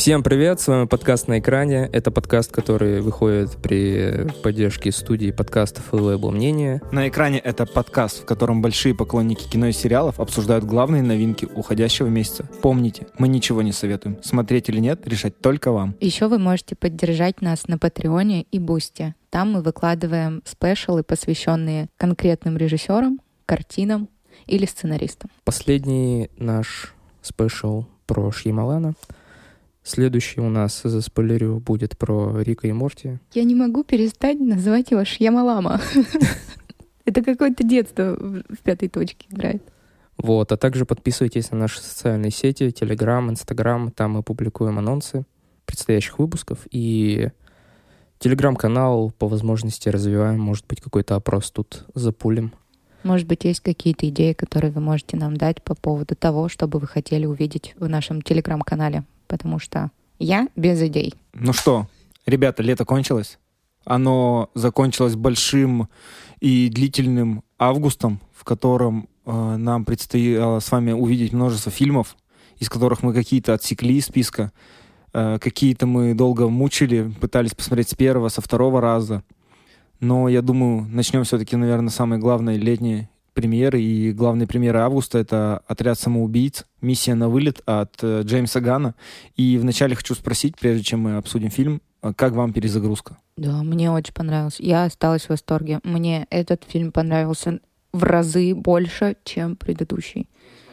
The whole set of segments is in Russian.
Всем привет, с вами подкаст «На экране». Это подкаст, который выходит при поддержке студии подкастов и лейбла «Мнение». «На экране» — это подкаст, в котором большие поклонники кино и сериалов обсуждают главные новинки уходящего месяца. Помните, мы ничего не советуем. Смотреть или нет, решать только вам. Еще вы можете поддержать нас на Патреоне и Бусти. Там мы выкладываем спешалы, посвященные конкретным режиссерам, картинам или сценаристам. Последний наш спешл про Шьямалана. Следующий у нас, заспойлерю, будет про Рика и Морти. Я не могу перестать называть его Шьямалама. Это какое-то детство в пятой точке играет. Вот, а также подписывайтесь на наши социальные сети, Телеграм, Инстаграм. Там мы публикуем анонсы предстоящих выпусков. И Телеграм-канал по возможности развиваем. Может быть, какой-то опрос тут запулим. Может быть, есть какие-то идеи, которые вы можете нам дать по поводу того, что бы вы хотели увидеть в нашем Телеграм-канале. Потому что я без идей. Ну что, ребята, лето кончилось. Оно закончилось большим и длительным августом, в котором нам предстояло с вами увидеть множество фильмов, из которых мы какие-то отсекли из списка, какие-то мы долго мучили, пытались посмотреть с первого, со второго раза. Но я думаю, начнем все-таки, наверное, самой главной летней премьеры. И главные премьеры августа — это «Отряд самоубийц», «Миссия на вылет» от Джеймса Ганна. И вначале хочу спросить, прежде чем мы обсудим фильм, как вам перезагрузка? Да, мне очень понравилось. Я осталась в восторге. Мне этот фильм понравился в разы больше, чем предыдущий.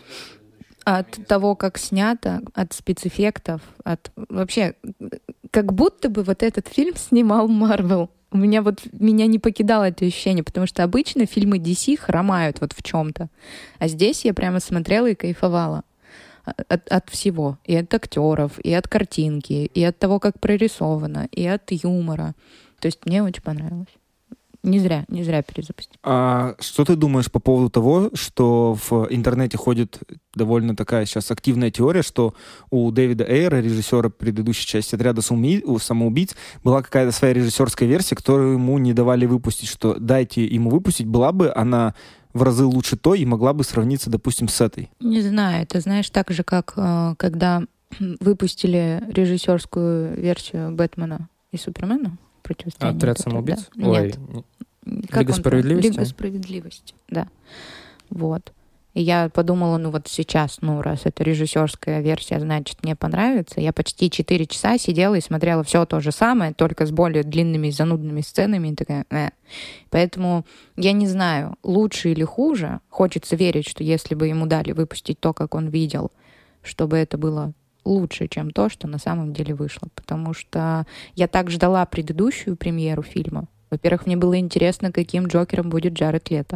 От того, как снято, от спецэффектов, от вообще, как будто бы вот этот фильм снимал Марвел. Меня не покидало это ощущение, потому что обычно фильмы DC хромают вот в чем-то. А здесь я прямо смотрела и кайфовала от всего. И от актеров, и от картинки, и от того, как прорисовано, и от юмора. То есть мне очень понравилось. Не зря перезапустили. А что ты думаешь по поводу того, что в интернете ходит довольно такая сейчас активная теория, что у Дэвида Эйра, режиссера предыдущей части «Отряда самоубийц», была какая-то своя режиссерская версия, которую ему не давали выпустить, что дайте ему выпустить, была бы она в разы лучше той и могла бы сравниться, допустим, с этой? Не знаю, это знаешь, так же, как когда выпустили режиссерскую версию «Бэтмена и Супермена», противостояние. «Отряд самоубийц»? Да. Нет. «Лига справедливости»? «Лига справедливости», да. Вот. И я подумала, вот сейчас, раз это режиссерская версия, значит, мне понравится. Я почти 4 часа сидела и смотрела все то же самое, только с более длинными и занудными сценами. И такая, Поэтому я не знаю, лучше или хуже. Хочется верить, что если бы ему дали выпустить то, как он видел, чтобы это было лучше, чем то, что на самом деле вышло. Потому что я так ждала предыдущую премьеру фильма. Во-первых, мне было интересно, каким Джокером будет Джаред Лето.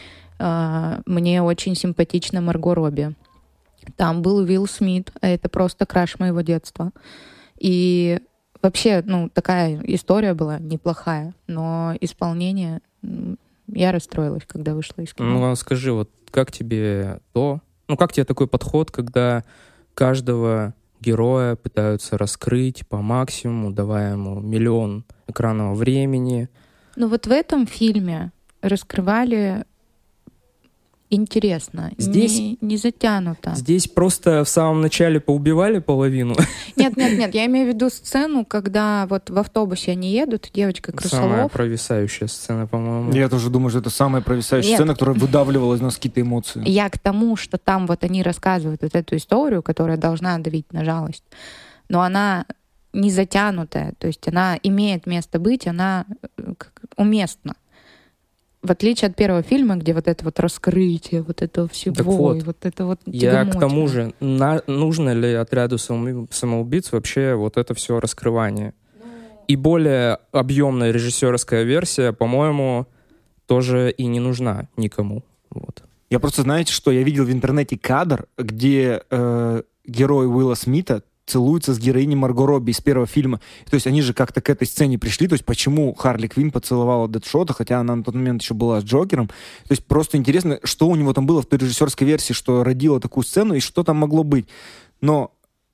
Мне очень симпатична Марго Робби. Там был Уилл Смит, а это просто краш моего детства. И вообще, такая история была неплохая, но исполнение... Я расстроилась, когда вышла из кино. Скажи, вот как тебе как тебе такой подход, когда каждого героя пытаются раскрыть по максимуму, давая ему миллион экранного времени? Вот в этом фильме раскрывали интересно, здесь не затянуто. Здесь просто в самом начале поубивали половину. Нет, я имею в виду сцену, когда вот в автобусе они едут, девочка крысолов. Самая провисающая сцена, по-моему. Я тоже думаю, что это самая провисающая сцена, которая выдавливала из нас какие-то эмоции. Я к тому, что там вот они рассказывают вот эту историю, которая должна давить на жалость, но она не затянутая, то есть она имеет место быть, она уместна. В отличие от первого фильма, где вот это вот раскрытие, вот этого всего, и вот это вот я к тому же, нужно ли «Отряду самоубийц» вообще вот это все раскрывание? И более объемная режиссерская версия, по-моему, тоже и не нужна никому. Вот. Я просто, знаете, что я видел в интернете кадр, где герой Уилла Смита целуется с героиней Марго Робби из первого фильма. То есть они же как-то к этой сцене пришли. То есть почему Харли Квинн поцеловала Дэдшота, хотя она на тот момент еще была с Джокером. То есть просто интересно, что у него там было в той режиссерской версии, что родило такую сцену и что там могло быть. Но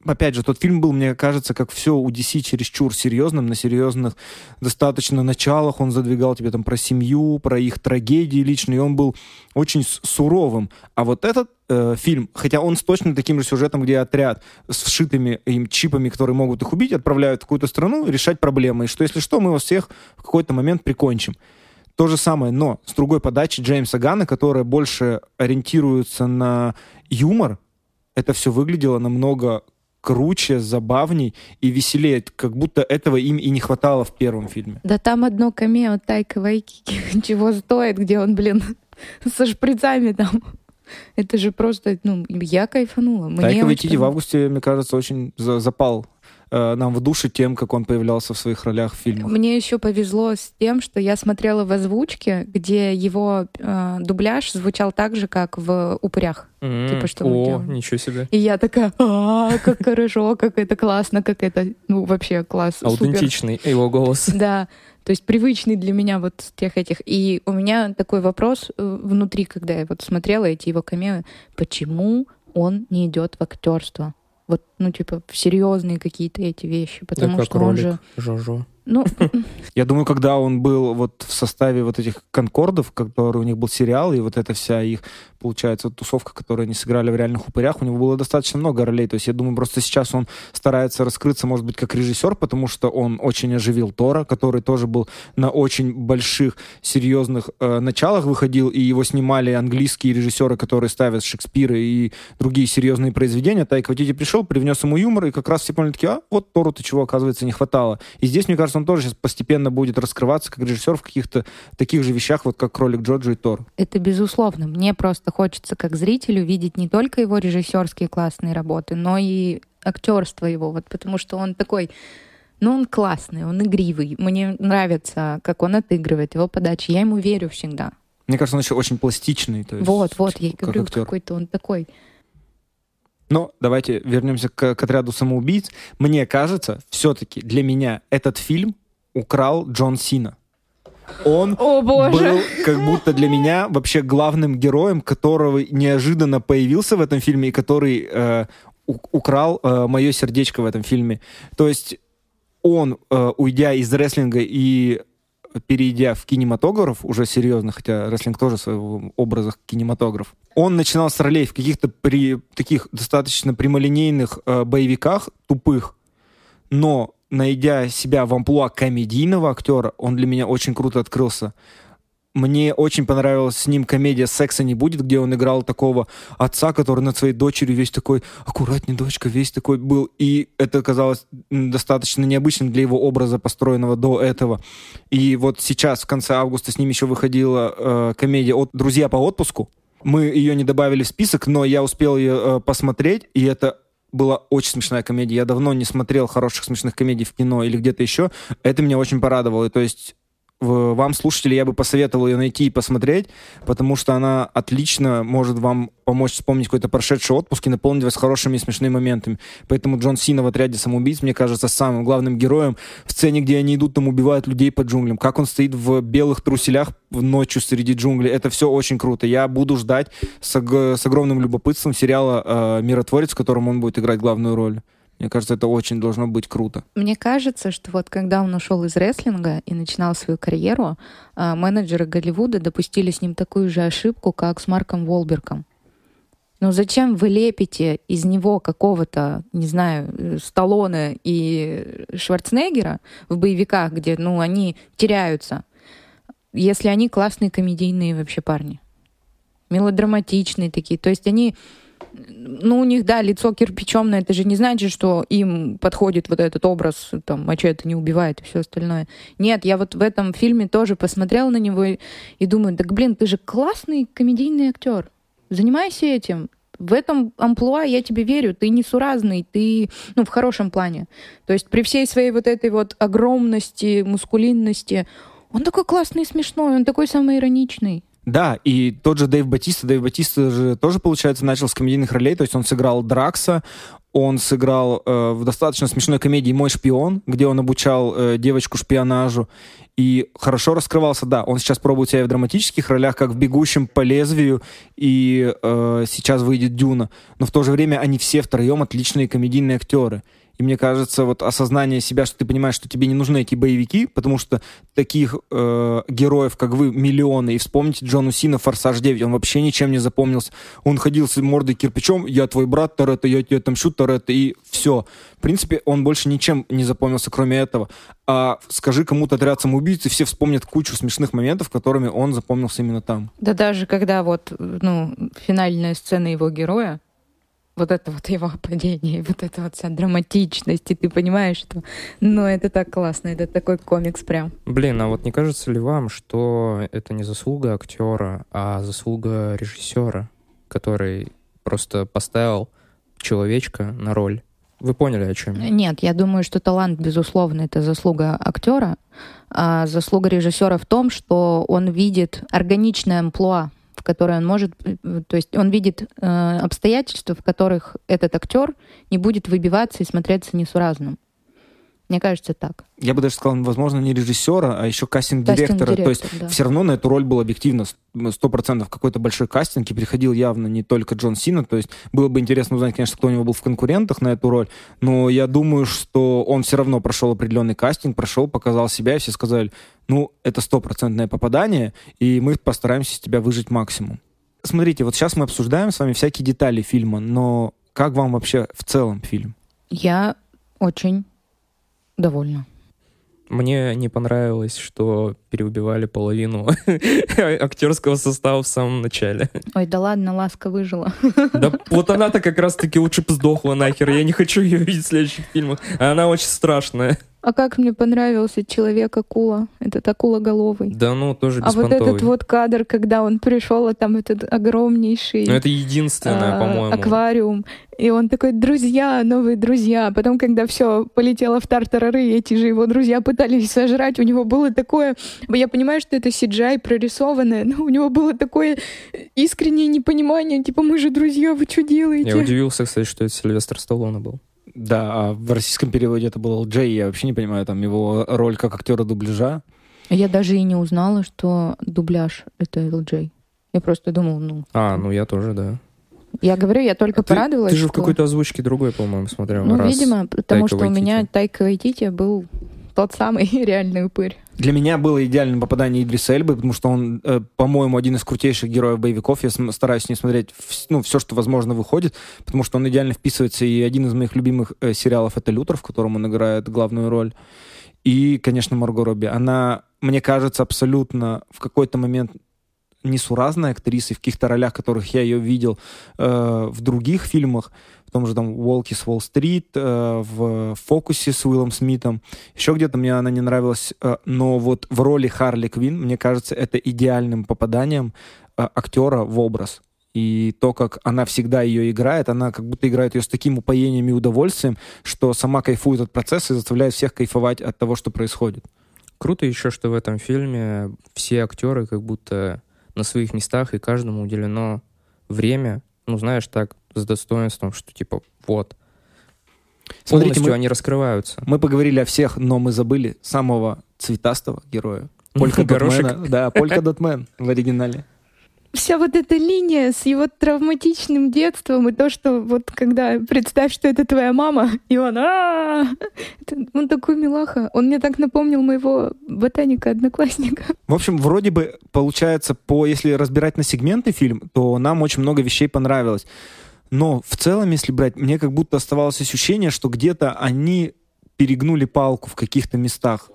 опять же, тот фильм был, мне кажется, как все у DC чересчур серьезным, на серьезных достаточно началах. Он задвигал тебе там про семью, про их трагедии личные, и он был очень суровым. А вот этот фильм, хотя он с точно таким же сюжетом, где отряд с вшитыми им чипами, которые могут их убить, отправляют в какую-то страну решать проблемы. И что, если что, мы вас всех в какой-то момент прикончим. То же самое, но с другой подачи Джеймса Ганна, которая больше ориентируется на юмор, это все выглядело намного круче, забавней и веселее, как будто этого им и не хватало в первом фильме. Да там одно камео Тайка Вайтити чего стоит, где он, со шприцами там. Это же просто, я кайфанула. Тайка Вайтити в августе, мне кажется, очень запал нам в душе тем, как он появлялся в своих ролях в фильмах. Мне еще повезло с тем, что я смотрела в озвучке, где его дубляж звучал так же, как в «Упырях». Типа, что мы делаем. Ничего себе. И я такая, как хорошо, как это классно, как это, вообще класс, аутентичный супер. Его голос. Да, то есть привычный для меня вот тех этих. И у меня такой вопрос внутри, когда я вот смотрела эти его камео, почему он не идет в актерство? Вот, в серьезные какие-то эти вещи, потому как что ролик он же... Жожо. Я думаю, когда он был вот в составе вот этих «Конкордов», который у них был сериал, и вот эта вся их, получается, тусовка, которую они сыграли в «Реальных упырях», у него было достаточно много ролей. То есть я думаю, просто сейчас он старается раскрыться, может быть, как режиссер, потому что он очень оживил Тора, который тоже был на очень больших, серьезных началах выходил, и его снимали английские режиссеры, которые ставят Шекспира и другие серьезные произведения. Тайка Вайтити пришел, привнес ему юмор, и как раз все поняли такие, вот Тору-то чего, оказывается, не хватало. И здесь, мне кажется, он тоже сейчас постепенно будет раскрываться как режиссер в каких-то таких же вещах, вот как «Кролик Джоджо» и «Тор». Это безусловно. Мне просто хочется как зрителю видеть не только его режиссерские классные работы, но и актерство его, вот потому что он такой, он классный, он игривый. Мне нравится, как он отыгрывает, его подачи. Я ему верю всегда. Мне кажется, он еще очень пластичный. То есть, вот, я говорю, актер. какой-то он такой... Но давайте вернемся к «Отряду самоубийц». Мне кажется, все-таки для меня этот фильм украл Джон Сина. Он был как будто для меня вообще главным героем, которого неожиданно появился в этом фильме и который украл мое сердечко в этом фильме. То есть он, уйдя из рестлинга и перейдя в кинематограф, уже серьезно, хотя рестлинг тоже в своих образах кинематограф, он начинал с ролей в каких-то таких достаточно прямолинейных боевиках, тупых, но найдя себя в амплуа комедийного актера, он для меня очень круто открылся. Мне очень понравилась с ним комедия «Секса не будет», где он играл такого отца, который над своей дочерью весь такой аккуратней, дочка, весь такой был. И это казалось достаточно необычным для его образа, построенного до этого. И вот сейчас, в конце августа, с ним еще выходила комедия «Друзья по отпуску». Мы ее не добавили в список, но я успел ее посмотреть, и это была очень смешная комедия. Я давно не смотрел хороших смешных комедий в кино или где-то еще. Это меня очень порадовало. И, то есть вам, слушатели, я бы посоветовал ее найти и посмотреть, потому что она отлично может вам помочь вспомнить какой-то прошедший отпуск и наполнить вас хорошими и смешными моментами. Поэтому Джон Сина в «Отряде самоубийц», мне кажется, самым главным героем в сцене, где они идут, там убивают людей по джунглям. Как он стоит в белых труселях ночью среди джунглей. Это все очень круто. Я буду ждать с огромным любопытством сериала «Миротворец», в котором он будет играть главную роль. Мне кажется, это очень должно быть круто. Мне кажется, что вот когда он ушел из рестлинга и начинал свою карьеру, менеджеры Голливуда допустили с ним такую же ошибку, как с Марком Уолбергом. Но зачем вы лепите из него какого-то, не знаю, Сталлоне и Шварценеггера в боевиках, где, они теряются, если они классные комедийные вообще парни? Мелодраматичные такие. То есть они... у них, да, лицо кирпичом, но это же не значит, что им подходит вот этот образ, там, мачете не убивает и все остальное. Нет, я вот в этом фильме тоже посмотрела на него и думаю, так, ты же классный комедийный актер. Занимайся этим. В этом амплуа я тебе верю. Ты несуразный, ты, в хорошем плане. То есть при всей своей вот этой вот огромности, мускулинности, он такой классный и смешной, он такой самоироничный. Да, и тот же Дэйв Батиста же тоже, получается, начал с комедийных ролей, то есть он сыграл Дракса, Он сыграл в достаточно смешной комедии «Мой шпион», где он обучал девочку шпионажу. И хорошо раскрывался, да. Он сейчас пробует себя в драматических ролях, как в «Бегущем по лезвию», и сейчас выйдет «Дюна». Но в то же время они все втроем отличные комедийные актеры. И мне кажется, вот осознание себя, что ты понимаешь, что тебе не нужны эти боевики, потому что таких героев, как вы, миллионы. И вспомните Джону Сина в «Форсаж 9», он вообще ничем не запомнился. Он ходил с мордой кирпичом, я твой брат, Торетто, я тебе отомщу, Торетто, и все. В принципе, он больше ничем не запомнился, кроме этого. А скажи кому-то «Отряд самоубийц», и все вспомнят кучу смешных моментов, которыми он запомнился именно там. Да даже когда вот, финальная сцена его героя, вот это вот его падение, вот эта вот вся драматичность, и ты понимаешь, что, это так классно, это такой комикс прям. Блин, а вот не кажется ли вам, что это не заслуга актера, а заслуга режиссера, который просто поставил человечка на роль? Вы поняли, о чем я? Нет, я думаю, что талант, безусловно, это заслуга актера, а заслуга режиссера в том, что он видит органичное амплуа, в которое он может... То есть он видит обстоятельства, в которых этот актер не будет выбиваться и смотреться несуразным. Мне кажется, так. Я бы даже сказал, возможно, не режиссера, а еще кастинг-директора. То есть да. Все равно на эту роль был объективно 100% какой-то большой кастинг, и приходил явно не только Джон Сина. То есть было бы интересно узнать, конечно, кто у него был в конкурентах на эту роль, но я думаю, что он все равно прошел определенный кастинг, показал себя, и все сказали, это 100% попадание, и мы постараемся из тебя выжать максимум. Смотрите, вот сейчас мы обсуждаем с вами всякие детали фильма, но как вам вообще в целом фильм? Я очень довольна. Мне не понравилось, что переубивали половину актерского состава в самом начале. Ой, да ладно, Ласка выжила. Да вот она-то как раз-таки лучше бы сдохла нахер. Я не хочу ее видеть в следующих фильмах. А она очень страшная. А как мне понравился Человек-акула. Этот акулоголовый. Да, тоже беспонтовый. А вот этот вот кадр, когда он пришел, а там этот огромнейший... это единственное, по-моему. Аквариум. И он такой, друзья, новые друзья. Потом, когда все полетело в тартарары, эти же его друзья пытались сожрать, у него было такое... Я понимаю, что это CGI прорисованное, но у него было такое искреннее непонимание, типа, мы же друзья, вы что делаете? Я удивился, кстати, что это Сильвестр Сталлоне был. Да, а в российском переводе это был Джей, я вообще не понимаю, там его роль как актера дубляжа. Я даже и не узнала, что дубляж — это LJ. Я просто думала, я тоже, да. Я говорю, я только порадовалась. Ты же в какой-то озвучке другой, по-моему, смотрел. Видимо, потому что у меня Тайка Вайтити был тот самый реальный упырь. Для меня было идеальным попадание Идриса Эльбы, потому что он, по-моему, один из крутейших героев боевиков. Я стараюсь не смотреть все, что возможно выходит, потому что он идеально вписывается. И один из моих любимых сериалов — это «Лютер», в котором он играет главную роль. И, конечно, Марго Робби. Она, мне кажется, абсолютно в какой-то момент несуразной актрисой в каких-то ролях, которых я ее видел в других фильмах, в том же там «Волки с Уолл-стрит», в «Фокусе» с Уиллом Смитом. Еще где-то мне она не нравилась, но вот в роли Харли Квинн, мне кажется, это идеальным попаданием актера в образ. И то, как она всегда ее играет, она как будто играет ее с таким упоением и удовольствием, что сама кайфует от процесса и заставляет всех кайфовать от того, что происходит. Круто еще, что в этом фильме все актеры как будто на своих местах, и каждому уделено время, так, с достоинством, что типа вот. Смотрите, полностью они раскрываются. Мы поговорили о всех, но мы забыли самого цветастого героя. Полька Дотмена. Да, Полька Дотмен в оригинале. Вся вот эта линия с его травматичным детством, и то, что вот когда представь, что это твоя мама, и он он такой милаха. Он мне так напомнил моего ботаника-одноклассника. В общем, вроде бы получается, если разбирать на сегменты фильм, то нам очень много вещей понравилось. Но в целом, если брать, мне как будто оставалось ощущение, что где-то они перегнули палку в каких-то местах.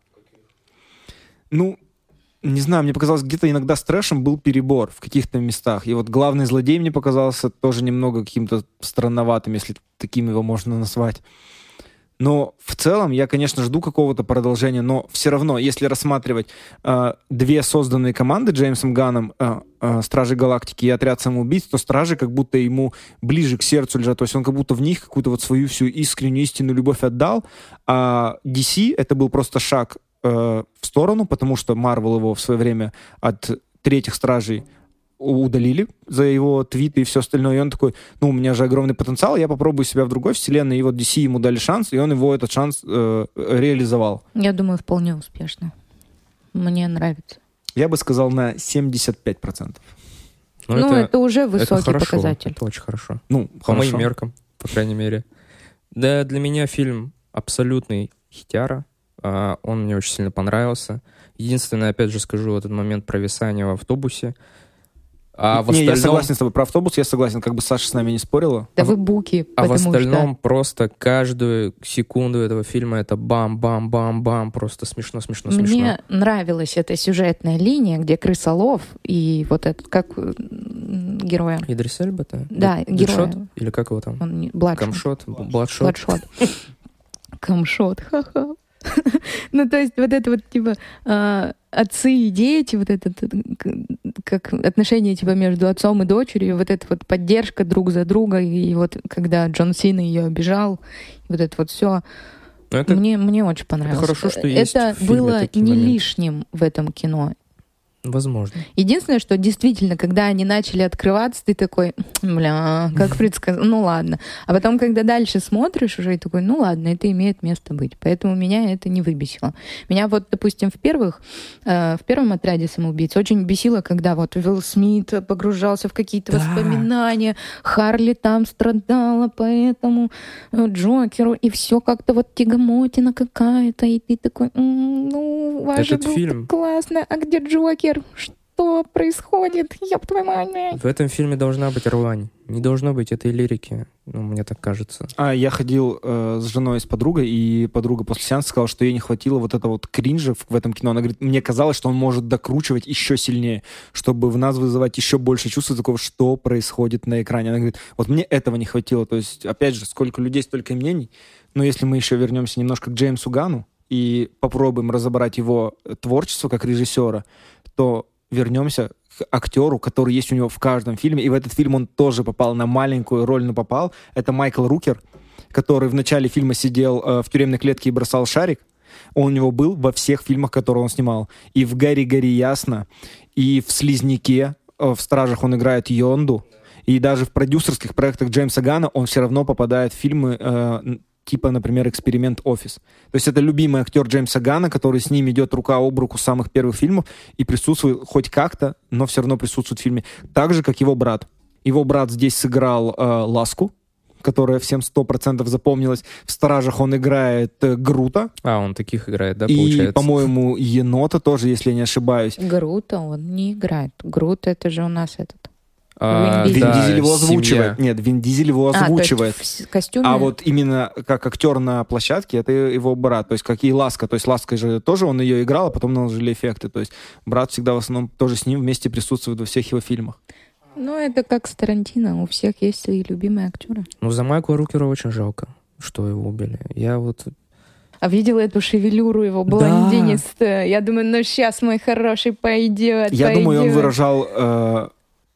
Не знаю, мне показалось, где-то иногда с трэшем был перебор в каких-то местах. И вот главный злодей мне показался тоже немного каким-то странноватым, если таким его можно назвать. Но в целом я, конечно, жду какого-то продолжения, но все равно, если рассматривать две созданные команды Джеймсом Ганном, «Стражи Галактики» и «Отряд самоубийц», то «Стражи» как будто ему ближе к сердцу лежат, то есть он как будто в них какую-то вот свою всю искреннюю, истинную любовь отдал, а DC — это был просто шаг, в, в сторону, потому что Марвел его в свое время от третьих «Стражей» удалили за его твиты и все остальное. И он такой, ну, у меня же огромный потенциал, я попробую себя в другой вселенной. И вот DC ему дали шанс, и он его этот шанс реализовал. Я думаю, вполне успешно. Мне нравится. Я бы сказал на 75%. Ну, это уже высокий это хорошо, показатель. Это очень хорошо. Ну, По хорошо. моим меркам, по крайней мере. Да, для меня фильм абсолютный хитяра. Он мне очень сильно понравился. Единственное, опять же скажу, этот момент провисания в автобусе. А в Не, я остальном... согласен с тобой. Про автобус я согласен. Как бы Саша с нами не спорила. Да вы буки, А в потому остальном что... просто каждую секунду этого фильма это бам-бам-бам-бам. Просто смешно. Мне нравилась эта сюжетная линия, где крысолов и вот этот, как героя. Идрис Эльба-то? Да, Дедшот? героя. Или как его там? Он не... Бладшот. Камшот? Бладшот? Бладшот. Камшот, ха-ха. Ну, то есть вот это вот, типа, отцы и дети, вот это, как отношения, типа, между отцом и дочерью, вот эта вот поддержка друг за друга, и вот когда Джон Сина ее обижал, вот это вот все. Мне очень понравилось. Это хорошо, что есть Это в фильме было такие не моменты. лишним в этом кино. Возможно. Единственное, что действительно, когда они начали открываться, ты такой, бля, как предсказал, ну ладно. А потом, когда дальше смотришь уже, и такой, ну ладно, это имеет место быть. Поэтому меня это не выбесило. Меня вот, допустим, в первом «Отряде самоубийц» очень бесило, когда вот Уилл Смит погружался в какие-то воспоминания, Харли там страдала, поэтому Джокеру, и все как-то вот тягомотина какая-то, и ты такой, ну, у вас же Этот был фильм... так классно, а где Джокер? Что происходит? Ёб твою мать. В этом фильме должна быть рвань. Не должно быть этой лирики. Ну, мне так кажется. Я ходил с женой, с подругой, и подруга после сеанса сказала, что ей не хватило вот этого вот кринжа в этом кино. Она говорит, мне казалось, что он может докручивать еще сильнее, чтобы в нас вызывать еще больше чувства такого, что происходит на экране. Она говорит, вот мне этого не хватило. То есть, опять же, сколько людей, столько и мнений. Но если мы еще вернемся немножко к Джеймсу Ганну и попробуем разобрать его творчество как режиссера, то вернемся к актеру, который есть у него в каждом фильме. И в этот фильм он тоже попал на маленькую роль, но попал. Это Майкл Рукер, который в начале фильма сидел в тюремной клетке и бросал шарик. Он у него был во всех фильмах, которые он снимал. И в «Гори, гори ясно», и в «Слизняке», в «Стражах» он играет Йонду. И даже в продюсерских проектах Джеймса Ганна он все равно попадает в фильмы типа, например, «Эксперимент Офис». То есть это любимый актер Джеймса Ганна, который с ним идет рука об руку с самых первых фильмов и присутствует хоть как-то, но все равно присутствует в фильме. Так же, как его брат. Его брат здесь сыграл Ласку, которая всем 100% запомнилась. В «Стражах» он играет Грута. Он таких играет, да, и, получается? И, по-моему, Енота тоже, если я не ошибаюсь. Грута он не играет. Грут — это же у нас этот... Вин Дизель его озвучивает. Нет, Вин Дизель его озвучивает. То есть в костюме? А вот именно как актер на площадке, это его брат. То есть как и Ласка. То есть Ласка же тоже он ее играл, а потом наложили эффекты. То есть брат всегда в основном тоже с ним вместе присутствует во всех его фильмах. Ну, это как с Тарантино. У всех есть свои любимые актеры. Ну, за Майкла Рукера очень жалко, что его убили. Я вот... А видела эту шевелюру его блондинистую? Я думаю, ну сейчас мой хороший пойдет. Я думаю, он выражал...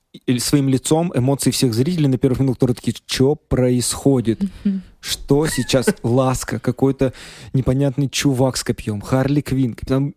своим лицом эмоции всех зрителей на первых минутах, которые такие, что происходит? Что сейчас? Ласка, какой-то непонятный чувак с копьем, Харли Квинн.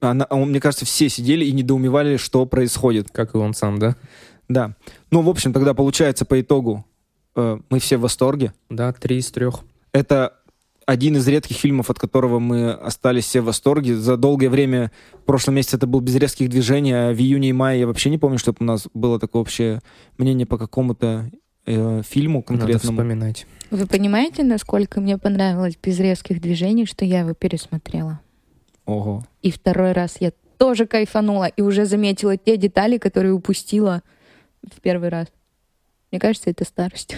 Мне кажется, все сидели и недоумевали, что происходит. Как и он сам, да? Да. Ну, в общем, тогда получается по итогу мы все в восторге. Да, 3 из 3. Это один из редких фильмов, от которого мы остались все в восторге. За долгое время, в прошлом месяце это был «Без резких движений», а в июне и мае я вообще не помню, чтобы у нас было такое общее мнение по какому-то фильму конкретному. Надо вспоминать. Вы понимаете, насколько мне понравилось «Без резких движений», что я его пересмотрела? Ого. И второй раз я тоже кайфанула и уже заметила те детали, которые упустила в первый раз. Мне кажется, это старость.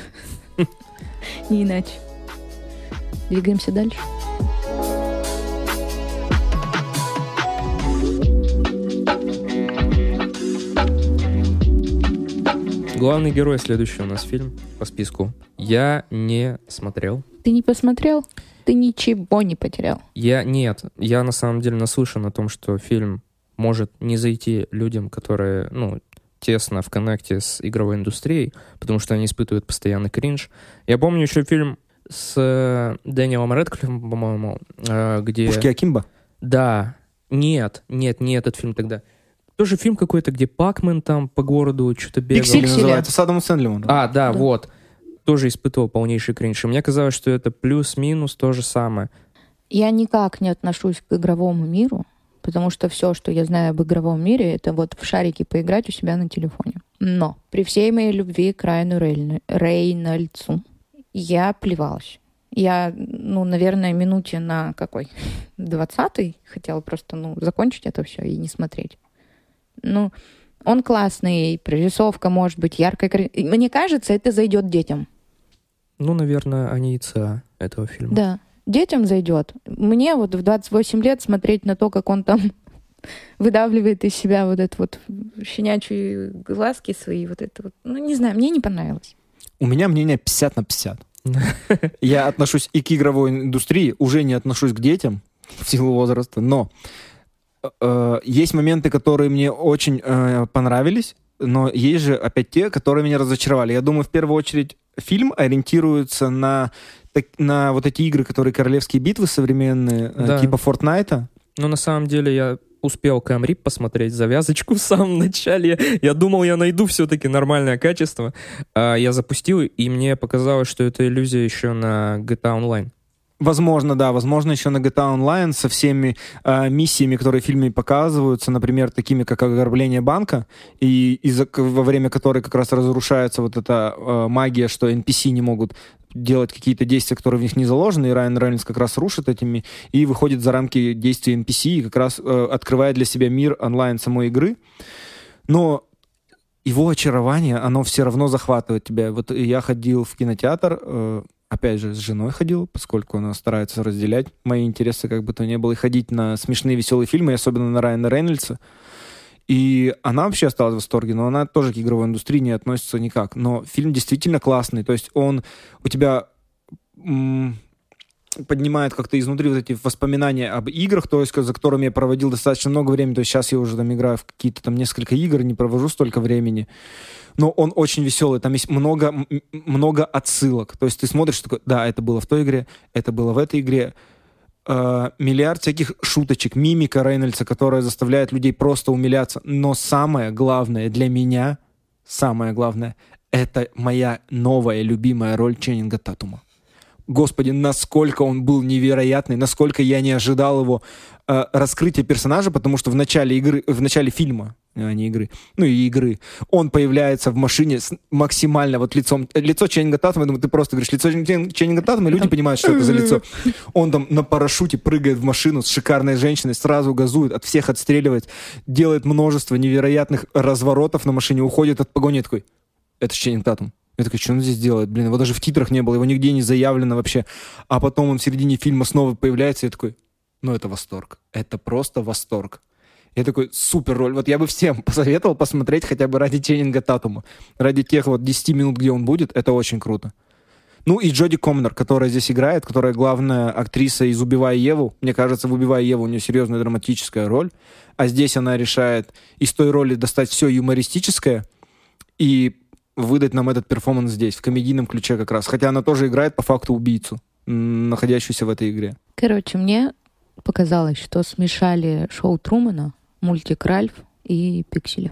Не иначе. Двигаемся дальше. Главный герой, следующий у нас фильм по списку. Я не смотрел. Ты не посмотрел? Ты ничего не потерял. Нет. Я на самом деле наслышан о том, что фильм может не зайти людям, которые, тесно в коннекте с игровой индустрией, потому что они испытывают постоянный кринж. Я помню еще фильм с Дэниелом Рэдклиффом, по-моему, где... «Пушки Акимбо»? Да. Нет, не этот фильм тогда. Тоже фильм какой-то, где Пакмен там по городу что-то бегал. «Пиксели» называется, с Адамом Сэндлером. Да, вот. Тоже испытывал полнейший кринж. И мне казалось, что это плюс-минус то же самое. Я никак не отношусь к игровому миру, потому что все, что я знаю об игровом мире, это вот в шарики поиграть у себя на телефоне. Но при всей моей любви к Райану Рейнольдсу я плевалась. Я, наверное, минуте на 20-й хотела просто, закончить это все и не смотреть. Он классный, прорисовка может быть яркая. Мне кажется, это зайдет детям. Наверное, они яйца этого фильма. Да, детям зайдет. Мне вот в 28 лет смотреть на то, как он там выдавливает из себя вот это вот щенячьи глазки свои, вот это вот. Не знаю, мне не понравилось. У меня мнение 50 на 50. Я отношусь и к игровой индустрии, уже не отношусь к детям в силу возраста, но есть моменты, которые мне очень понравились, но есть же опять те, которые меня разочаровали. Я думаю, в первую очередь фильм ориентируется на вот эти игры, которые королевские битвы современные, типа Фортнайта. На самом деле я успел Кэм Рип посмотреть завязочку в самом начале. Я думал, я найду все-таки нормальное качество. Я запустил, и мне показалось, что это иллюзия еще на GTA Online. Возможно, да. Возможно, еще на GTA Online со всеми миссиями, которые в фильме показываются, например, такими, как ограбление банка, и во время которой как раз разрушается вот эта магия, что NPC не могут делать какие-то действия, которые в них не заложены, и Райан Рейнольдс как раз рушит этими и выходит за рамки действий NPC и как раз открывает для себя мир онлайн самой игры. Но его очарование, оно все равно захватывает тебя. Вот я ходил в кинотеатр, опять же, с женой ходил, поскольку она старается разделять мои интересы, как бы то ни было, и ходить на смешные, веселые фильмы, особенно на Райана Рейнольдса. И она вообще осталась в восторге, но она тоже к игровой индустрии не относится никак. Но фильм действительно классный, то есть он у тебя поднимает как-то изнутри вот эти воспоминания об играх, то есть за которыми я проводил достаточно много времени, то есть сейчас я уже там играю в какие-то там несколько игр, не провожу столько времени. Но он очень веселый, там есть много отсылок. То есть ты смотришь, такой, да, это было в той игре, это было в этой игре. Миллиард всяких шуточек, мимика Рейнольдса, которая заставляет людей просто умиляться. Но самое главное для меня, это моя новая любимая роль Ченнинга Татума. Господи, насколько он был невероятный, насколько я не ожидал его раскрытия персонажа, потому что в начале фильма, а не игры, и игры, он появляется в машине с максимально вот лицо Ченнинга Татума, я думаю, ты просто говоришь, лицо Ченнинга Татума, и люди понимают, что это за лицо. Он там на парашюте прыгает в машину с шикарной женщиной, сразу газует, от всех отстреливает, делает множество невероятных разворотов на машине, уходит от погони, я такой, это Ченнинг Татум. Я такой, что он здесь делает? Блин, его даже в титрах не было, его нигде не заявлено вообще. А потом он в середине фильма снова появляется, и я такой, это восторг. Это просто восторг. Я такой, супер роль. Вот я бы всем посоветовал посмотреть хотя бы ради Ченнинга Татума. Ради тех 10 минут, где он будет, это очень круто. И Джоди Комнер, которая здесь играет, которая главная актриса из «Убивая Еву». Мне кажется, в «Убивая Еву» у нее серьезная драматическая роль. А здесь она решает из той роли достать все юмористическое и выдать нам этот перформанс здесь, в комедийном ключе как раз. Хотя она тоже играет по факту убийцу, находящуюся в этой игре. Короче, мне показалось, что смешали шоу Трумана, мультик «Ральф» и «Пиксели».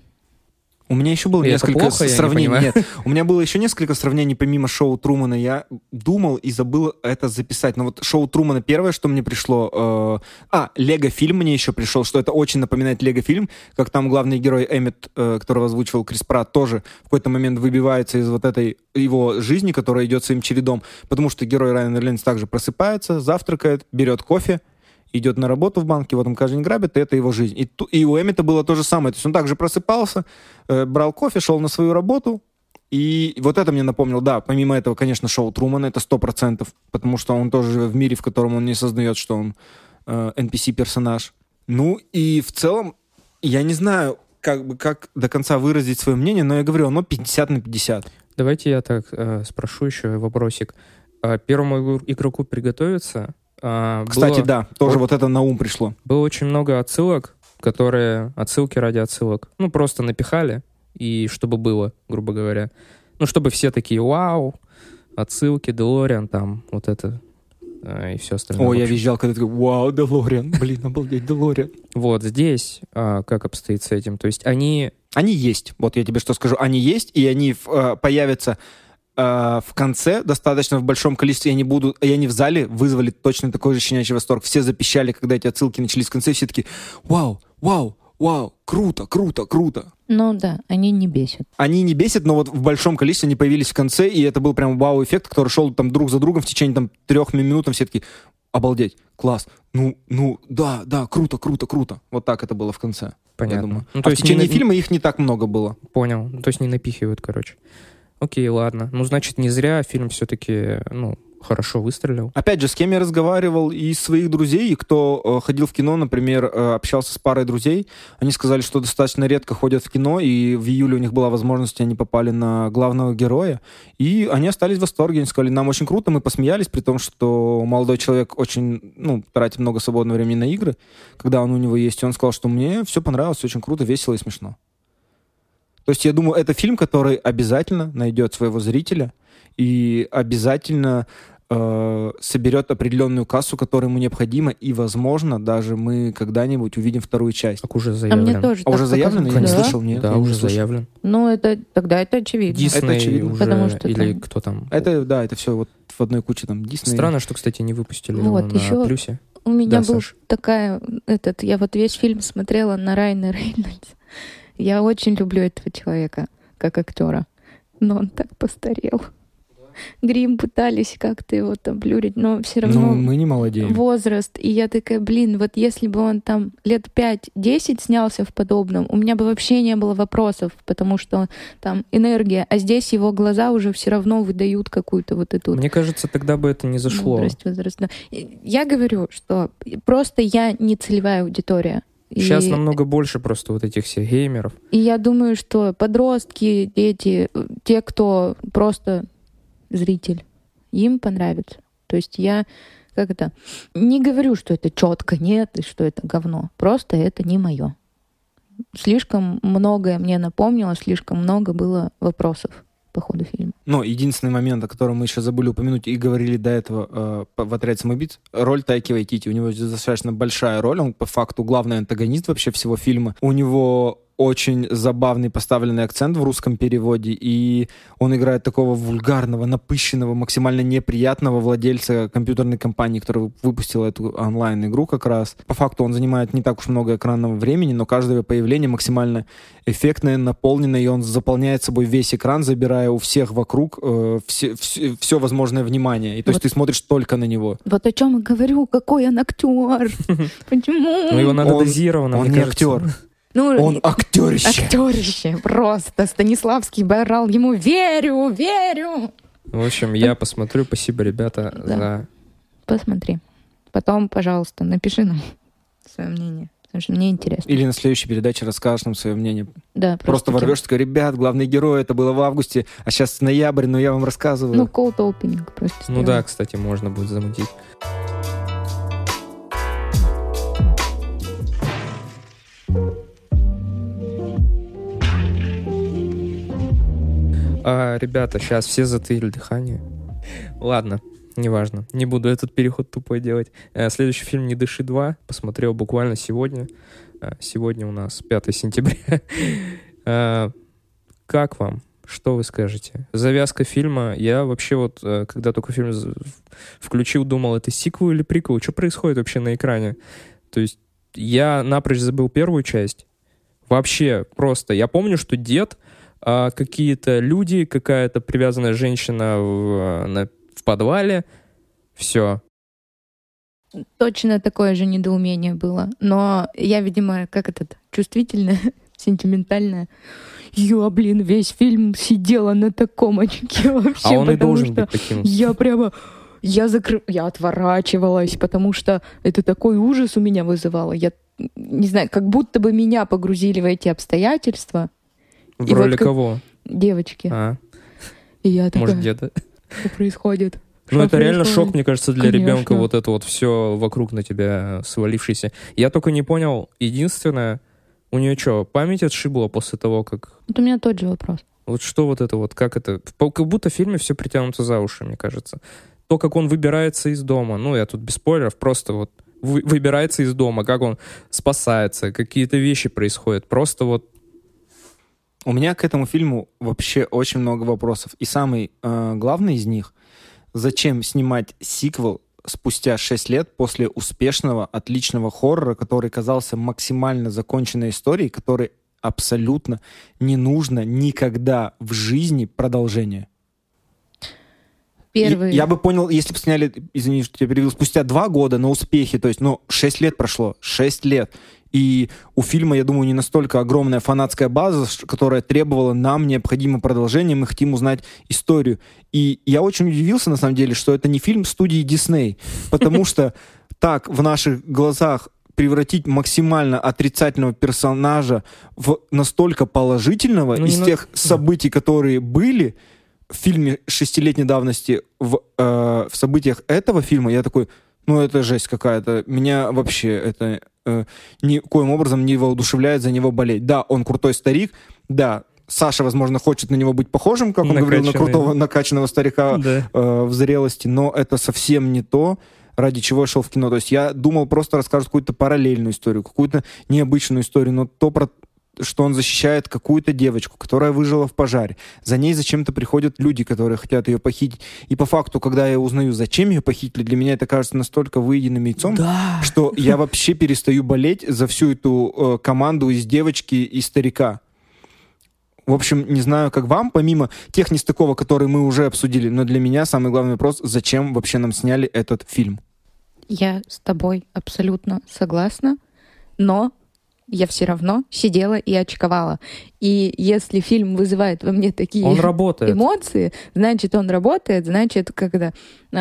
У меня еще было несколько сравнений. Нет, у меня было еще несколько сравнений помимо шоу Трумана. Я думал и забыл это записать. Но вот шоу Трумана первое, что мне пришло... Лего-фильм мне еще пришел, что это очень напоминает Лего-фильм, как там главный герой Эммет, которого озвучивал Крис Пратт, тоже в какой-то момент выбивается из вот этой его жизни, которая идет своим чередом, потому что герой Райан Рейнольдс также просыпается, завтракает, берет кофе, идет на работу в банк, его там каждый день грабит, и это его жизнь. И у Эммета было то же самое. То есть он также просыпался, брал кофе, шел на свою работу, и вот это мне напомнил, да, помимо этого, конечно, шоу Трумана, это 100%, потому что он тоже живет в мире, в котором он не сознает, что он NPC-персонаж. И в целом, я не знаю, как до конца выразить свое мнение, но я говорю, оно 50 на 50. Давайте я так спрошу еще вопросик. Первому игроку приготовиться... Кстати, да, тоже вот это на ум пришло. Было очень много отсылок, которые отсылки ради отсылок. Просто напихали, и чтобы было, грубо говоря. Чтобы все такие, вау, отсылки, Делориан, там, вот это и все остальное. О, я визжал, когда ты такой, вау, Делориан, блин, обалдеть, Делориан. Вот здесь как обстоит с этим? То есть они есть, вот я тебе что скажу, они есть, и они появятся в конце достаточно в большом количестве, и они в зале вызвали точно такой же щенячий восторг. Все запищали, когда эти отсылки начались в конце, все такие, вау, вау, вау, круто, круто, круто. Ну да, они не бесят. Они не бесят, но вот в большом количестве они появились в конце, и это был прям вау-эффект, который шел там друг за другом в течение там 3 минут, все такие, обалдеть, класс, да, круто, круто, круто. Вот так это было в конце. Понятно. Я думаю. Ну, то есть в течение фильма их не так много было. Понял. То есть не напихивают, короче. Окей, ладно. Ну, значит, не зря фильм все-таки, хорошо выстрелил. Опять же, с кем я разговаривал из своих друзей, и кто ходил в кино, например, общался с парой друзей, они сказали, что достаточно редко ходят в кино, и в июле у них была возможность, они попали на главного героя, и они остались в восторге, они сказали, нам очень круто, мы посмеялись, при том, что молодой человек очень, тратит много свободного времени на игры, когда он у него есть, и он сказал, что мне все понравилось, очень круто, весело и смешно. То есть я думаю, это фильм, который обязательно найдет своего зрителя и обязательно соберет определенную кассу, которая ему необходима, и, возможно, даже мы когда-нибудь увидим вторую часть. Так уже заявлен. А мне тоже уже заявлен? Я не Да? слышал, нет. Да, уже заявлен. Ну, тогда это очевидно. Дисней Это очевидно, уже, потому что или там- кто там. Это все вот в одной куче там Дисней. Странно, что, кстати, не выпустили Вот, его на еще- плюсе. У меня Да, был Саш. я вот весь фильм смотрела на Райана Рейнольдса. Я очень люблю этого человека, как актера. Но он так постарел. Грим пытались как-то его там блюрить, но все равно мы не молодеем. возраст. И я такая, вот если бы он там лет 5-10 снялся в подобном, у меня бы вообще не было вопросов, потому что там энергия, а здесь его глаза уже все равно выдают какую-то вот эту Мне кажется, тогда бы это не зашло. мудрость возрастную. Я говорю, что просто я не целевая аудитория. Сейчас намного больше просто вот этих всех геймеров. И я думаю, что подростки, дети, те, кто просто зритель, им понравится. То есть я не говорю, что это четко нет и что это говно. Просто это не мое. Слишком многое мне напомнило, слишком много было вопросов по ходу фильма. Но единственный момент, о котором мы еще забыли упомянуть и говорили до этого в «Отряде самоубийц», роль Тайки Вайтити. У него достаточно большая роль, он по факту главный антагонист вообще всего фильма. У него очень забавный поставленный акцент в русском переводе, и он играет такого вульгарного, напыщенного, максимально неприятного владельца компьютерной компании, которая выпустила эту онлайн-игру как раз. По факту он занимает не так уж много экранного времени, но каждое его появление максимально эффектное, наполненное, и он заполняет собой весь экран, забирая у всех вокруг все возможное внимание. И то есть ты смотришь только на него. Вот о чем я говорю, какой он актер. Почему? Но его надо дозированно, Он мне не кажется. актер. Ну, Он актерище. актерище, просто. Станиславский орал ему «Верю, верю». В общем, я посмотрю. Спасибо, ребята, Да. за... Посмотри. Потом, пожалуйста, напиши нам свое мнение, потому что мне интересно. Или на следующей передаче расскажешь нам свое мнение. Да, Просто ворвешься, такой, ребят, главный герой, это было в августе, а сейчас ноябрь, но я вам рассказываю. Ну, cold opening просто. Ну сделаем. да, кстати, можно будет замутить. Ребята, сейчас все затаили дыхание. Ладно, неважно. Не буду этот переход тупой делать. Следующий фильм «Не дыши 2». Посмотрел буквально сегодня. Сегодня у нас 5 сентября. Как вам? Что вы скажете? Завязка фильма. Я вообще вот, когда только фильм включил, думал, это сиквел или приквел? Что происходит вообще на экране? То есть я напрочь забыл первую часть. Вообще просто. Я помню, что дед, какие-то люди, какая-то привязанная женщина в подвале. Все. Точно такое же недоумение было. Но я, видимо, чувствительная, сентиментальная. Я, весь фильм сидела на таком очке вообще. А он и потому должен что быть таким. я прямо... Я отворачивалась, потому что это такой ужас у меня вызывало. Я не знаю, как будто бы меня погрузили в эти обстоятельства. В И роли вот кого? Девочки. И я такая, Может, деда? что происходит? Ну, Что это реально происходит? шок, мне кажется, для Конечно. ребенка, вот это вот все вокруг на тебя свалившееся. Я только не понял, единственное, у нее что, память отшибла после того, как... Вот у меня тот же вопрос. Вот что вот это вот, как это... Как будто в фильме все притянуто за уши, мне кажется. то, как он выбирается из дома, ну, я тут без спойлеров, просто вот выбирается из дома, как он спасается, какие-то вещи происходят, просто вот. У меня к этому фильму вообще очень много вопросов. И самый главный из них, зачем снимать сиквел спустя 6 лет после успешного, отличного хоррора, который казался максимально законченной историей, которой абсолютно не нужно никогда в жизни продолжения. Я бы понял, если бы сняли, извини, что я перевел, спустя 2 года на успехе, то есть, 6 лет прошло, 6 лет. И у фильма, я думаю, не настолько огромная фанатская база, которая требовала нам необходимое продолжение, мы хотим узнать историю. И я очень удивился, на самом деле, что это не фильм студии Disney, потому что так в наших глазах превратить максимально отрицательного персонажа в настолько положительного из тех событий, которые были в фильме 6-летней давности, в событиях этого фильма, я такой, это жесть какая-то. Меня вообще это никоим образом не воодушевляет за него болеть. Да, он крутой старик, да, Саша, возможно, хочет на него быть похожим, как он говорил, на крутого накачанного старика в зрелости, но это совсем не то, ради чего я шел в кино. То есть я думал, просто расскажут какую-то параллельную историю, какую-то необычную историю, но то, что он защищает какую-то девочку, которая выжила в пожаре. За ней зачем-то приходят люди, которые хотят ее похитить. И по факту, когда я узнаю, зачем ее похитили, для меня это кажется настолько выеденным яйцом, что я вообще перестаю болеть за всю эту команду из девочки и старика. В общем, не знаю, как вам, помимо тех нестыковок, которые мы уже обсудили, но для меня самый главный вопрос, зачем вообще нам сняли этот фильм? Я с тобой абсолютно согласна, но я все равно сидела и очковала. И если фильм вызывает во мне такие эмоции, значит, он работает, значит, когда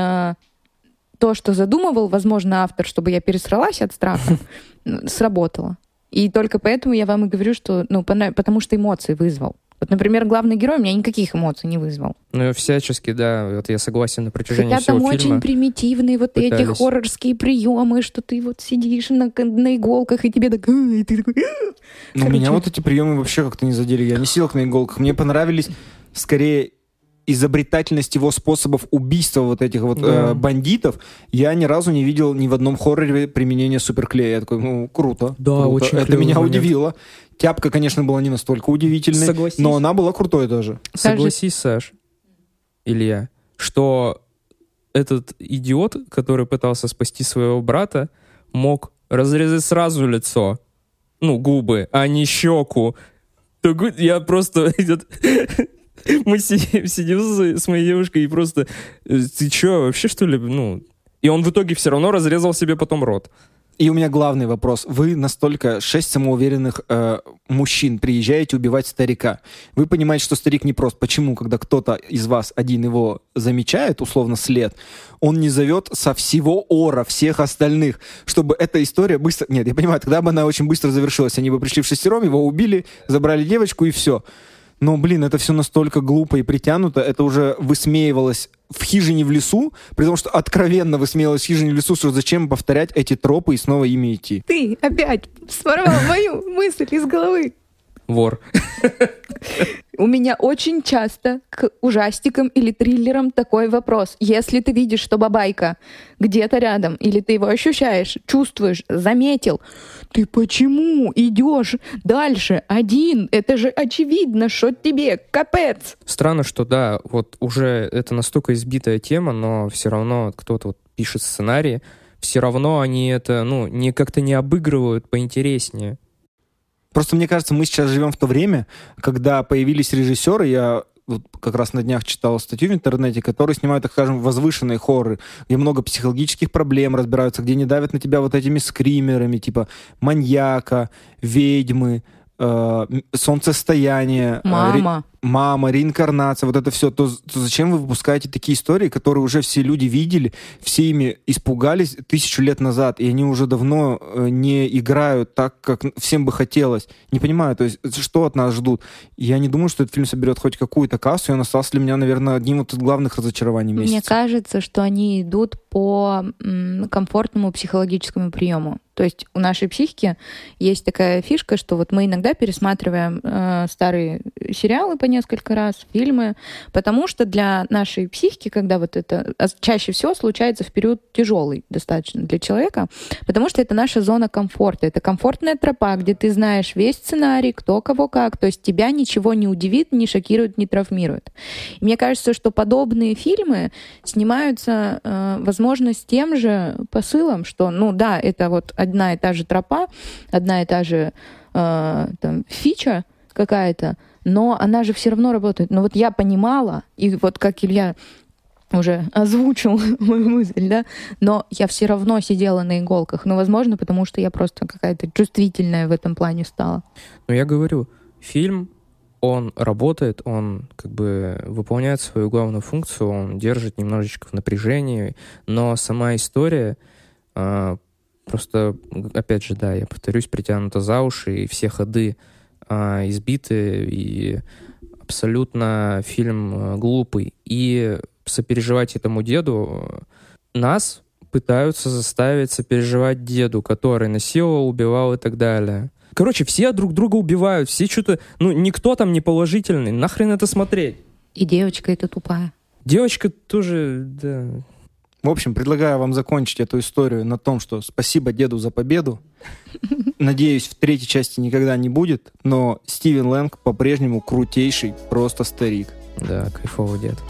то, что задумывал, возможно, автор, чтобы я пересралась от страха, сработало. И только поэтому я вам и говорю, что, потому что эмоции вызвал. Вот, например, главный герой у меня никаких эмоций не вызвал. Всячески, да, вот я согласен на протяжении всего фильма. Хотя там очень примитивные эти хоррорские приемы, что ты вот сидишь на иголках, и тебе так... И ты такой... Меня вот эти приемы вообще как-то не задели. Я не сидел на иголках. Мне понравились скорее изобретательность его способов убийства вот этих бандитов. Я ни разу не видел ни в одном хорроре применения суперклея. Я такой, круто. Да, круто. очень это меня удивило. Тяпка, конечно, была не настолько удивительной, но она была крутой тоже. Согласись, Саш, Илья, что этот идиот, который пытался спасти своего брата, мог разрезать сразу лицо, губы, а не щеку. Я просто... Мы сидим с моей девушкой и просто... Ты что, вообще, что ли? И он в итоге все равно разрезал себе потом рот. И у меня главный вопрос. Вы настолько 6 самоуверенных мужчин приезжаете убивать старика. Вы понимаете, что старик не прост. Почему, когда кто-то из вас один его замечает, условно след, он не зовет со всего ора всех остальных, чтобы эта история быстро... Нет, я понимаю, тогда бы она очень быстро завершилась. Они бы пришли вшестером, его убили, забрали девочку и все. Но, это все настолько глупо и притянуто. Это уже высмеивалось в «Хижине в лесу», при том, что откровенно высмеивалось в «Хижине в лесу», что зачем повторять эти тропы и снова ими идти. Ты опять сорвал мою мысль из головы. Вор. У меня очень часто к ужастикам или триллерам такой вопрос. Если ты видишь, что бабайка где-то рядом, или ты его ощущаешь, чувствуешь, заметил, ты почему идешь дальше один? Это же очевидно, что тебе капец. Странно, что да, вот уже это настолько избитая тема, но все равно кто-то пишет сценарии, все равно они это, как-то не обыгрывают поинтереснее. Просто мне кажется, мы сейчас живем в то время, когда появились режиссеры, я как раз на днях читал статью в интернете, которые снимают, так скажем, возвышенные хорроры, где много психологических проблем разбираются, где не давят на тебя вот этими скримерами, типа «Маньяка», «Ведьмы», «Солнцестояние», «Мама», «Реинкарнация», вот это все, то зачем вы выпускаете такие истории, которые уже все люди видели, все ими испугались 1000 лет назад, и они уже давно не играют так, как всем бы хотелось. Не понимаю, то есть что от нас ждут? Я не думаю, что этот фильм соберет хоть какую-то кассу, и он остался для меня, наверное, одним из главных разочарований месяца. Мне кажется, что они идут по комфортному психологическому приему. То есть у нашей психики есть такая фишка, что вот мы иногда пересматриваем старые сериалы по несколько раз, фильмы, потому что для нашей психики, когда вот это чаще всего случается в период тяжелый достаточно для человека, потому что это наша зона комфорта, это комфортная тропа, где ты знаешь весь сценарий, кто кого как, то есть тебя ничего не удивит, не шокирует, не травмирует. И мне кажется, что подобные фильмы снимаются, возможно, с тем же посылом, что, ну да, это вот одна и та же тропа, одна и та же там, фича какая-то, но она же все равно работает. Но вот я понимала, и вот как Илья уже озвучил мою мысль, да, но я все равно сидела на иголках. Ну, возможно, потому что я просто какая-то чувствительная в этом плане стала. Ну, я говорю, фильм, он работает, он как бы выполняет свою главную функцию, он держит немножечко в напряжении, но сама история просто, опять же, да, я повторюсь, притянута за уши, и все ходы избиты, и абсолютно фильм глупый. И сопереживать этому деду нас пытаются заставить сопереживать деду, который насиловал, убивал и так далее. Короче, все друг друга убивают, все что-то... Ну, никто там не положительный. Нахрен это смотреть? И девочка эта тупая. Девочка тоже, да... В общем, предлагаю вам закончить эту историю на том, что спасибо деду за победу. Надеюсь, в третьей части никогда не будет, но Стивен Лэнг по-прежнему крутейший, просто старик. Да, кайфовый дед.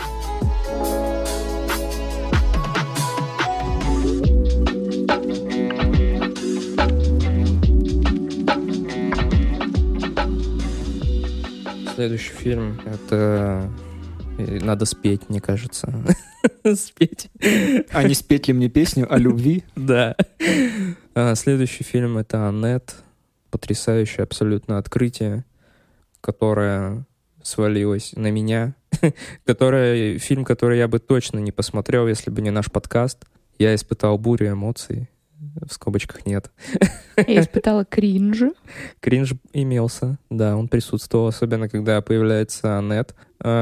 Следующий фильм — это... Надо спеть, мне кажется. Спеть. А не спеть ли мне песню о любви? Да. Следующий фильм — это «Аннет». Потрясающее абсолютно открытие, которое свалилось на меня. Фильм, который я бы точно не посмотрел, если бы не наш подкаст. Я испытал бурю эмоций. В скобочках нет. Я испытала кринж. Кринж имелся, да, он присутствовал, особенно когда появляется Аннет.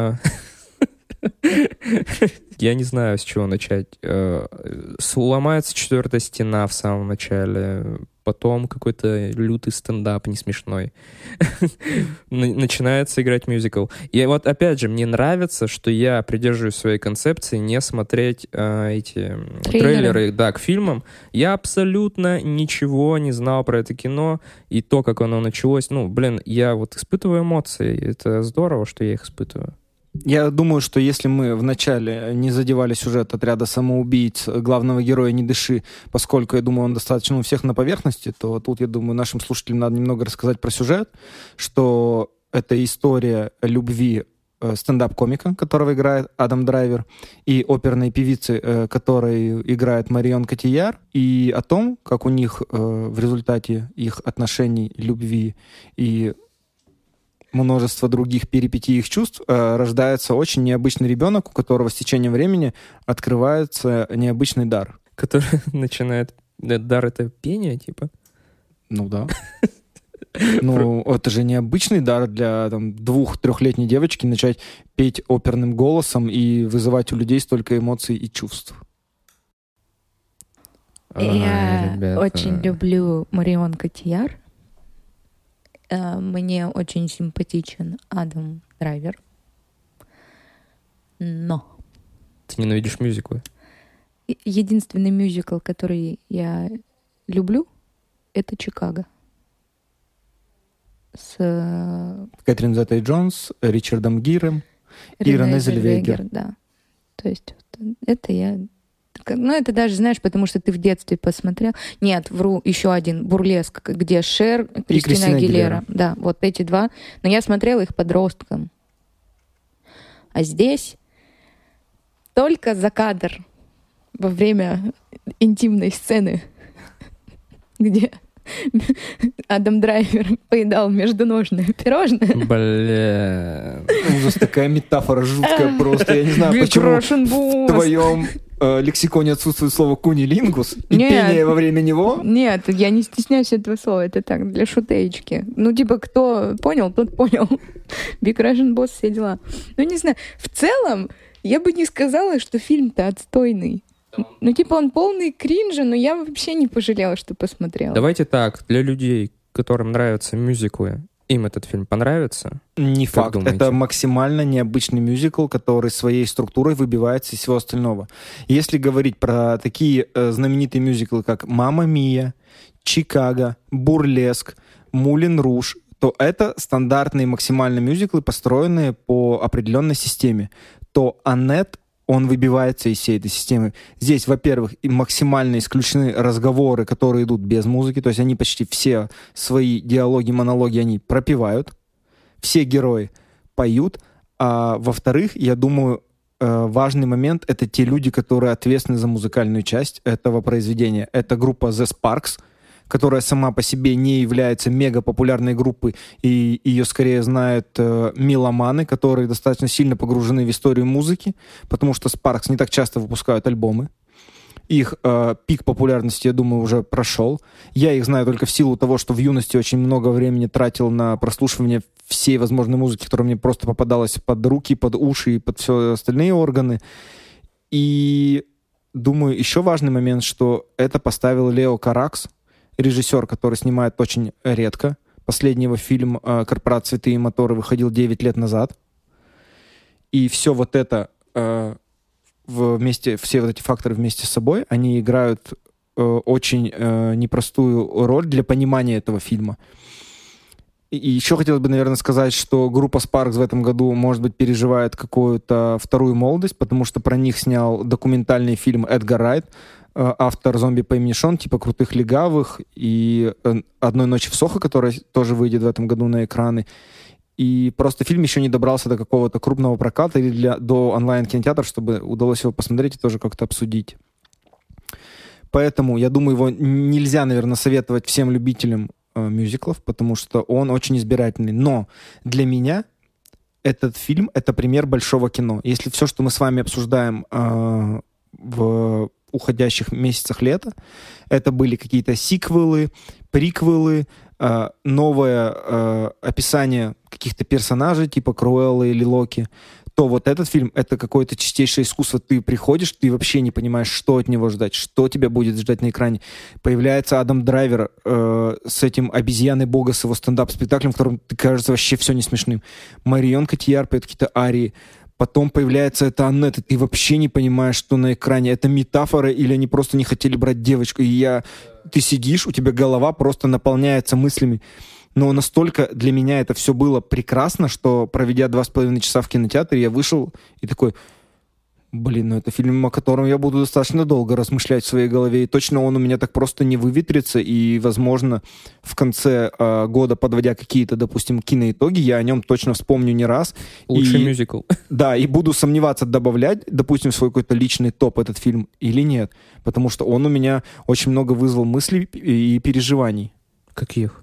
Я не знаю, с чего начать. Ломается четвертая стена в самом начале, потом какой-то лютый стендап несмешной. Начинается играть мюзикл. И вот опять же, мне нравится, что я придерживаюсь своей концепции не смотреть эти трейлеры, да, к фильмам. Я абсолютно ничего не знал про это кино, и то, как оно началось. Ну, блин, я вот испытываю эмоции. Это здорово, что я их испытываю. Я думаю, что если мы вначале не задевали сюжет отряда самоубийц главного героя «Не дыши», поскольку, я думаю, он достаточно у всех на поверхности, то тут, я думаю, нашим слушателям надо немного рассказать про сюжет, что это история любви стендап-комика, которого играет Адам Драйвер, и оперной певицы, которой играет Марион Котийяр, и о том, как у них в результате их отношений, любви и множество других перипетий их чувств рождается очень необычный ребенок, у которого с течением времени открывается необычный дар. Который начинает... Дар — это пение, типа? Ну да. Ну, это же необычный дар для 2-3-летней девочки начать петь оперным голосом и вызывать у людей столько эмоций и чувств. Я очень люблю Марион Котийяр. Мне очень симпатичен Адам Драйвер. Но... Ты ненавидишь мюзиклы? Единственный мюзикл, который я люблю, это «Чикаго». С Кэтрин Зеттой-Джонс, Ричардом Гиром и Рене Зельвегер. Да. То есть это я... Ну, это даже, знаешь, потому что ты в детстве посмотрел. Нет, вру, еще один «Бурлеск», где Шер, Кристина Агилера. Да, вот эти два. Но я смотрела их подростком. А здесь только за кадр во время интимной сцены, где Адам Драйвер поедал междуножное пирожное. Бля. Ужас, такая метафора жуткая просто. Я не знаю, почему в твоем лексиконе отсутствует слово «кунилингус» и пение во время него. Нет, я не стесняюсь этого слова. Это так, для шутеечки. Ну, типа, кто понял, тот понял. Big Russian Boss, все дела. Ну, не знаю. В целом, я бы не сказала, что фильм-то отстойный. Ну, типа, он полный кринжа, но я вообще не пожалела, что посмотрела. Давайте так, для людей, которым нравятся мюзиклы, им этот фильм понравится. Не Как факт. думаете? Это максимально необычный мюзикл, который своей структурой выбивается из всего остального. Если говорить про такие знаменитые мюзиклы, как «Мамма Мия», «Чикаго», «Бурлеск», «Мулен Руж», то это стандартные максимально мюзиклы, построенные по определенной системе. То «Аннет», он выбивается из всей этой системы. Здесь, во-первых, и максимально исключены разговоры, которые идут без музыки, то есть они почти все свои диалоги, монологи, они пропевают. Все герои поют. А во-вторых, я думаю, важный момент — это те люди, которые ответственны за музыкальную часть этого произведения. Это группа The Sparks, которая сама по себе не является мега популярной группой, и ее скорее знают меломаны, которые достаточно сильно погружены в историю музыки, потому что Sparks не так часто выпускают альбомы. Их пик популярности, я думаю, уже прошел. Я их знаю только в силу того, что в юности очень много времени тратил на прослушивание всей возможной музыки, которая мне просто попадалась под руки, под уши и под все остальные органы. И думаю, еще важный момент, что это поставил Лео Каракс, режиссер, который снимает очень редко. Последний его фильм «Корпорация «Цветы и моторы» выходил 9 лет назад. И все вот это вместе, все вот эти факторы вместе с собой, они играют очень непростую роль для понимания этого фильма. И еще хотелось бы, наверное, сказать, что группа Sparks в этом году, может быть, переживает какую-то вторую молодость, потому что про них снял документальный фильм Эдгар Райт, автор «Зомби по имени Шон», типа «Крутых легавых», и «Одной ночи в Сохо», которая тоже выйдет в этом году на экраны. И просто фильм еще не добрался до какого-то крупного проката или до онлайн-кинотеатров, чтобы удалось его посмотреть и тоже как-то обсудить. Поэтому, я думаю, его нельзя, наверное, советовать всем любителям мюзиклов, потому что он очень избирательный. Но для меня этот фильм — это пример большого кино. Если все, что мы с вами обсуждаем в уходящих месяцах лета, это были какие-то сиквелы, приквелы, новое описание каких-то персонажей, типа Круэллы или Локи, то вот этот фильм — это какое-то чистейшее искусство. Ты приходишь, ты вообще не понимаешь, что от него ждать, что тебя будет ждать на экране. Появляется Адам Драйвер с этим «Обезьяной Бога», с его стендап-спектаклем, в котором ты кажется вообще все не смешным. Марион Котийяр поет какие-то арии. Потом появляется это Аннет, и ты вообще не понимаешь, что на экране. Это метафора или они просто не хотели брать девочку. Ты сидишь, у тебя голова просто наполняется мыслями. Но настолько для меня это все было прекрасно, что, проведя 2,5 часа в кинотеатре, я вышел и такой: блин, это фильм, о котором я буду достаточно долго размышлять в своей голове, и точно он у меня так просто не выветрится, и, возможно, в конце года, подводя какие-то, допустим, киноитоги, я о нем точно вспомню не раз. Лучший мюзикл. Да, и буду сомневаться, добавлять, допустим, в свой какой-то личный топ этот фильм или нет, потому что он у меня очень много вызвал мыслей и переживаний. Каких?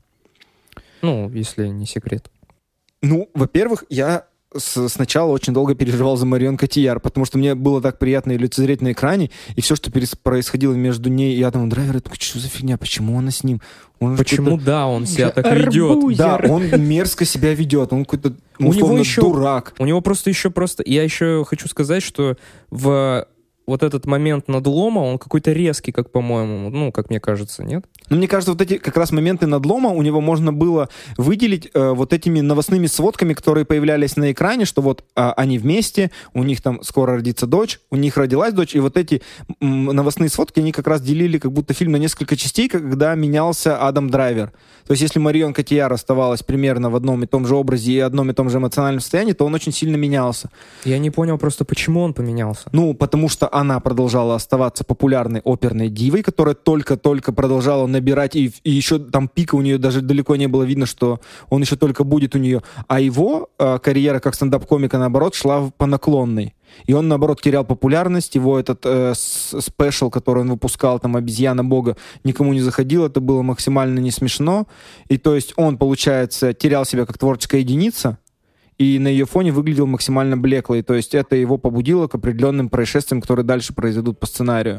Ну, если не секрет. Ну, во-первых, я сначала очень долго переживал за Марион Котийяр, потому что мне было так приятно ее лицезреть на экране, и все, что происходило между ней и Адамом Драйвером, это что за фигня, почему она с ним? Почему, да, он себя так ведет? Да, он мерзко себя ведет, он какой-то, условно, дурак. У него просто... Я еще хочу сказать, что в вот этот момент надлома, он какой-то резкий, как, по-моему, ну, как мне кажется, нет? Ну, мне кажется, вот эти как раз моменты надлома у него можно было выделить вот этими новостными сводками, которые появлялись на экране, что вот они вместе, у них там скоро родится дочь, у них родилась дочь, и вот эти новостные сводки, они как раз делили как будто фильм на несколько частей, когда менялся Адам Драйвер. То есть если Марион Котийяр оставалась примерно в одном и том же образе и одном и том же эмоциональном состоянии, то он очень сильно менялся. Я не понял просто, почему он поменялся. Ну, потому что она продолжала оставаться популярной оперной дивой, которая только-только продолжала набирать, и еще там пика у нее даже далеко не было видно, что он еще только будет у нее. А его карьера как стендап-комика, наоборот, шла по наклонной. И он, наоборот, терял популярность. Его этот спешл, который он выпускал, там, «Обезьяна Бога», никому не заходил. Это было максимально не смешно. И то есть он, получается, терял себя как творческая единица, и на ее фоне выглядел максимально блекло. И то есть это его побудило к определенным происшествиям, которые дальше произойдут по сценарию.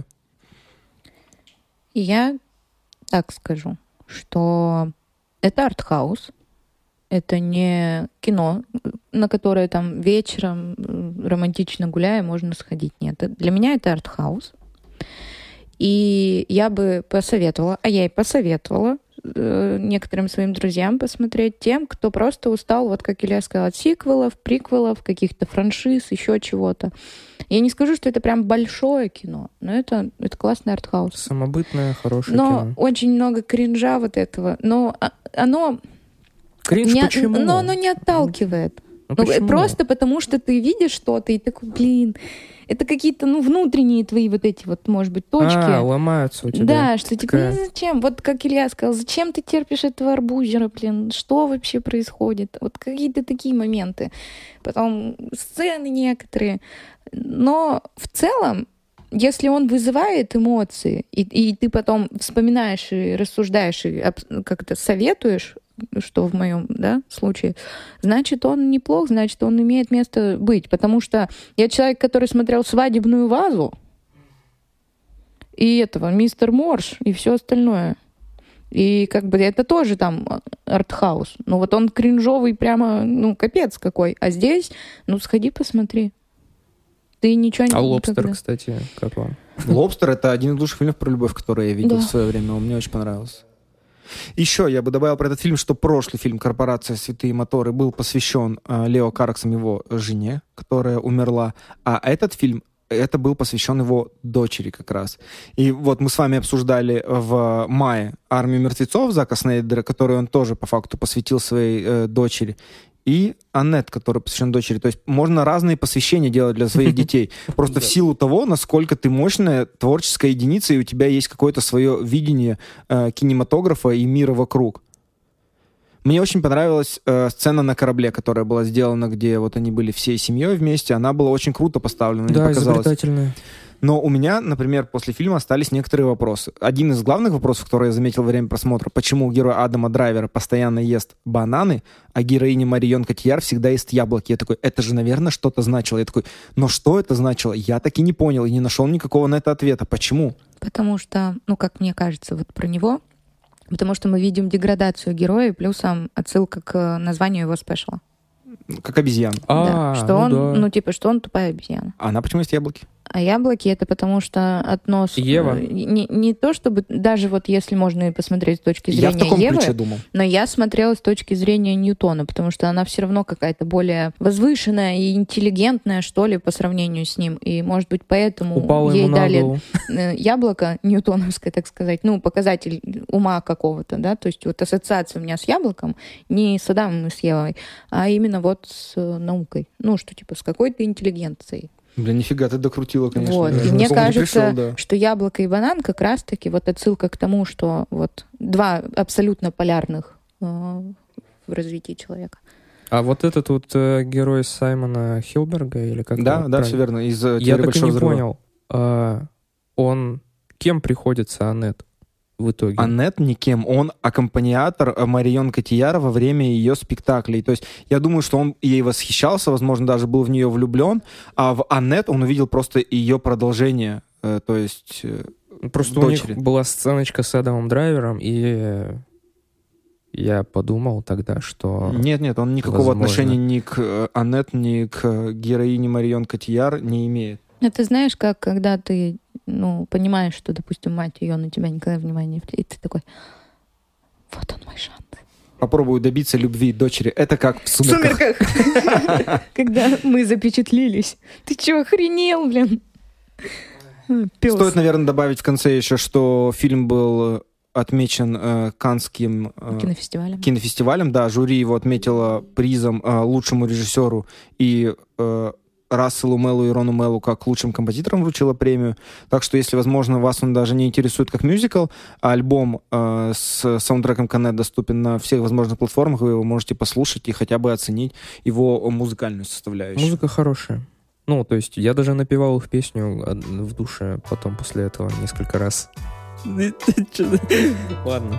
Я так скажу, что это артхаус. Это не кино, на которое там вечером романтично гуляя можно сходить. Нет, для меня это артхаус. И я бы посоветовала, а я и посоветовала некоторым своим друзьям посмотреть, тем, кто просто устал, вот как Илья сказал, от сиквелов, приквелов, каких-то франшиз, еще чего-то. Я не скажу, что это прям большое кино, но это классный артхаус. Самобытное, хорошее но кино. Очень много кринжа вот этого. Но оно... Кринж почему? Но оно не отталкивает. Просто потому, что ты видишь что-то, и такой, блин, это какие-то, внутренние твои вот эти вот, может быть, точки. Ломаются у тебя. Да, что типа, зачем? Вот как Илья сказал, зачем ты терпишь этого арбузера, блин? Что вообще происходит? Вот какие-то такие моменты. Потом сцены некоторые. Но в целом, если он вызывает эмоции, и ты потом вспоминаешь и рассуждаешь, и как-то советуешь, что в моем случае, значит, он неплох, значит, он имеет место быть. Потому что я человек, который смотрел «Свадебную вазу», и «Мистер Морш», и все остальное. И как бы это тоже там артхаус. Но вот он кринжовый прямо, капец какой. А здесь, сходи посмотри. Ты ничего не... А «Лобстер», кстати, как вам? «Лобстер» — это один из лучших фильмов про любовь, который я видел в свое время. Он мне очень понравился. Еще я бы добавил про этот фильм, что прошлый фильм «Корпорация. Святые моторы» был посвящен Лео Караксом, его жене, которая умерла. А этот фильм, это был посвящен его дочери как раз. И вот мы с вами обсуждали в мае «Армию мертвецов» Зака Снайдера, которую он тоже по факту посвятил своей дочери. И Аннет, который посвящен дочери. То есть можно разные посвящения делать для своих детей. Просто в силу того, насколько ты мощная творческая единица, и у тебя есть какое-то свое видение кинематографа и мира вокруг. Мне очень понравилась сцена на корабле, которая была сделана, где вот они были всей семьей вместе. Она была очень круто поставлена. Да, изобретательная. Но у меня, например, после фильма остались некоторые вопросы. Один из главных вопросов, который я заметил во время просмотра, почему герой Адама Драйвера постоянно ест бананы, а героиня Марион Котийяр всегда ест яблоки. Я такой, это же, наверное, что-то значило. Я такой, но что это значило? Я так и не понял, и не нашел никакого на это ответа. Почему? Потому что, как мне кажется, вот про него, потому что мы видим деградацию героя, плюсом отсылка к названию его спешла. Как обезьяна. Что он, что он тупая обезьяна. А она почему ест яблоки? А яблоки — это потому что относ... Ева. Не то чтобы... Даже вот если можно и посмотреть с точки зрения Евы... Я в таком ключе думал. Но я смотрела с точки зрения Ньютона, потому что она все равно какая-то более возвышенная и интеллигентная, что ли, по сравнению с ним. И, может быть, поэтому упала ей дали голову. яблоко ньютоновское, так сказать, показатель ума какого-то, да, то есть вот ассоциация у меня с яблоком не с Адамом и с Евой, а именно вот с наукой. Что типа с какой-то интеллигенцией. Блин, нифига, ты докрутила, конечно. Вот. Да. И мне кажется, что яблоко и банан как раз-таки вот отсылка к тому, что вот два абсолютно полярных в развитии человека. А вот этот вот герой Саймона Хилберга, или как? Да, все верно. Из я так и не взрыва. понял, он кем приходится Аннет в итоге? Аннет никем. Он аккомпаниатор Марион Котийяр во время ее спектаклей. То есть я думаю, что он ей восхищался, возможно, даже был в нее влюблен, а в Аннет он увидел просто ее продолжение. То есть просто дочери. У них была сценочка с Адамом Драйвером, и я подумал тогда, что... Нет, он никакого отношения ни к Аннет, ни к героине Марион Котийяр не имеет. Это знаешь, как когда ты понимаешь, что, допустим, мать ее на тебя никогда внимания не втянет, и ты такой, вот он мой шанс. Попробую добиться любви дочери. Это как в «Сумерках». Когда мы запечатлелись. Ты чё, охренел, блин? Пёс. Стоит, наверное, добавить в конце еще, что фильм был отмечен Каннским кинофестивалем. Да, жюри его отметило призом лучшему режиссеру, и Расселу Меллу и Рону Меллу как лучшим композиторам вручила премию. Так что, если, возможно, вас он даже не интересует как мюзикл, а альбом с саундтреком Канет доступен на всех возможных платформах, вы его можете послушать и хотя бы оценить его музыкальную составляющую. Музыка хорошая. То есть я даже напевал их песню в душе потом после этого несколько раз. Ладно.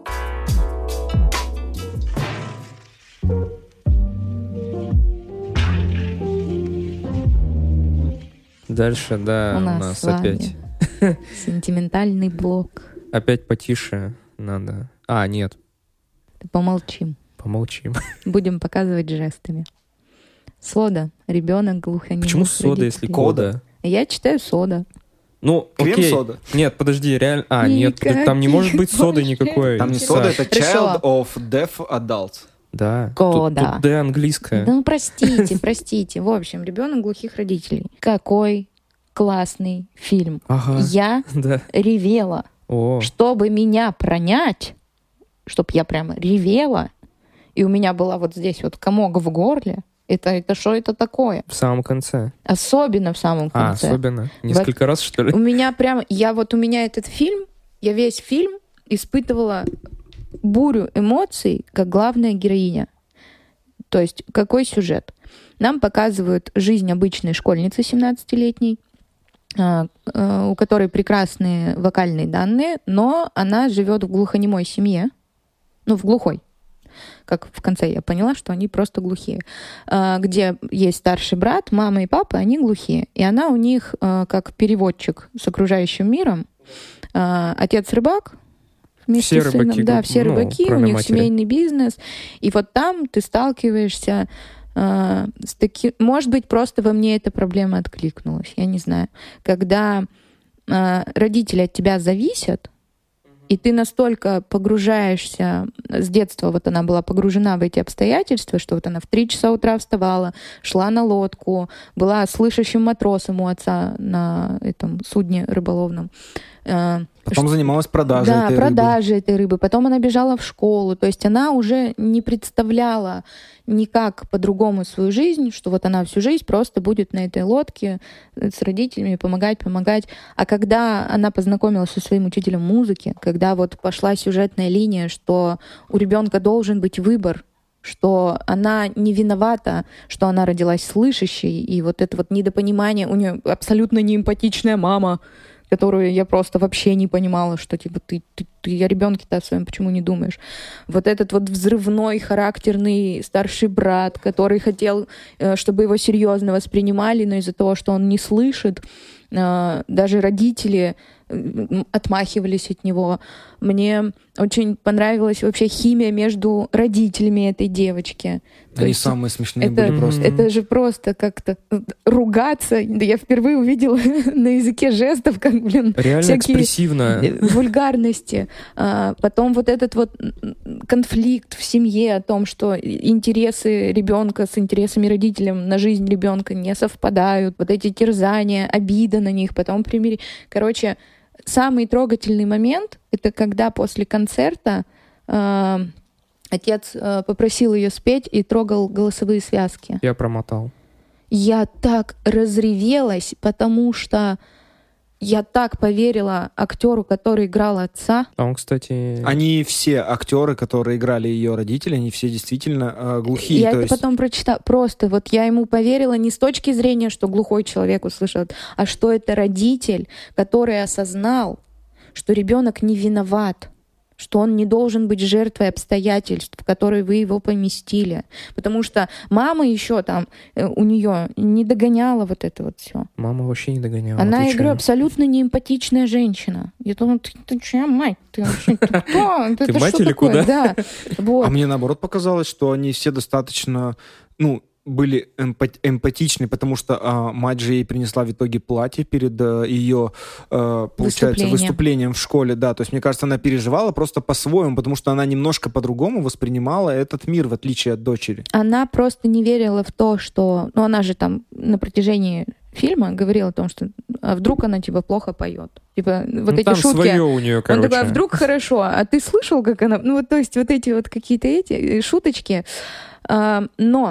Дальше, да, у нас опять... Сентиментальный блок. Опять потише надо. Нет. Помолчим. Будем показывать жестами. Сода. Ребенок глухонемых. Почему сода, если кода? Я читаю сода. Ну, окей. Крем-сода. Нет, подожди, реально... нет, там не может быть соды никакой. Там не сода, это Child of Deaf Adults. Да, Кода. тут «Д» английское. Ну, простите. В общем, «Ребенок глухих родителей». Какой классный фильм. Ага. Я Да. ревела. О, Чтобы меня пронять, чтобы я прямо ревела, и у меня была вот здесь вот комок в горле, это что это такое? в самом конце. Особенно в самом конце. Особенно? Несколько раз, что ли? У меня прямо... у меня этот фильм, я весь фильм испытывала бурю эмоций, как главная героиня. То есть какой сюжет? Нам показывают жизнь обычной школьницы 17-летней, у которой прекрасные вокальные данные, но она живет в глухонемой семье, в глухой. Как в конце я поняла, что они просто глухие. Где есть старший брат, мама и папа, они глухие. И она у них как переводчик с окружающим миром. Отец рыбак, вместе все с сыном. рыбаки, Да, все рыбаки, у кроме них матери. семейный бизнес. И вот там ты сталкиваешься с таким... Может быть, просто во мне эта проблема откликнулась, я не знаю. Когда родители от тебя зависят, и ты настолько погружаешься с детства, вот она была погружена в эти обстоятельства, что вот она в 3 часа утра вставала, шла на лодку, была слышащим матросом у отца на этом судне рыболовном. Потом занималась продажей этой рыбы. Да, продажей этой рыбы. Потом она бежала в школу. То есть она уже не представляла никак по-другому свою жизнь, что вот она всю жизнь просто будет на этой лодке с родителями помогать. А когда она познакомилась со своим учителем музыки, когда вот пошла сюжетная линия, что у ребенка должен быть выбор, что она не виновата, что она родилась слышащей, и вот это вот недопонимание, у нее абсолютно неэмпатичная мама, которую я просто вообще не понимала, что типа ты о ребенке-то о своем почему не думаешь. Вот этот вот взрывной, характерный старший брат, который хотел, чтобы его серьезно воспринимали, но из-за того, что он не слышит, даже родители отмахивались от него. Мне очень понравилась вообще химия между родителями этой девочки. Они самые смешные были просто. Это же просто как-то ругаться. Я впервые увидела на языке жестов, как, реально всякие экспрессивно. Вульгарности. Потом вот этот вот конфликт в семье о том, что интересы ребенка с интересами родителей на жизнь ребенка не совпадают. Вот эти терзания, обида на них, потом примирение. Короче, самый трогательный момент — это когда после концерта отец попросил ее спеть и трогал голосовые связки. Я промотал. Я так разревелась, потому что я так поверила актеру, который играл отца. А он, кстати... Они все актеры, которые играли ее родители, они все действительно глухие. Я это потом прочитала. Просто вот я ему поверила не с точки зрения, что глухой человек услышит, а что это родитель, который осознал, что ребенок не виноват, что он не должен быть жертвой обстоятельств, в которые вы его поместили. Потому что мама еще там у нее не догоняла вот это вот все. Мама вообще не догоняла. Она, я говорю, абсолютно неэмпатичная женщина. Я думаю, ты чья мать? Ты вообще кто? Ты мать или куда? Да. Вот. А мне наоборот показалось, что они все достаточно, были эмпатичны, потому что мать же ей принесла в итоге платье перед ее, получается, выступлением в школе. Да, то есть, мне кажется, она переживала просто по-своему, потому что она немножко по-другому воспринимала этот мир, в отличие от дочери. Она просто не верила в то, что... она же там на протяжении фильма говорила о том, что вдруг она типа плохо поет. Типа вот эти там шутки. Свое у нее, короче. Он такой, а вдруг хорошо, а ты слышал, как она... то есть вот эти вот какие-то эти шуточки. Но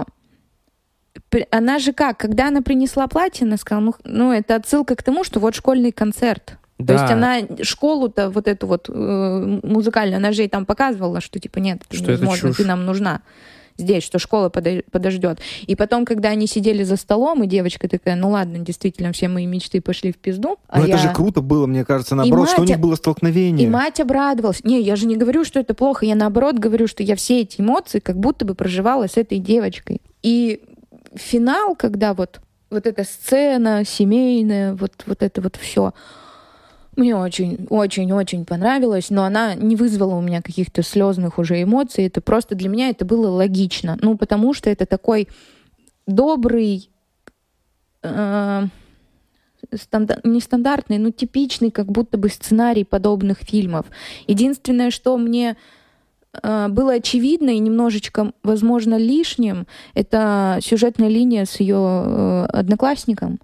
она же как? Когда она принесла платье, она сказала, это отсылка к тому, что вот школьный концерт. Да. То есть она школу-то вот эту вот музыкальную, она же ей там показывала, что типа нет, это невозможно, ты нам нужна здесь, что школа подождет. И потом, когда они сидели за столом, и девочка такая, ладно, действительно, все мои мечты пошли в пизду. Это же круто было, мне кажется, наоборот, что у них было столкновение. И мать обрадовалась. Не, я же не говорю, что это плохо, я наоборот говорю, что я все эти эмоции как будто бы проживала с этой девочкой. И финал, когда вот эта сцена семейная, вот это вот все, мне очень-очень-очень понравилось, но она не вызвала у меня каких-то слезных уже эмоций. Это просто для меня это было логично. Потому что это такой добрый, нестандартный, но типичный, как будто бы сценарий подобных фильмов. Единственное, что мне было очевидно и немножечко, возможно, лишним, это сюжетная линия с ее одноклассником.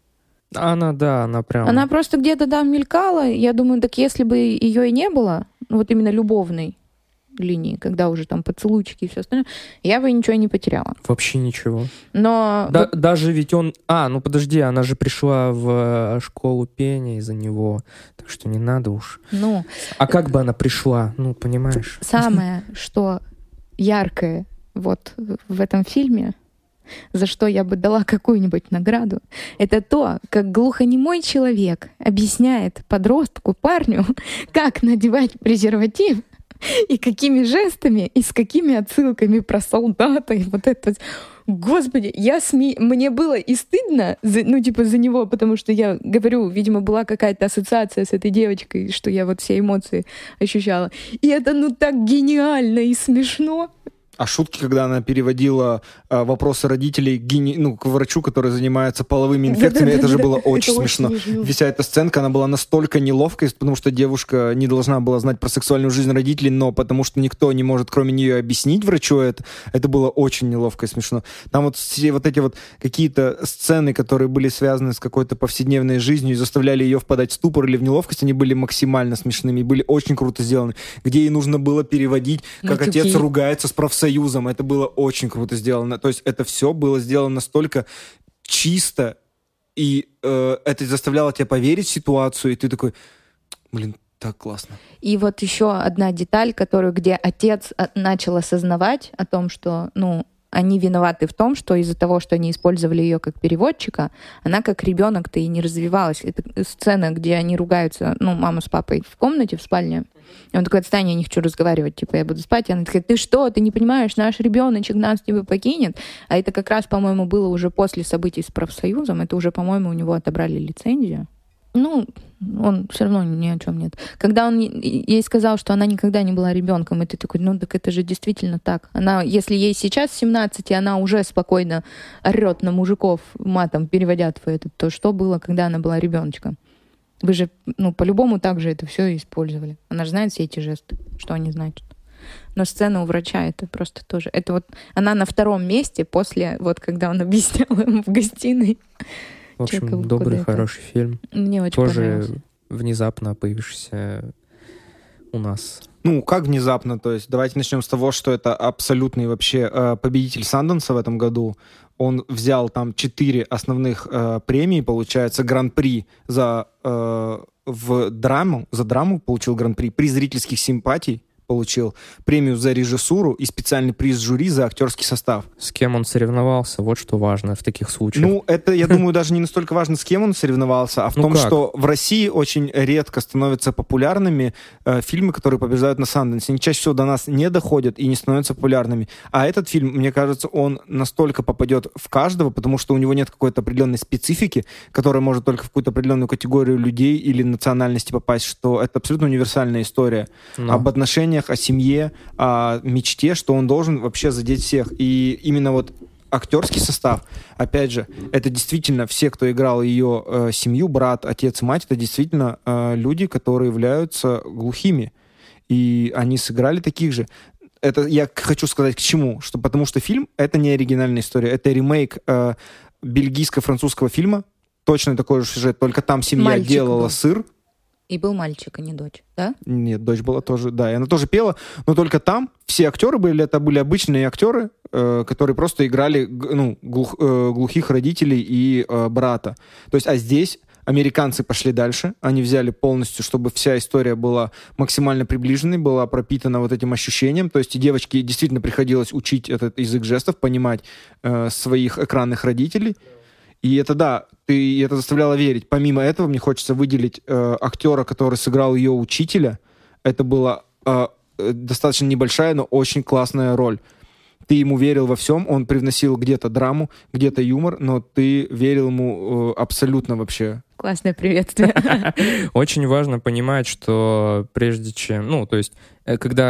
Она прям... Она просто где-то там мелькала. Я думаю, так если бы ее и не было, вот именно любовной линии, когда уже там поцелуйчики и все остальное, я бы ничего не потеряла. Вообще ничего. Но... Даже ведь он... подожди, она же пришла в школу пения из-за него, так что не надо уж. А как бы она пришла? Понимаешь? Самое, что яркое вот в этом фильме, за что я бы дала какую-нибудь награду, это то, как глухонемой человек объясняет подростку, парню, как надевать презерватив, и какими жестами, и с какими отсылками про солдата, и вот это... Господи, мне было и стыдно, за него, потому что я говорю, видимо, была какая-то ассоциация с этой девочкой, что я вот все эмоции ощущала. И это, так гениально и смешно. А шутки, когда она переводила вопросы родителей к врачу, который занимается половыми инфекциями, это же было очень смешно. Вся эта сценка, она была настолько неловкой, потому что девушка не должна была знать про сексуальную жизнь родителей, но потому что никто не может, кроме нее, объяснить врачу это было очень неловко и смешно. Там вот все вот эти вот какие-то сцены, которые были связаны с какой-то повседневной жизнью и заставляли ее впадать в ступор или в неловкость, они были максимально смешными и были очень круто сделаны. Где ей нужно было переводить, как отец ругается с профсоюзом. Это было очень круто сделано. То есть это все было сделано настолько чисто, и это заставляло тебя поверить в ситуацию, и ты такой, так классно. И вот еще одна деталь, где отец начал осознавать о том, что, они виноваты в том, что из-за того, что они использовали ее как переводчика, она как ребенок-то и не развивалась. Это сцена, где они ругаются, мама с папой в комнате, в спальне. И он такой: отстань, я не хочу разговаривать, я буду спать. И она такая: ты что, ты не понимаешь, наш ребеночек нас покинет. А это как раз, по-моему, было уже после событий с профсоюзом. Это уже, по-моему, у него отобрали лицензию. Он все равно ни о чем нет. Когда он ей сказал, что она никогда не была ребенком, и ты такой: так это же действительно так. Она, если ей сейчас 17, и она уже спокойно орет на мужиков матом, переводя то что было, когда она была ребеночком? Вы же, по-любому так же это все использовали. Она же знает все эти жесты, что они значат. Но сцена у врача — это просто тоже... Это вот она на втором месте после, когда он объяснял им в гостиной. В общем, добрый, хороший фильм. Мне очень тоже понравился. Внезапно появившийся у нас. Как внезапно? То есть давайте начнем с того, что это абсолютный вообще победитель Санденса в этом году. Он взял там 4 основных премии, получается, гран-при за драму получил гран-при, приз зрительских симпатий получил, премию за режиссуру и специальный приз жюри за актерский состав. С кем он соревновался, вот что важно в таких случаях. Это, я думаю, даже не настолько важно, с кем он соревновался, а в том, что в России очень редко становятся популярными фильмы, которые побеждают на Санденсе. Они чаще всего до нас не доходят и не становятся популярными. А этот фильм, мне кажется, он настолько попадет в каждого, потому что у него нет какой-то определенной специфики, которая может только в какую-то определенную категорию людей или национальности попасть, что это абсолютно универсальная история об отношениях, о семье, о мечте, что он должен вообще задеть всех. И именно актерский состав, опять же, это действительно все, кто играл ее семью, брат, отец и мать, это действительно люди, которые являются глухими. И они сыграли таких же. Это я хочу сказать к чему? Потому что фильм — это не оригинальная история, это ремейк бельгийско-французского фильма, точно такой же сюжет, только там семья делала сыр. И был мальчик, а не дочь, да? Нет, дочь была тоже, да, и она тоже пела, но только там все актеры были обычные актеры, которые просто играли глухих родителей и брата. То есть, а здесь американцы пошли дальше, они взяли полностью, чтобы вся история была максимально приближенной, была пропитана этим ощущением, то есть и девочке действительно приходилось учить этот язык жестов, понимать своих экранных родителей. И это, и это заставляло верить. Помимо этого, мне хочется выделить актера, который сыграл ее учителя. Это была достаточно небольшая, но очень классная роль. Ты ему верил во всем, он привносил где-то драму, где-то юмор, но ты верил ему абсолютно вообще. Классное приветствие. Очень важно понимать, что прежде чем... то есть, когда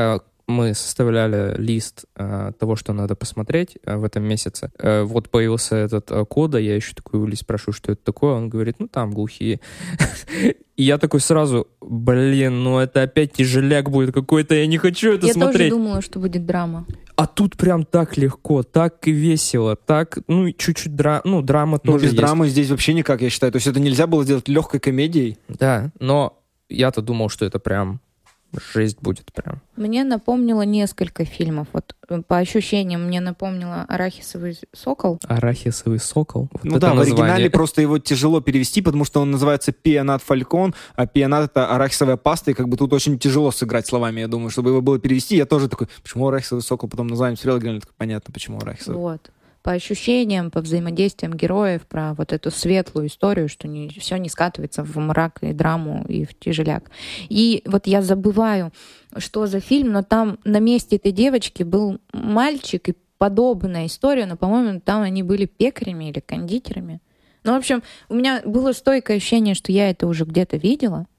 мы составляли лист того, что надо посмотреть в этом месяце. Вот появился этот Кода, я еще такой у Ильи спрашиваю, что это такое, он говорит, ну там глухие. И я такой сразу, ну это опять тяжеляк будет какой-то, я не хочу это смотреть. Я тоже думала, что будет драма. А тут прям так легко, так весело, так, чуть-чуть драма тоже без есть. драмы здесь вообще никак, я считаю. То есть это нельзя было сделать легкой комедией. Да, но я-то думал, что это прям жесть будет прям. Мне напомнило несколько фильмов. Вот по ощущениям мне напомнило «Арахисовый сокол». «Арахисовый сокол». Вот ну это да, название. В оригинале просто его тяжело перевести, потому что он называется «Пионат Фалькон», а «Пионат» — это арахисовая паста, и как бы тут очень тяжело сыграть словами, я думаю, чтобы его было перевести. Я тоже такой, почему «Арахисовый сокол», потом название смотрел, оригинально, такой, понятно, почему «Арахисовый». Вот. По ощущениям, по взаимодействиям героев, про вот эту светлую историю, что все не скатывается в мрак и драму и в тяжеляк. И вот я забываю, что за фильм, но там на месте этой девочки был мальчик, и подобная история, но, по-моему, там они были пекарями или кондитерами. Ну, в общем, у меня было стойкое ощущение, что я это уже где-то видела,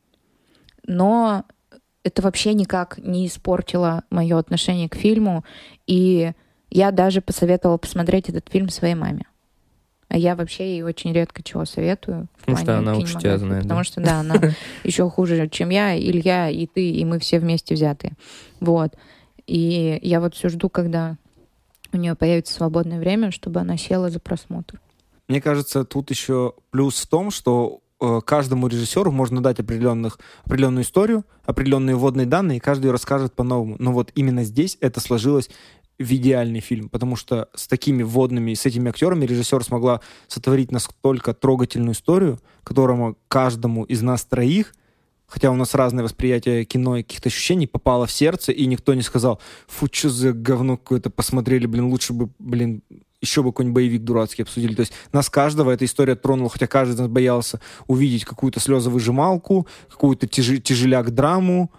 но это вообще никак не испортило мое отношение к фильму, и я даже посоветовала посмотреть этот фильм своей маме. А я вообще ей очень редко чего советую. Потому что она лучше тебя знает. Потому что, да, она еще хуже, чем я, Илья, и ты, и мы все вместе взятые. Вот. И я вот все жду, когда у нее появится свободное время, чтобы она села за просмотр. Мне кажется, тут еще плюс в том, что каждому режиссеру можно дать определенную историю, определенные вводные данные, и каждый ее расскажет по-новому. Но вот именно здесь это сложилось в идеальный фильм, потому что с такими вводными, с этими актерами режиссер смогла сотворить настолько трогательную историю, которому каждому из нас троих, хотя у нас разное восприятие кино и каких-то ощущений, попало в сердце, и никто не сказал, фу, что за говно какое-то посмотрели, лучше бы, еще бы какой-нибудь боевик дурацкий обсудили. То есть нас каждого эта история тронула, хотя каждый из нас боялся увидеть какую-то слезовыжималку, какую-то тяжеляк-драму.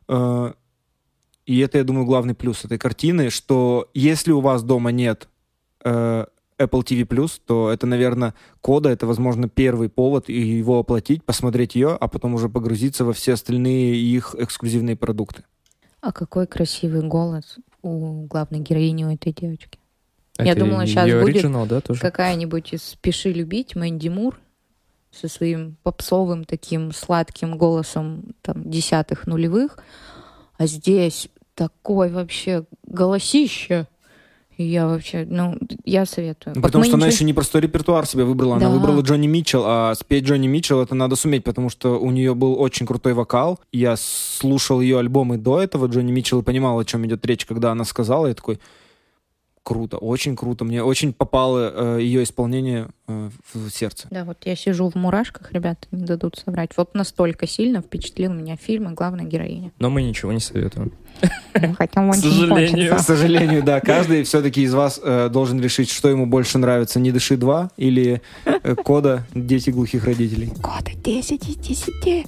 И это, я думаю, главный плюс этой картины, что если у вас дома нет Apple TV+, то это, наверное, Кода, это, возможно, первый повод его оплатить, посмотреть ее, а потом уже погрузиться во все остальные их эксклюзивные продукты. А какой красивый голос у главной героини, у этой девочки. Это я думала, сейчас будет оригинал, да, тоже? какая-нибудь из «Спеши любить» Мэнди Мур со своим попсовым таким сладким голосом там, десятых нулевых, а здесь такой вообще голосище. Я вообще, я советую. Потому что она еще не простой репертуар себе выбрала. Да. Она выбрала Джонни Митчелл, а спеть Джонни Митчелл это надо суметь, потому что у нее был очень крутой вокал. Я слушал ее альбомы до этого Джонни Митчелл и понимал, о чем идет речь, когда она сказала. Я такой, круто, очень круто. Мне очень попало ее исполнение в сердце. Да, вот я сижу в мурашках, ребята не дадут соврать. Вот настолько сильно впечатлил меня фильм и главная героиня. Но мы ничего не советуем. Хотя К сожалению. К сожалению, да. Каждый все-таки из вас должен решить, что ему больше нравится. «Не дыши 2» или «Кода. Дети глухих родителей». «Кода 10 из 10».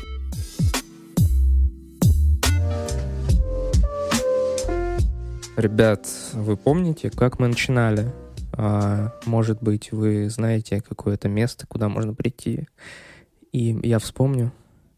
Ребят, вы помните, как мы начинали? Может быть, вы знаете какое-то место, куда можно прийти? И я вспомню.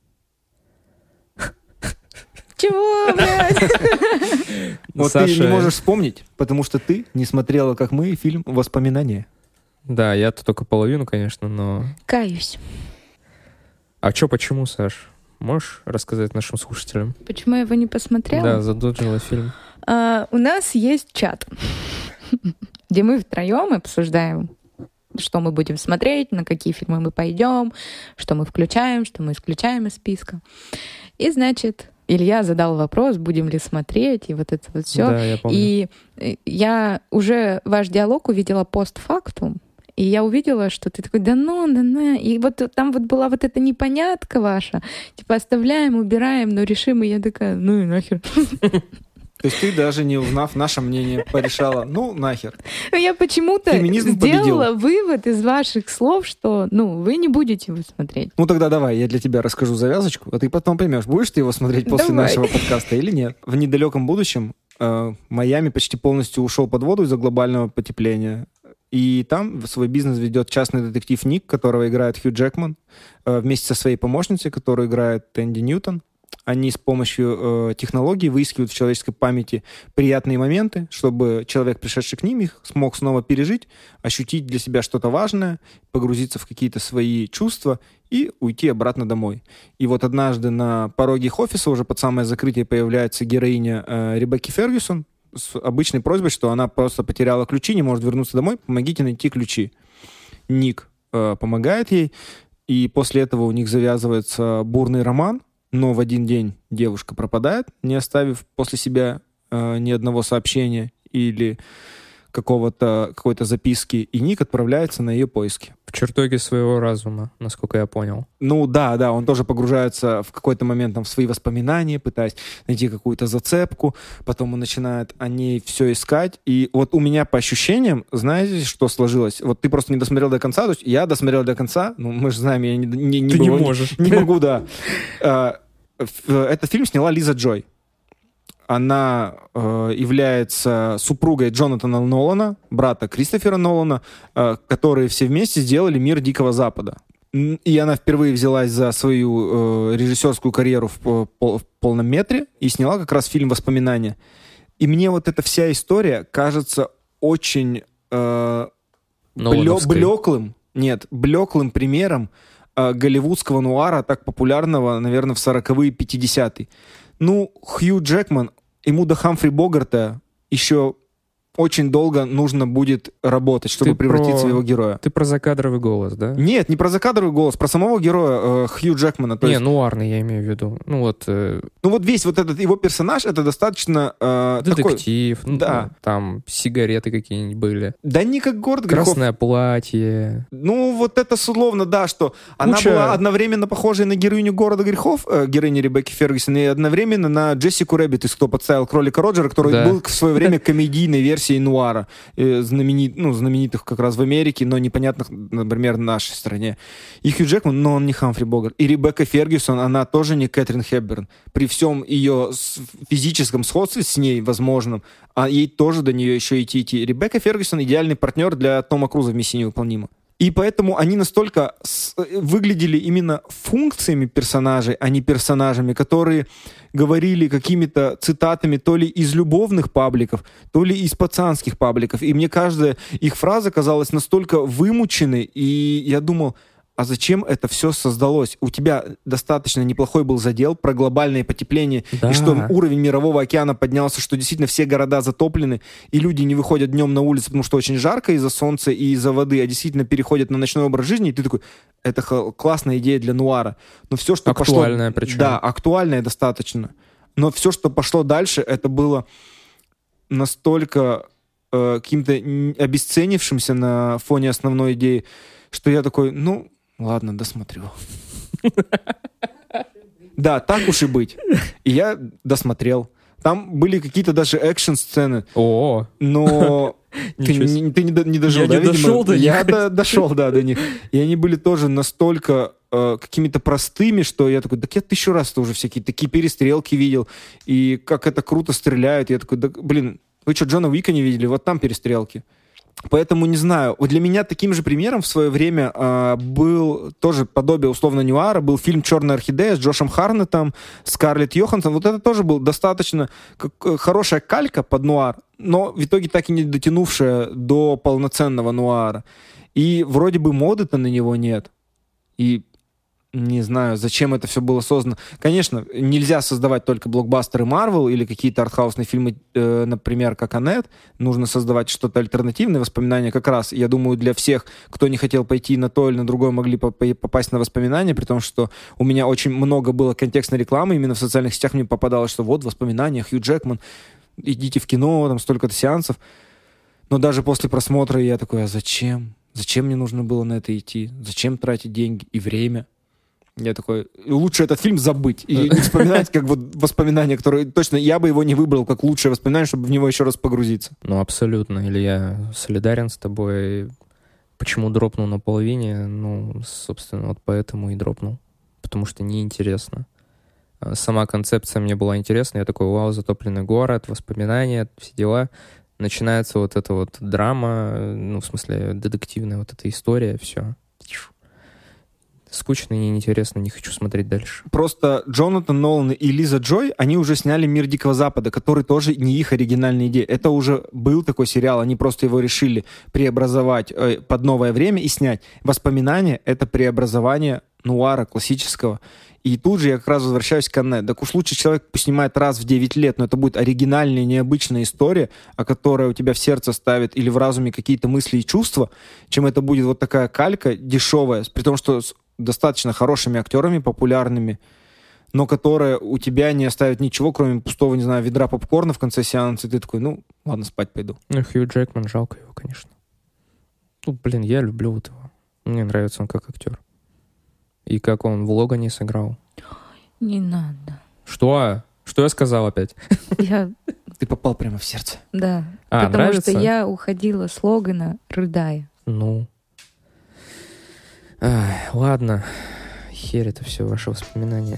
Чего, блядь? Вот ты не можешь вспомнить, потому что ты не смотрела, как мы, фильм «Воспоминания». Да, я-то только половину, конечно, но... Каюсь. А почему, Саш? Можешь рассказать нашим слушателям? Почему я его не посмотрела? Да, задоджила фильм. У нас есть чат, где мы втроем обсуждаем, что мы будем смотреть, на какие фильмы мы пойдем, что мы включаем, что мы исключаем из списка. И, значит, Илья задал вопрос, будем ли смотреть, и вот это вот все. Да, я помню. И я уже ваш диалог увидела постфактум, и я увидела, что ты такой, да ну. И вот там вот была вот эта непонятка ваша, типа оставляем, убираем, но решим, и я такая, ну и нахер. То есть ты даже не узнав наше мнение, порешала, нахер. Я почему-то сделала вывод из ваших слов, что, вы не будете его смотреть. Тогда давай, я для тебя расскажу завязочку, а ты потом поймешь, будешь ты его смотреть после нашего подкаста или нет. В недалеком будущем Майами почти полностью ушел под воду из-за глобального потепления. И там свой бизнес ведет частный детектив Ник, которого играет Хью Джекман, вместе со своей помощницей, которую играет Тэнди Ньютон. Они с помощью технологий выискивают в человеческой памяти приятные моменты, чтобы человек, пришедший к ним, их смог снова пережить, ощутить для себя что-то важное, погрузиться в какие-то свои чувства и уйти обратно домой. И вот однажды на пороге их офиса уже под самое закрытие появляется героиня Ребекки Фергюсон с обычной просьбой, что она просто потеряла ключи, не может вернуться домой, помогите найти ключи. Ник помогает ей, и после этого у них завязывается бурный роман, но в один день девушка пропадает, не оставив после себя ни одного сообщения или какой-то записки, и Ник отправляется на ее поиски. В чертоге своего разума, насколько я понял. Ну да, он тоже погружается в какой-то момент там, в свои воспоминания, пытаясь найти какую-то зацепку, потом он начинает о ней все искать, и вот у меня по ощущениям, знаете, что сложилось? Вот ты просто не досмотрел до конца, то есть я досмотрел до конца, ну мы же знаем, я не можешь. Не могу, да. Этот фильм сняла Лиза Джой. Она является супругой Джонатана Нолана, брата Кристофера Нолана, которые все вместе сделали «Мир Дикого Запада». И она впервые взялась за свою режиссерскую карьеру в полном метре и сняла как раз фильм «Воспоминания». И мне вот эта вся история кажется очень блеклым примером голливудского нуара, так популярного, наверное, в 40-е, 50-е. Ну, Хью Джекман, ему до Хамфри Богарта еще очень долго нужно будет работать, чтобы превратиться в его героя. Ты про закадровый голос, да? Нет, не про закадровый голос, про самого героя Хью Джекмана. Нуарный я имею в виду. Ну вот весь вот этот его персонаж, это достаточно детектив, такой, да. Там сигареты какие-нибудь были. Да не как город грехов. Красное платье. Ну вот это условно, да, что она была одновременно похожей на героиню «Города грехов», героиню Ребекки Фергюсон, и одновременно на Джессику Рэббит, из «Кто подставил кролика Роджера», который был в свое время комедийной версией нуара, знаменитых как раз в Америке, но непонятных, например, в нашей стране. И Хью Джекман, но он не Хамфри Богарт. И Ребекка Фергюсон, она тоже не Кэтрин Хепберн. При всем ее физическом сходстве с ней, возможном, а ей тоже до нее еще идти. Ребекка Фергюсон — идеальный партнер для Тома Круза в «Миссии невыполнима». И поэтому они настолько выглядели именно функциями персонажей, а не персонажами, которые говорили какими-то цитатами то ли из любовных пабликов, то ли из пацанских пабликов. И мне каждая их фраза казалась настолько вымученной, и я думал, а зачем это все создалось? У тебя достаточно неплохой был задел про глобальное потепление, и что уровень мирового океана поднялся, что действительно все города затоплены, и люди не выходят днем на улицу, потому что очень жарко из-за солнца и из-за воды, а действительно переходят на ночной образ жизни, и ты такой, это классная идея для нуара. Но все, что актуальная причем. Да, актуальная достаточно. Но все, что пошло дальше, это было настолько каким-то обесценившимся на фоне основной идеи, что я такой, ладно, досмотрю. Да, так уж и быть. И я досмотрел. Там были какие-то даже экшн-сцены. О, но ты не дожил, да, видимо? Я дошел, да, до них. И они были тоже настолько какими-то простыми, что я такой, так я 1000 раз уже всякие такие перестрелки видел. И как это круто стреляют. Я такой, вы что, Джона Уика не видели? Вот там перестрелки. Поэтому не знаю. Для меня таким же примером в свое время был тоже подобие условно нуара, был фильм «Черная орхидея» с Джошем Харнеттом, Скарлетт Йоханссон. Вот это тоже был достаточно хорошая калька под нуар, но в итоге так и не дотянувшая до полноценного нуара. И вроде бы моды-то на него нет. И не знаю, зачем это все было создано. Конечно, нельзя создавать только блокбастеры Marvel или какие-то артхаусные фильмы, например, как «Аннет». Нужно создавать что-то альтернативное. Воспоминания как раз, я думаю, для всех, кто не хотел пойти на то или на другое, могли попасть на воспоминания, при том, что у меня очень много было контекстной рекламы. Именно в социальных сетях мне попадалось, что вот воспоминания, Хью Джекман, идите в кино, там столько-то сеансов. Но даже после просмотра я такой, а зачем? Зачем мне нужно было на это идти? Зачем тратить деньги и время? Я такой, лучше этот фильм забыть и не вспоминать как вот воспоминания, которые точно я бы его не выбрал как лучшее воспоминание, чтобы в него еще раз погрузиться. Ну, абсолютно. Или я солидарен с тобой. Почему дропнул на половине? Ну, собственно, вот поэтому и дропнул. Потому что неинтересно. Сама концепция мне была интересна. Я такой, вау, затопленный город, воспоминания, все дела. Начинается вот эта вот драма, ну, в смысле, детективная вот эта история, все. скучно и неинтересно, не хочу смотреть дальше. Просто Джонатан Нолан и Лиза Джой, они уже сняли «Мир Дикого Запада», который тоже не их оригинальная идея. Это уже был такой сериал, они просто его решили преобразовать под новое время и снять. «Воспоминания» — это преобразование нуара классического. И тут же я как раз возвращаюсь к Анне. Так уж лучше человек поснимает раз в 9 лет, но это будет оригинальная, необычная история, о которой у тебя в сердце ставит или в разуме какие-то мысли и чувства, чем это будет вот такая калька дешевая, при том, что с достаточно хорошими актерами, популярными, но которая у тебя не оставит ничего, кроме пустого, не знаю, ведра попкорна в конце сеанса, и ты такой, ну, ладно, спать пойду. Ну, Хью Джекман, жалко его, конечно. Ну, блин, я люблю вот его. Мне нравится он как актер. И как он в Логане сыграл. Не надо. Что? Что я сказал опять? Ты попал прямо в сердце. Да. Потому нравится? что я уходила с Логана, рыдая. Ну. Ладно. Хер это все ваши воспоминания.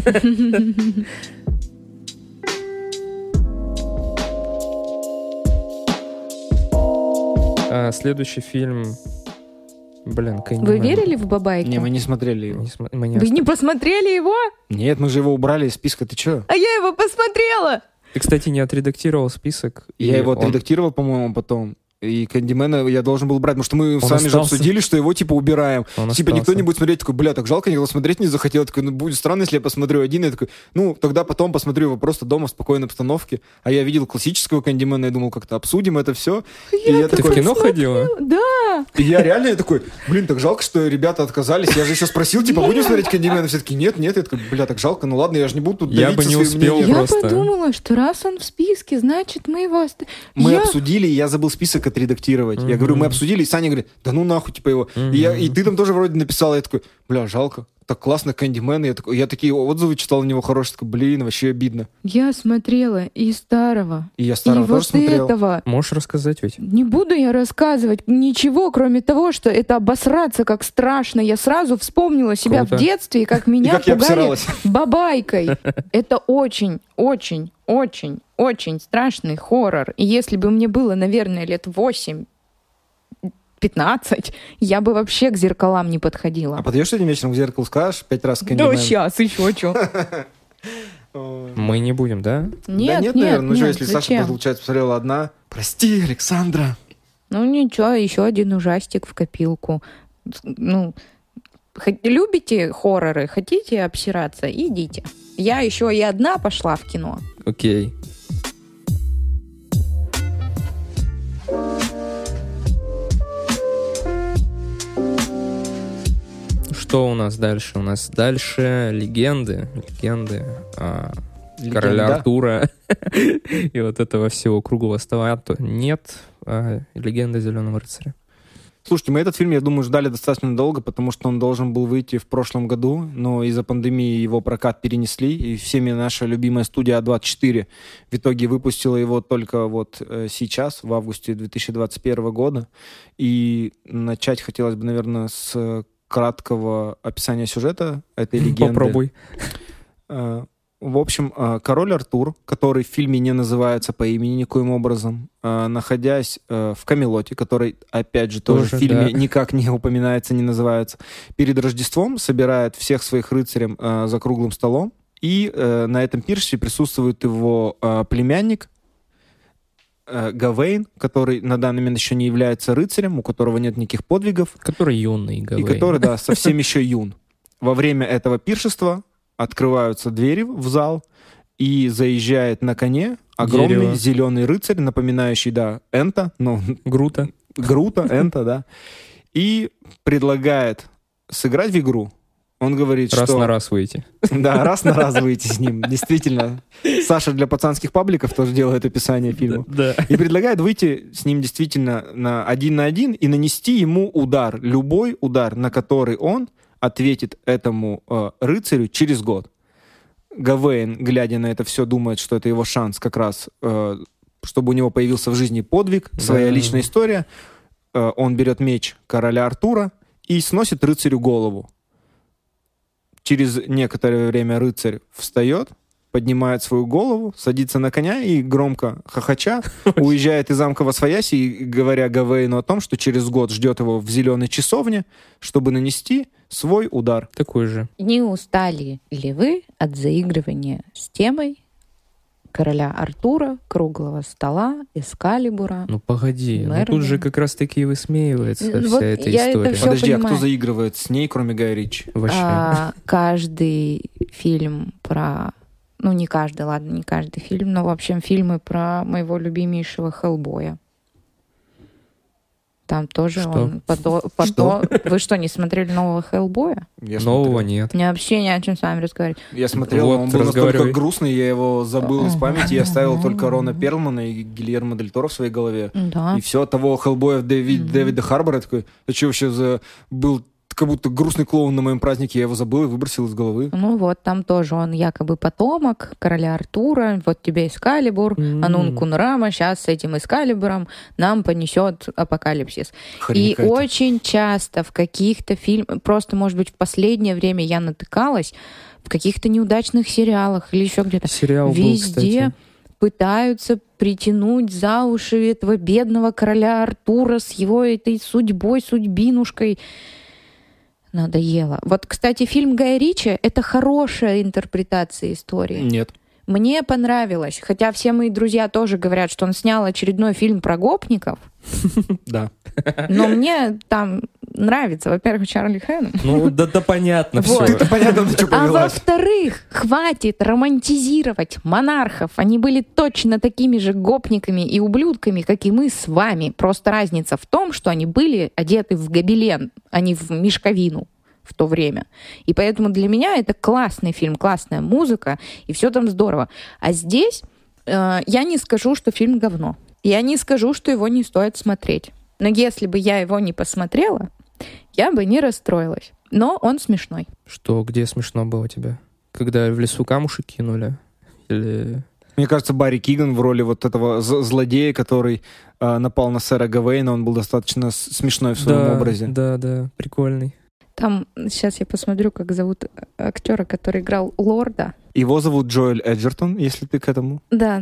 Следующий фильм... Блин, Кэндимен. Вы верили в Бабайку? Не, мы не смотрели его. Мы Вы не посмотрели его? Нет, мы же его убрали из списка, ты чё? А я его посмотрела! Ты, кстати, не отредактировал список. Я его отредактировал, по-моему, потом. И Кэндимена я должен был брать, потому что мы с вами же обсудили, что его, типа, убираем. Типа, никто не будет смотреть, такой, бля, так жалко, никто смотреть не захотел. Я такой, ну, будет странно, если я посмотрю один. Я такой, ну, тогда потом посмотрю его просто дома в спокойной обстановке. А я видел классического Кэндимена, я думал, как-то обсудим это все. Ты в кино ходила? Да. И я такой, блин, так жалко, что ребята отказались. Я же еще спросил, типа, будем смотреть Кэндимена? Все таки нет. Я такой, бля, так жалко, ну ладно, я же не буду тут Я бы не успел просто. Я подумала, что раз он в списке, значит, мы его... Мы обсудили, и я забыл список отредактировать. Я говорю, мы обсудили, и Саня говорит, да ну нахуй, типа его. И ты там тоже вроде написал, я такой, бля, жалко. Так классно, Кэндимен. Я такие отзывы читал на него хорошие, такой, блин, вообще обидно. Я смотрела и старого, и я старого и тоже вот смотрел. этого. Можешь рассказать ведь? Не буду я рассказывать ничего, кроме того, что это обосраться как страшно. Я сразу вспомнила себя в детстве, и как меня пугали бабайкой. Это очень, очень, очень, очень страшный хоррор. И если бы мне было, наверное, лет 8, 15, я бы вообще к зеркалам не подходила. А подойдешь этим вечером к зеркалу, скажешь 5 раз Кэндимен? Да сейчас, еще что. Мы не будем, да? Нет, наверное. Ну что, если зачем? Саша, получается, посмотрела одна. Прости, Александра. Ну ничего, еще один ужастик в копилку. Ну, любите хорроры, хотите обсираться, идите. Я еще и одна пошла в кино. Окей. Что у нас дальше? У нас дальше легенды короля Артура и вот этого всего круглого стола. Нет, легенды Зеленого рыцаря. Слушайте, мы этот фильм, я думаю, ждали достаточно долго, потому что он должен был выйти в прошлом году, но из-за пандемии его прокат перенесли, и всеми наша любимая студия А24 в итоге выпустила его только вот сейчас, в августе 2021 года. И начать хотелось бы, наверное, с краткого описания сюжета этой легенды. Попробуй. В общем, король Артур, который в фильме не называется по имени никоим образом, находясь в Камелоте, который, опять же, тоже в фильме никак не упоминается, не называется, перед Рождеством собирает всех своих рыцарей за круглым столом, и на этом пиршестве присутствует его племянник Гавейн, который на данный момент еще не является рыцарем, у которого нет никаких подвигов. Который юный Гавейн. И который, да, совсем еще юн. Во время этого пиршества открываются двери в зал, и заезжает на коне огромный зеленый рыцарь, напоминающий, да, Энта, ну... Грута, Энта, да. И предлагает сыграть в игру. Он говорит, раз на раз выйти. Да, раз на раз выйти с ним. Действительно. Саша для пацанских пабликов тоже делает описание фильма. Да. И предлагает выйти с ним действительно на 1 на 1 и нанести ему удар. Любой удар, на который он ответит этому рыцарю через год. Гавейн, глядя на это все, думает, что это его шанс как раз, чтобы у него появился в жизни подвиг, своя личная история. Он берет меч короля Артура и сносит рыцарю голову. Через некоторое время рыцарь встает, поднимает свою голову, садится на коня и громко хохоча уезжает из замка Восвояси, говоря Гавейну о том, что через год ждет его в зеленой часовне, чтобы нанести свой удар. Такой же. Не устали ли вы от заигрывания с темой короля Артура, круглого стола, Эскалибура? Ну погоди, Мерлина. тут же как раз-таки и высмеивается Вот вся эта я это история. всё Подожди, а понимаю. кто заигрывает с ней, кроме Гая Ричи? Вообще. Каждый фильм про... Ну, не каждый, ладно, не каждый фильм, но, в общем, фильмы про моего любимейшего Хеллбоя. Там тоже Что? он... Вы что, не смотрели нового Хеллбоя? Я Нового смотрел. нет. Мне вообще не о чем с вами разговаривать. Я смотрел, Вот, он был настолько разговаривай. грустный, я его забыл из памяти, я оставил только Рона Перлмана и Гильермо Дель Торо в своей голове. Да. И все от того Хеллбоя Дэвида Харбора, я такой, это что вообще за... Был как будто грустный клоун на моем празднике, я его забыл и выбросил из головы. Ну вот, там тоже он якобы потомок короля Артура. Вот тебе Эскалибур, Анункун Рама. Сейчас с этим Эскалибуром нам понесет апокалипсис. Хрень И какая-то. очень часто в каких-то фильмах, просто, может быть, в последнее время я натыкалась в каких-то неудачных сериалах или еще где-то. Сериал был, Везде кстати. пытаются притянуть за уши этого бедного короля Артура с его этой судьбой, судьбинушкой. Надоело. Вот, кстати, фильм Гая Ричи — это хорошая интерпретация истории. Нет. Мне понравилось. Хотя все мои друзья тоже говорят, что он снял очередной фильм про гопников. Да. Но мне там нравится, во-первых, Чарли Хэннем. Ну, да понятно Вот. все. Ты-то понятно, на что А повелась. во-вторых, хватит романтизировать монархов. Они были точно такими же гопниками и ублюдками, как и мы с вами. Просто разница в том, что они были одеты в гобелен, а не в мешковину в то время. И поэтому для меня это классный фильм, классная музыка, и все там здорово. А здесь я не скажу, что фильм говно. Я не скажу, что его не стоит смотреть. Но если бы я его не посмотрела, я бы не расстроилась. Но он смешной. Что, где смешно было тебе? Когда в лесу камушек кинули? Или... Мне кажется, Барри Киган в роли вот этого злодея, который напал на сэра Гавейна, он был достаточно смешной в своем образе. Да, прикольный. Там, сейчас я посмотрю, как зовут актера, который играл Лорда. Его зовут Джоэль Эджертон, если ты к этому. Да.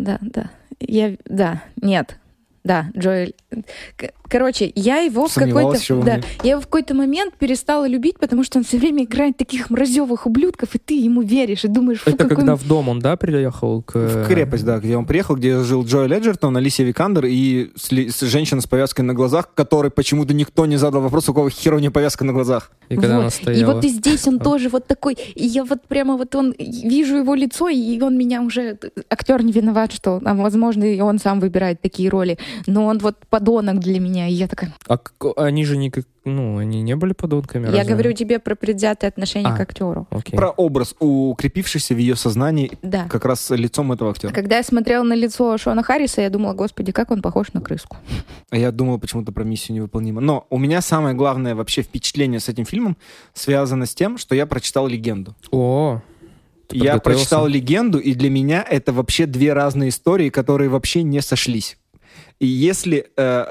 Джоэль. Короче, я его Сомневалась еще во мне. я его в какой-то момент перестала любить, потому что он все время играет таких мразевых ублюдков, и ты ему веришь, и думаешь, фу, Это какой когда он... в дом он, да, приехал к... В крепость, да, где он приехал, где жил Джоэль Эджертон, Алисия Викандер и женщина с повязкой на глазах, которой почему-то никто не задал вопрос, у кого хера у нее повязка на глазах. И когда она Вот. стояла. И вот и здесь он тоже вот такой, и я вот прямо вот он, вижу его лицо, и он меня уже, актер не виноват, что, возможно, и он сам выбирает такие роли, но он вот подонок для меня, и я такая... А они же они не были подонками? Я разве? говорю тебе про предвзятое отношение к актеру. Окей. Про образ, укрепившийся в ее сознании Да. как раз лицом этого А актера. когда я смотрела на лицо Шона Харриса, я думала, господи, как он похож на крыску. А я думал почему-то про «Миссию невыполнима». Но у меня самое главное вообще впечатление с этим фильмом связано с тем, что я прочитал «Легенду». О, ты Я подготовился? прочитал «Легенду», и для меня это вообще две разные истории, которые вообще не сошлись. И если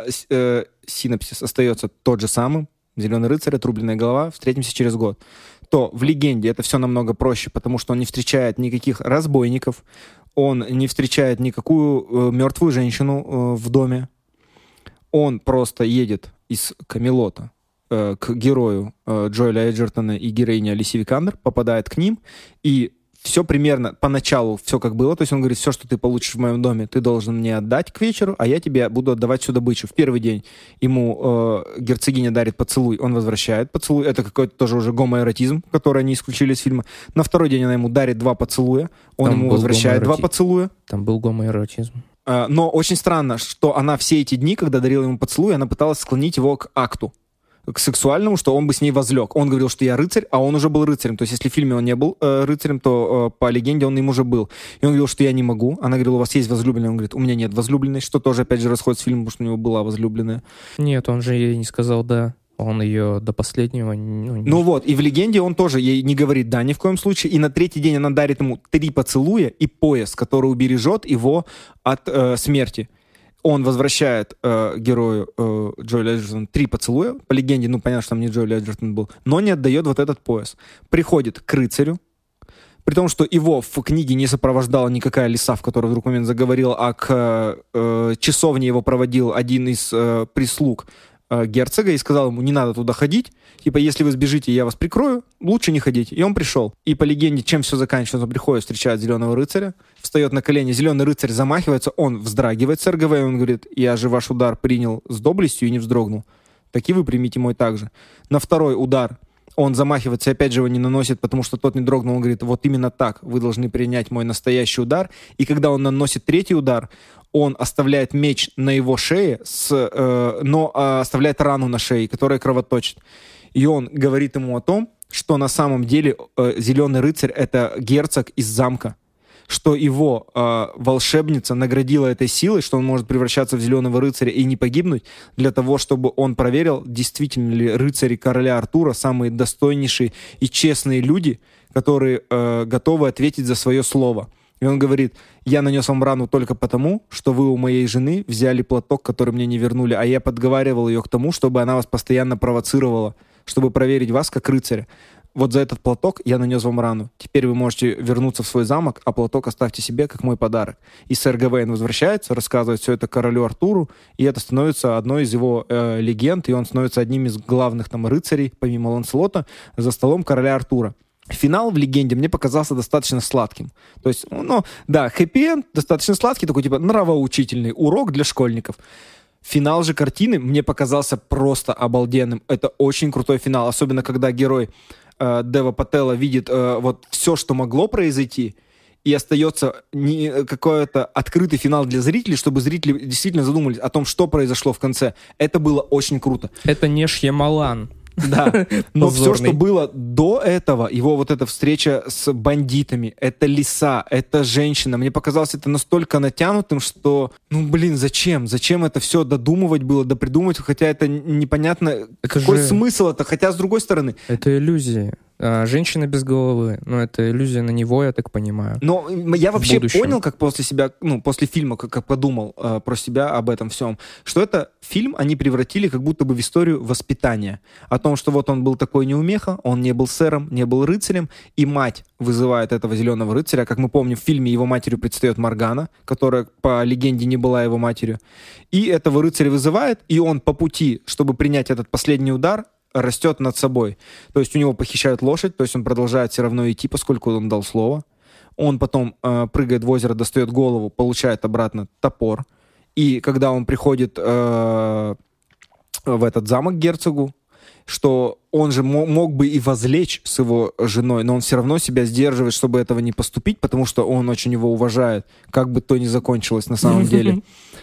синопсис остается тот же самым, «Зеленый рыцарь», «Отрубленная голова», «Встретимся через год», то в «Легенде» это все намного проще, потому что он не встречает никаких разбойников, он не встречает никакую мертвую женщину в доме, он просто едет из Камелота к герою Джоэля Эджертона и героине Алисии Викандер, попадает к ним, и все примерно поначалу все как было. То есть он говорит, все, что ты получишь в моем доме, ты должен мне отдать к вечеру, а я тебе буду отдавать всю добычу. В первый день ему герцогиня дарит поцелуй, он возвращает поцелуй. Это какой-то тоже уже гомоэротизм, который они исключили из фильма. На второй день она ему дарит 2 поцелуя, он Там ему был возвращает 2 поцелуя. Там был гомоэротизм. Но очень странно, что она все эти дни, когда дарила ему поцелуй, она пыталась склонить его к акту, к сексуальному, что он бы с ней возлег. Он говорил, что я рыцарь, а он уже был рыцарем. То есть если в фильме он не был рыцарем, то по легенде он им уже был. И он говорил, что я не могу. Она говорила, у вас есть возлюбленная? Он говорит, у меня нет возлюбленной, что тоже, опять же, расходится с фильмом, потому что у него была возлюбленная. Нет, он же ей не сказал «да». Он ее до последнего... Ну вот, и в «Легенде» он тоже ей не говорит «да» ни в коем случае. И на 3-й день она дарит ему 3 поцелуя и пояс, который убережет его от смерти. Он возвращает герою Джоэля Эджертона 3 поцелуя. По легенде, понятно, что там не Джоэль Эджертон был. Но не отдает вот этот пояс. Приходит к рыцарю. При том, что его в книге не сопровождала никакая лиса, в которой вдруг момент заговорил, а к часовне его проводил один из прислуг герцога и сказал ему, не надо туда ходить, типа, если вы сбежите, я вас прикрою, лучше не ходить. И он пришел. И по легенде, чем все заканчивается, он приходит, встречает Зеленого рыцаря, встает на колени, Зеленый рыцарь замахивается, он вздрагивает с РГВ, и он говорит, я же ваш удар принял с доблестью и не вздрогнул. Так и вы примите мой также. На второй удар он замахивается, и опять же его не наносит, потому что тот не дрогнул. Он говорит, вот именно так вы должны принять мой настоящий удар. И когда он наносит третий удар, он оставляет меч на его шее, но оставляет рану на шее, которая кровоточит. И он говорит ему о том, что на самом деле Зеленый рыцарь — это герцог из замка, что его волшебница наградила этой силой, что он может превращаться в Зеленого рыцаря и не погибнуть, для того, чтобы он проверил, действительно ли рыцари короля Артура самые достойнейшие и честные люди, которые готовы ответить за свое слово. И он говорит, я нанес вам рану только потому, что вы у моей жены взяли платок, который мне не вернули, а я подговаривал ее к тому, чтобы она вас постоянно провоцировала, чтобы проверить вас как рыцаря. Вот за этот платок я нанес вам рану. Теперь вы можете вернуться в свой замок, а платок оставьте себе, как мой подарок. И сэр Гавейн возвращается, рассказывает все это королю Артуру, и это становится одной из его легенд, и он становится одним из главных там рыцарей, помимо Ланселота, за столом короля Артура. Финал в легенде мне показался достаточно сладким. То есть, да, хэппи-энд достаточно сладкий, такой типа нравоучительный урок для школьников. Финал же картины мне показался просто обалденным. Это очень крутой финал, особенно когда герой Дева Пателла видит вот все, что могло произойти, и остается какой-то открытый финал для зрителей, чтобы зрители действительно задумались о том, что произошло в конце. Это было очень круто. Это не Шьямалан. Да, но все, что было до этого, его вот эта встреча с бандитами, это лиса, это женщина, мне показалось это настолько натянутым, что, зачем? Зачем это все додумывать было, допридумывать, хотя это непонятно, какой смысл это, хотя с другой стороны... Это иллюзия. Женщина без головы, это иллюзия на него, я так понимаю. Но я вообще понял, как после фильма, как подумал про себя об этом всем, что это фильм они превратили как будто бы в историю воспитания. О том, что вот он был такой неумеха, он не был сэром, не был рыцарем, и мать вызывает этого Зеленого рыцаря. Как мы помним, в фильме его матерью предстает Моргана, которая по легенде не была его матерью. И этого рыцаря вызывает, и он по пути, чтобы принять этот последний удар, растет над собой. То есть у него похищают лошадь, то есть он продолжает все равно идти, поскольку он дал слово. Он потом прыгает в озеро, достает голову, получает обратно топор. И когда он приходит в этот замок к герцогу, что он же мог бы и возлечь с его женой, но он все равно себя сдерживает, чтобы этого не поступить, потому что он очень его уважает, как бы то ни закончилось на самом деле.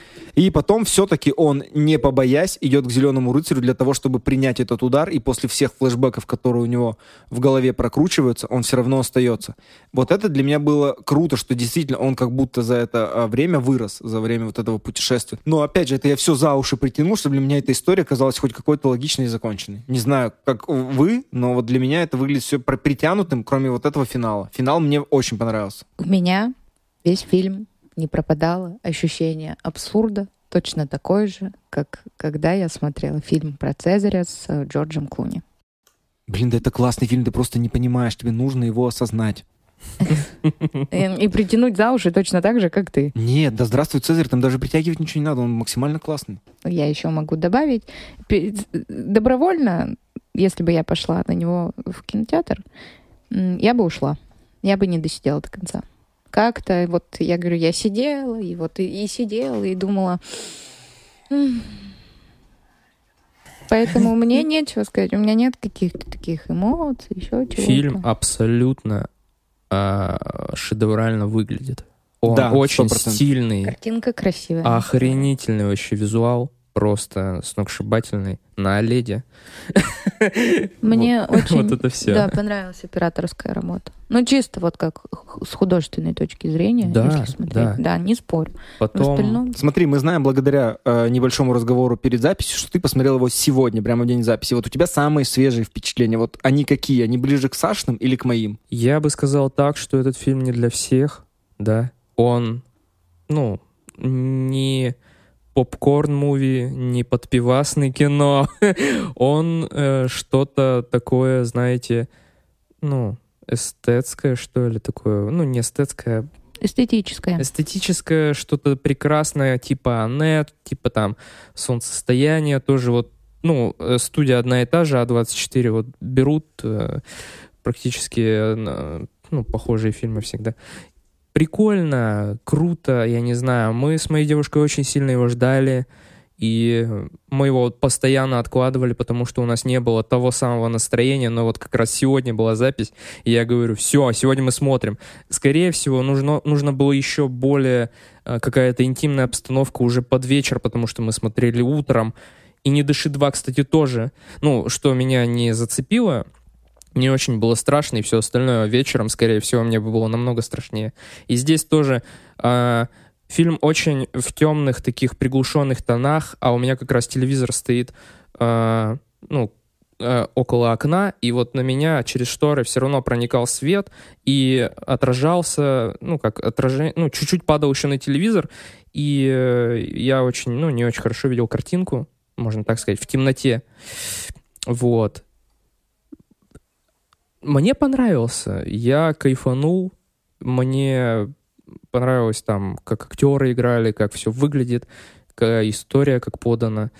И потом все-таки он, не побоясь, идет к Зеленому рыцарю для того, чтобы принять этот удар, и после всех флешбеков, которые у него в голове прокручиваются, он все равно остается. Вот это для меня было круто, что действительно он как будто за это время вырос, за время вот этого путешествия. Но опять же, это я все за уши притянул, чтобы для меня эта история казалась хоть какой-то логичной и законченной. Не знаю, как вы, но вот для меня это выглядит все притянутым, кроме вот этого финала. Финал мне очень понравился. У меня весь фильм не пропадало ощущение абсурда, точно такое же, как когда я смотрела фильм про Цезаря с Джорджем Клуни. Да это классный фильм, ты просто не понимаешь, тебе нужно его осознать. И притянуть за уши точно так же, как ты. Нет, да здравствуй, Цезарь, там даже притягивать ничего не надо, он максимально классный. Я еще могу добавить, добровольно, если бы я пошла на него в кинотеатр, я бы ушла, я бы не досидела до конца. Как-то, вот я говорю, я сидела, и сидела, и думала. Поэтому мне нечего сказать, у меня нет каких-то таких эмоций, еще чего-то. Фильм абсолютно шедеврально выглядит. Он очень 100%. Стильный. Картинка красивая. Охренительный вообще визуал. Просто сногсшибательный. На OLED. Мне очень вот это все. понравилась операторская работа. Чисто вот как с художественной точки зрения, если смотреть. Да, не спорю. Потом... остальном... Смотри, мы знаем благодаря небольшому разговору перед записью, что ты посмотрел его сегодня, прямо в день записи. Вот у тебя самые свежие впечатления. Вот они какие? Они ближе к Сашиным или к моим? Я бы сказал так, что этот фильм не для всех, да. Он, не... попкорн-муви, не подпивасный кино. Он что-то такое, знаете, эстетское, что ли, такое. Ну, не эстетское. Эстетическое. Эстетическое, что-то прекрасное, типа Аннет, типа там Солнцестояние, тоже вот, ну, студия одна и та же, А24 вот берут практически, ну, похожие фильмы всегда. Прикольно, круто, я не знаю. Мы с моей девушкой очень сильно его ждали, и мы его вот постоянно откладывали, потому что у нас не было того самого настроения, но вот как раз сегодня была запись, и я говорю, все, сегодня мы смотрим. Скорее всего, нужно было еще более какая-то интимная обстановка уже под вечер, потому что мы смотрели утром. И «Не дыши 2», кстати, тоже. Ну, что меня не зацепило, не очень было страшно, и все остальное вечером, скорее всего, мне бы было намного страшнее. И здесь тоже фильм очень в темных, таких приглушенных тонах, а у меня как раз телевизор стоит около окна, и вот на меня через шторы все равно проникал свет и отражался, чуть-чуть падал еще на телевизор, и я очень, не очень хорошо видел картинку, можно так сказать, в темноте. Вот. Мне понравился, я кайфанул, мне понравилось там, как актеры играли, как все выглядит, какая история, как подана.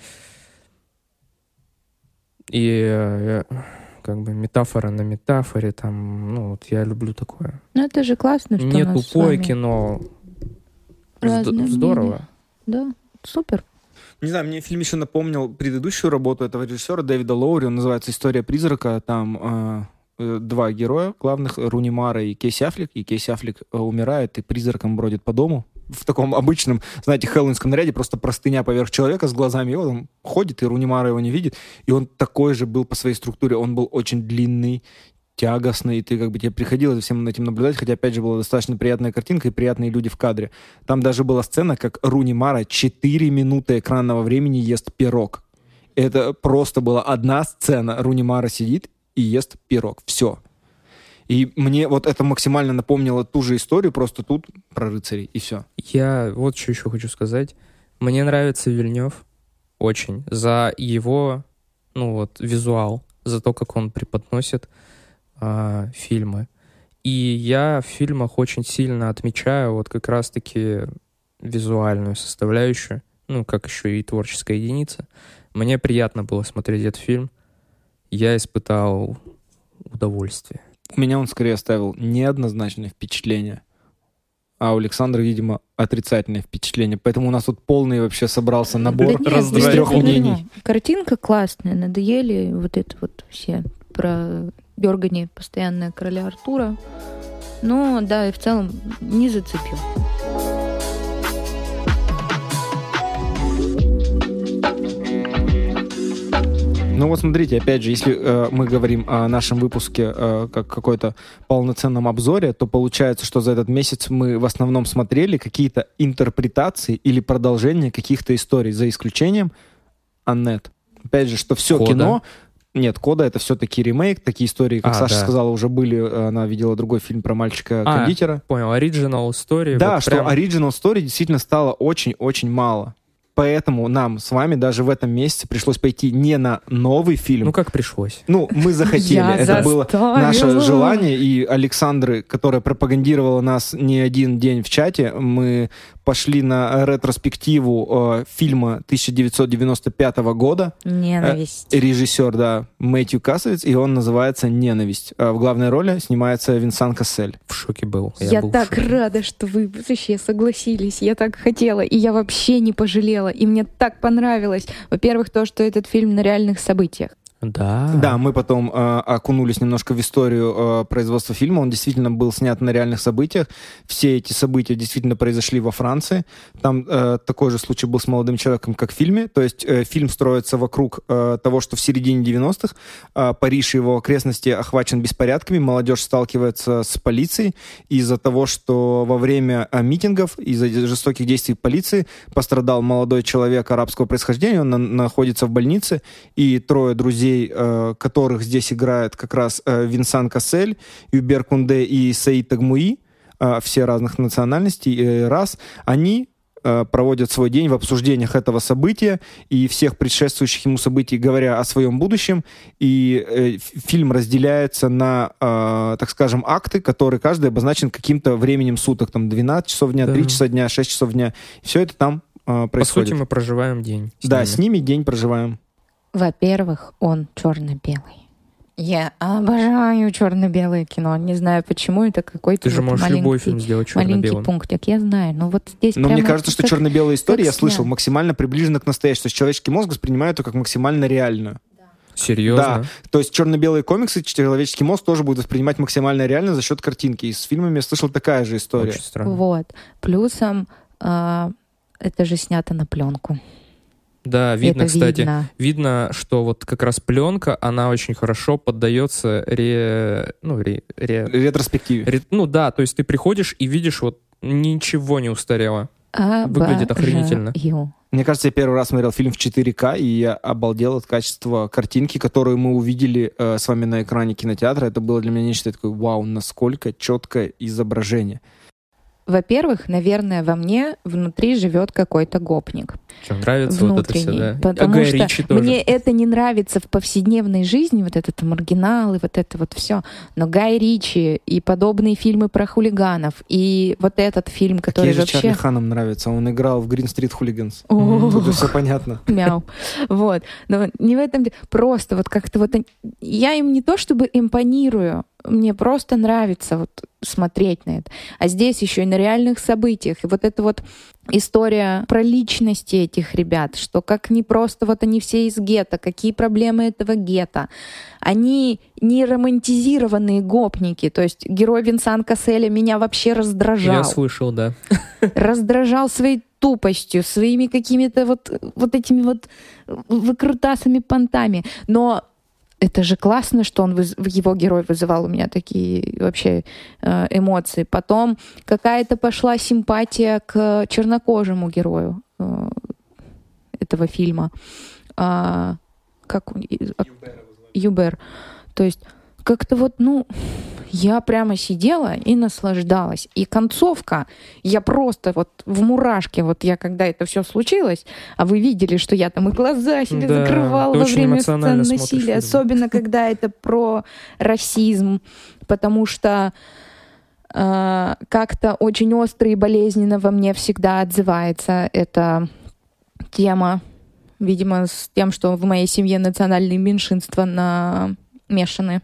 И как бы метафора на метафоре, там, вот я люблю такое. Ну, это же классно, что не у нас тупое кино. Здорово. Да, супер. Не знаю, мне фильм еще напомнил предыдущую работу этого режиссера Дэвида Лоури, он называется «История призрака», там два героя главных, Руни Мара и Кейси Аффлек, и Кейси Аффлек умирает и призраком бродит по дому. В таком обычном, знаете, хэллоуинском наряде, просто простыня поверх человека с глазами, и вот он ходит, и Руни Мара его не видит, и он такой же был по своей структуре, он был очень длинный, тягостный, и ты как бы тебе приходилось за всем этим наблюдать, хотя, опять же, была достаточно приятная картинка и приятные люди в кадре. Там даже была сцена, как Руни Мара 4 минуты экранного времени ест пирог. Это просто была одна сцена. Руни Мара сидит и ест пирог. Все. И мне вот это максимально напомнило ту же историю, просто тут про рыцарей, и все. Я вот что еще хочу сказать. Мне нравится Вильнёв очень за его, визуал, за то, как он преподносит фильмы. И я в фильмах очень сильно отмечаю вот как раз-таки визуальную составляющую, как еще и творческая единица. Мне приятно было смотреть этот фильм. Я испытал удовольствие. У меня он скорее оставил неоднозначное впечатление, а у Александра, видимо, отрицательное впечатление. Поэтому у нас тут полный вообще собрался набор из 3 мнений. Картинка классная, надоели вот это вот все про дергание постоянное короля Артура. Но, да, и в целом не зацепил. Ну вот смотрите, опять же, если мы говорим о нашем выпуске как какой-то полноценном обзоре, то получается, что за этот месяц мы в основном смотрели какие-то интерпретации или продолжения каких-то историй, за исключением Аннет. Опять же, что все Кода. кино... Нет, «Кода» — это все-таки ремейк. Такие истории, как Саша да. сказала, уже были. Она видела другой фильм про мальчика-кондитера. Понял, Original Story. Да, вот что прям... Original Story действительно стало очень-очень мало. Поэтому нам с вами даже в этом месяце пришлось пойти не на новый фильм. как пришлось. Мы захотели. Я Это было заставила. наше желание. И Александры, которая пропагандировала нас не один день в чате, мы пошли на ретроспективу фильма 1995 года. «Ненависть». Режиссер, да, Мэтью Касовиц, и он называется «Ненависть». В главной роли снимается Винсан Кассель. В шоке был. Я был так рада, что вы вообще согласились. Я так хотела, и я вообще не пожалела. И мне так понравилось. Во-первых, то, что этот фильм на реальных событиях. Да. Да, мы потом окунулись немножко в историю производства фильма. Он действительно был снят на реальных событиях. Все эти события действительно произошли во Франции. Там такой же случай был с молодым человеком, как в фильме. То есть фильм строится вокруг того, что в середине 90-х Париж и его окрестности охвачен беспорядками. Молодежь сталкивается с полицией из-за того, что во время митингов, из-за жестоких действий полиции пострадал молодой человек арабского происхождения. Он находится в больнице, и 3 друзей, которых здесь играет как раз Винсан Кассель, Юбер Кунде и Саид Тагмуи, все разных национальностей и рас, они проводят свой день в обсуждениях этого события и всех предшествующих ему событий, говоря о своем будущем. И фильм разделяется на, так скажем, акты, которые каждый обозначен каким-то временем суток. Там 12 часов дня, 3 часа дня, 6 часов дня. Все это там происходит. По сути, мы проживаем день. С ними день проживаем. Во-первых, он черно-белый. Я обожаю черно-белое кино. Не знаю, почему это какой-то Ты же можешь любой фильм сделать черно-белым. Маленький пунктик, я знаю. Но вот здесь Но мне кажется, что черно-белая история, я слышал, снят. максимально приближена к настоящему. То есть человеческий мозг воспринимает ее как максимально реальную. Серьезно? Да. То есть черно-белые комиксы человеческий мозг тоже будет воспринимать максимально реально за счет картинки. И с фильмами я слышал такая же история. Очень странно. Вот. Плюсом это же снято на пленку. Да, видно, Это кстати, видно, что вот как раз пленка, она очень хорошо поддается ретроспективе. Ну да, то есть ты приходишь и видишь, вот ничего не устарело. Выглядит охренительно. Мне кажется, я первый раз смотрел фильм в 4К, и я обалдел от качества картинки, которую мы увидели с вами на экране кинотеатра. Это было для меня нечто такое, вау, насколько четкое изображение. Во-первых, наверное, во мне внутри живет какой-то гопник. Что, нравится вот это все, да? Потому что мне это не нравится в повседневной жизни, вот этот маргинал и вот это вот все. Но Гай Ричи и подобные фильмы про хулиганов, и вот этот фильм, который вообще... Чарли Ханнам нравится, он играл в Green Street Hooligans. Тут все понятно. Мяу. Вот. Но не в этом... Просто вот как-то вот... Я им не то чтобы импонирую, мне просто нравится вот смотреть на это. А здесь еще и на реальных событиях. И вот эта вот история про личности этих ребят, что как не просто вот они все из гетто, какие проблемы этого гетто. Они не романтизированные гопники. То есть герой Винсан Касселя меня вообще раздражал. Я слышал, да. Раздражал своей тупостью, своими какими-то вот этими вот выкрутасами, понтами. Но это же классно, что его герой вызывал у меня такие вообще эмоции. Потом какая-то пошла симпатия к чернокожему герою этого фильма. Юбер. То есть как-то вот, я прямо сидела и наслаждалась. И концовка, я просто вот в мурашке, вот я когда это все случилось, а вы видели, что я там и глаза себе закрывала во время сцен насилия, особенно когда это про расизм, потому что как-то очень остро и болезненно во мне всегда отзывается эта тема, видимо, с тем, что в моей семье национальные меньшинства намешаны.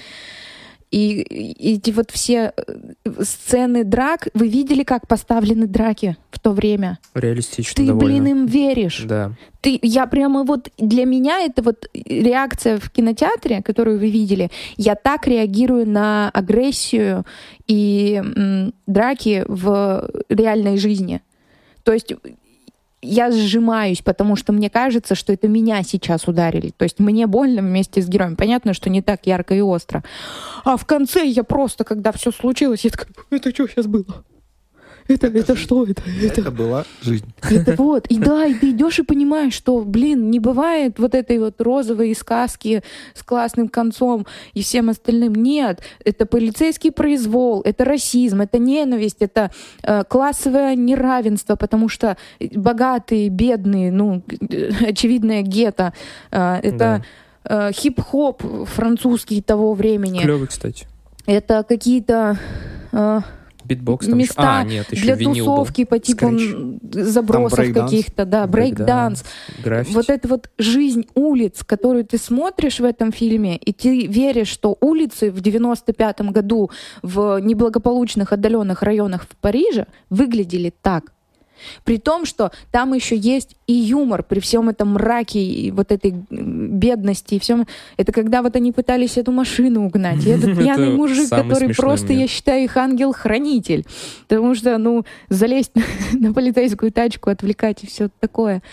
И эти вот все сцены драк, вы видели, как поставлены драки в то время? Реалистично Ты, довольно. им веришь. Да. Я прямо вот, для меня это вот реакция в кинотеатре, которую вы видели, я так реагирую на агрессию и драки в реальной жизни. То есть я сжимаюсь, потому что мне кажется, что это меня сейчас ударили. То есть мне больно вместе с героем. Понятно, что не так ярко и остро. А в конце я просто, когда все случилось, я такая, это что сейчас было? Это что это? Это была жизнь. Это вот. И да, и ты идешь и понимаешь, что, не бывает вот этой вот розовой сказки с классным концом и всем остальным. Нет, это полицейский произвол, это расизм, это ненависть, это классовое неравенство, потому что богатые, бедные, очевидное гетто, это хип-хоп французский того времени. Клёвый, кстати. Это какие-то... Битбокс там места еще для тусовки по типу забросов каких-то, да, брейк-данс. Вот эта вот жизнь улиц, которую ты смотришь в этом фильме, и ты веришь, что улицы в 95-м году в неблагополучных отдаленных районах в Париже выглядели так. При том, что там еще есть и юмор при всем этом мраке и вот этой бедности и всем. Это когда вот они пытались эту машину угнать. И этот пьяный мужик, который просто, я считаю, их ангел-хранитель. Потому что, залезть на полицейскую тачку, отвлекать и все такое.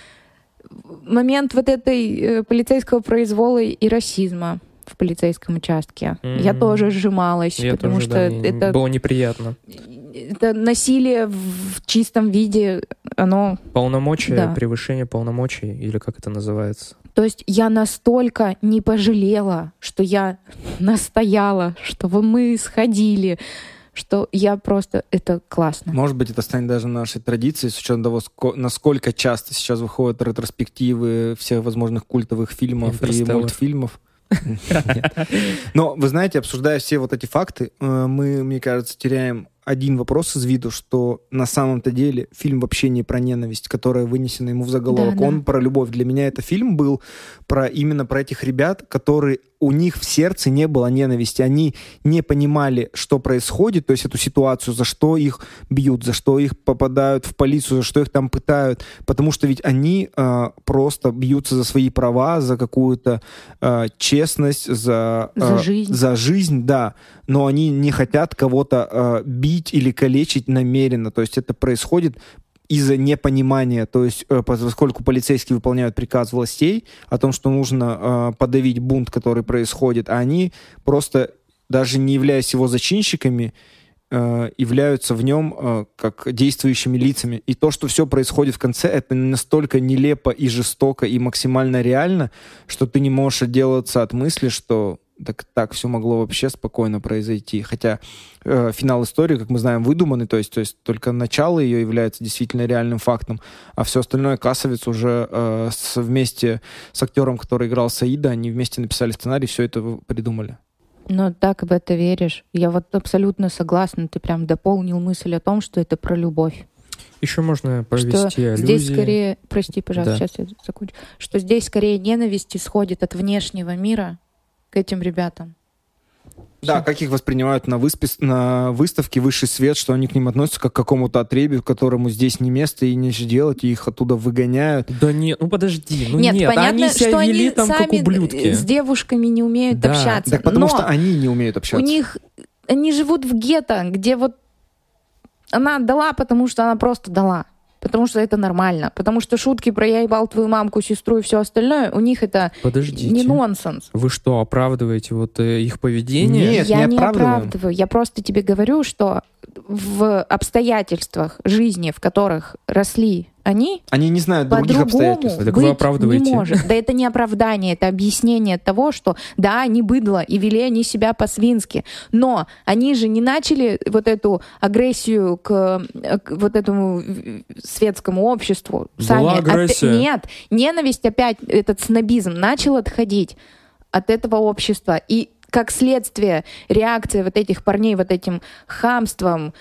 Момент вот этой полицейского произвола и расизма в полицейском участке. Я тоже сжималась, потому что это было неприятно. Это насилие в чистом виде, оно... Полномочия, превышение полномочий, или как это называется? То есть я настолько не пожалела, что я настояла, чтобы мы сходили, что я просто... Это классно. Может быть, это станет даже нашей традицией, с учетом того, насколько часто сейчас выходят ретроспективы всех возможных культовых фильмов и мультфильмов. Но, вы знаете, обсуждая все вот эти факты, мы, мне кажется, теряем один вопрос из виду, что на самом-то деле фильм вообще не про ненависть, которая вынесена ему в заголовок. Да. Он про любовь. Для меня это фильм был именно про этих ребят, которые у них в сердце не было ненависти. Они не понимали, что происходит, то есть эту ситуацию, за что их бьют, за что их попадают в полицию, за что их там пытают. Потому что ведь они просто бьются за свои права, за какую-то честность, за жизнь. За жизнь, да. Но они не хотят кого-то бить или калечить намеренно. То есть это происходит из-за непонимания, то есть поскольку полицейские выполняют приказ властей о том, что нужно подавить бунт, который происходит, а они просто, даже не являясь его зачинщиками, являются в нем как действующими лицами. И то, что все происходит в конце, это настолько нелепо и жестоко и максимально реально, что ты не можешь отделаться от мысли, что так все могло вообще спокойно произойти. Хотя финал истории, как мы знаем, выдуманный, то есть только начало ее является действительно реальным фактом, а все остальное Касовец уже вместе с актером, который играл Саида, они вместе написали сценарий, все это придумали. Но так в это веришь. Я вот абсолютно согласна. Ты прям дополнил мысль о том, что это про любовь. Еще можно провести что аллюзии. Здесь скорее, прости, пожалуйста, Да. сейчас я закончу, что здесь скорее ненависть исходит от внешнего мира к этим ребятам. Да, как их воспринимают на выставке «Высший свет», что они к ним относятся как к какому-то отребью, которому здесь не место и нечего делать, и их оттуда выгоняют. Да нет, подожди, Нет, понятно, они себя что вели они там сами как ублюдки. с девушками не умеют Да. общаться. Так потому Но что они не умеют общаться. у них... Они живут в гетто, где вот она дала, потому что она просто дала. Потому что это нормально. Потому что шутки про «я ебал твою мамку, сестру» и все остальное, у них это Подождите. не нонсенс. Вы что, оправдываете их поведение? Нет, Я не не оправдываем. оправдываю. Я просто тебе говорю, что в обстоятельствах жизни, в которых росли они не знают других по-другому обстоятельств. Так вы быть оправдываете. не может. Да это не оправдание, это объяснение того, что да, они быдло, и вели они себя по-свински. Но они же не начали вот эту агрессию к вот этому светскому обществу. Была агрессия. Нет, ненависть опять, этот снобизм начал отходить от этого общества. И как следствие, реакция вот этих парней вот этим хамством,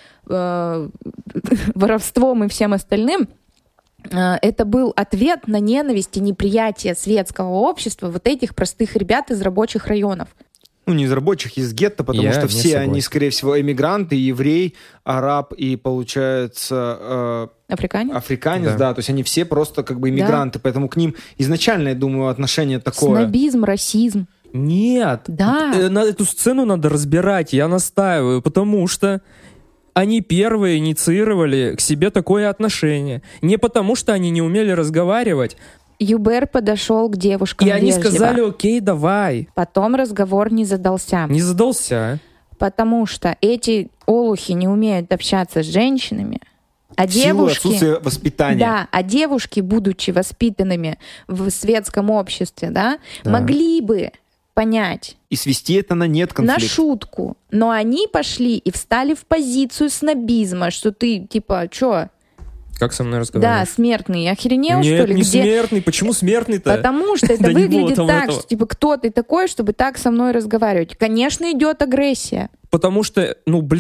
воровством и всем остальным, это был ответ на ненависть и неприятие светского общества вот этих простых ребят из рабочих районов. Не из рабочих, из гетто, потому Я что не все согласен. они, скорее всего, эмигранты, еврей, араб и, получается, Африканец? да, то есть они все просто как бы иммигранты, поэтому к ним изначально, я думаю, отношение такое. Снобизм, расизм. Нет. Да. На эту сцену надо разбирать, я настаиваю, потому что они первые инициировали к себе такое отношение. Не потому, что они не умели разговаривать. Юбер подошел к девушкам И они вежливо. сказали: окей, давай. Потом разговор не задался. Не задался. Потому что эти олухи не умеют общаться с женщинами, а В силу девушки... отсутствия воспитания. Да, а девушки, будучи воспитанными в светском обществе, да, Да. могли бы понять И свести это на нет на конфликт. шутку, но они пошли и встали в позицию снобизма, что ты, типа, чё? Как со мной Да, разговариваешь? смертный, охеренел, Нет, что ли? не Где? смертный. Почему смертный-то? Потому что это Да не было выглядит там так, этого. что, типа, кто ты такой, чтобы так со мной разговаривать? Конечно, идет агрессия. Потому что,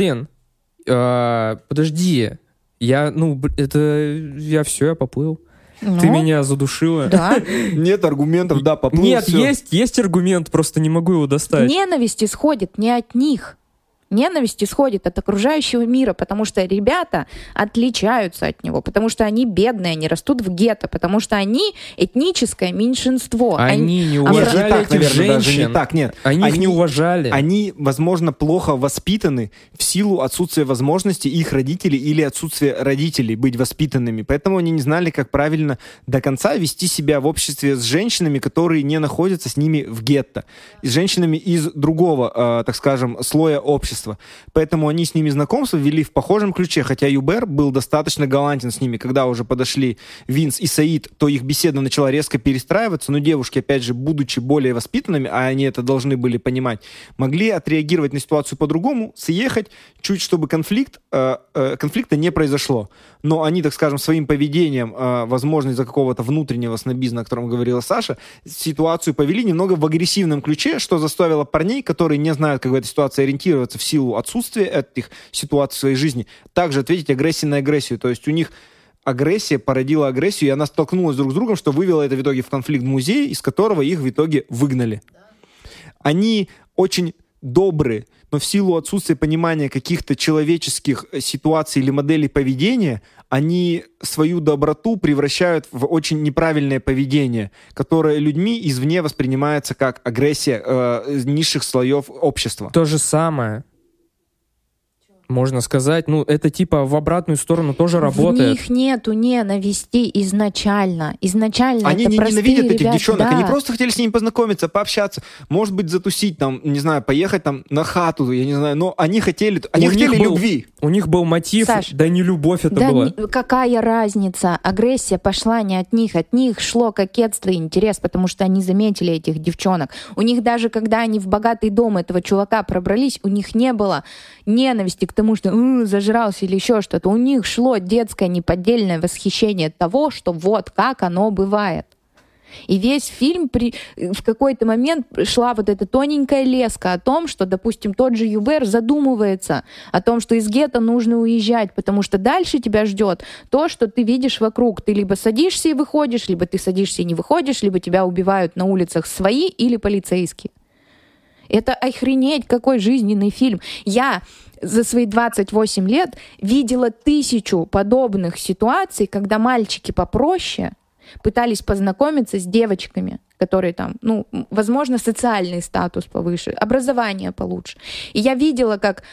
подожди. Я поплыл. Ты Ну, меня задушила. Да. Нет аргументов, да, поплыл, Нет, всё. есть аргумент, просто не могу его достать. Ненависть исходит не от них. Ненависть исходит от окружающего мира, потому что ребята отличаются от него, потому что они бедные, они растут в гетто, потому что они этническое меньшинство. Они не Нет, уважали не так, этих наверное, даже женщин. не так, нет. Они их не уважали. Они, возможно, плохо воспитаны в силу отсутствия возможности их родителей или отсутствия родителей быть воспитанными. Поэтому они не знали, как правильно до конца вести себя в обществе с женщинами, которые не находятся с ними в гетто. И с женщинами из другого, так скажем, слоя общества. общества. Поэтому они с ними знакомство вели в похожем ключе, хотя Юбер был достаточно галантен с ними. Когда уже подошли Винс и Саид, то их беседа начала резко перестраиваться, но девушки, опять же, будучи более воспитанными, а они это должны были понимать, могли отреагировать на ситуацию по-другому, съехать чуть, чтобы конфликта не произошло. Но они, так скажем, своим поведением, возможно, из-за какого-то внутреннего снобизма, о котором говорила Саша, ситуацию повели немного в агрессивном ключе, что заставило парней, которые не знают, как в этой ситуации ориентироваться в силу отсутствия этих ситуаций в своей жизни, также ответить агрессией на агрессию. То есть у них агрессия породила агрессию, и она столкнулась друг с другом, что вывело это в итоге в конфликт в музее, из которого их в итоге выгнали. Они очень добры, но в силу отсутствия понимания каких-то человеческих ситуаций или моделей поведения, они свою доброту превращают в очень неправильное поведение, которое людьми извне воспринимается как агрессия низших слоев общества. То же самое, можно сказать, это типа в обратную сторону тоже работает. В них нету ненависти изначально. Изначально они это не простые ненавидят этих ребята, девчонок, да. Они просто хотели с ними познакомиться, пообщаться, может быть, затусить там, не знаю, поехать там на хату, я не знаю, но они хотели любви. У них был мотив, Саш, да не любовь это была. Какая разница? Агрессия пошла не от них шло кокетство и интерес, потому что они заметили этих девчонок. У них даже, когда они в богатый дом этого чувака пробрались, у них не было ненависти к тому, что зажрался или еще что-то. У них шло детское неподдельное восхищение того, что вот как оно бывает. И весь фильм в какой-то момент шла вот эта тоненькая леска о том, что, допустим, тот же Юбер задумывается о том, что из гетто нужно уезжать, потому что дальше тебя ждет то, что ты видишь вокруг. Ты либо садишься и выходишь, либо ты садишься и не выходишь, либо тебя убивают на улицах свои или полицейские. Это охренеть какой жизненный фильм. Я за свои 28 лет видела 1000 подобных ситуаций, когда мальчики попроще пытались познакомиться с девочками, которые там, возможно, социальный статус повыше, образование получше. И я видела, как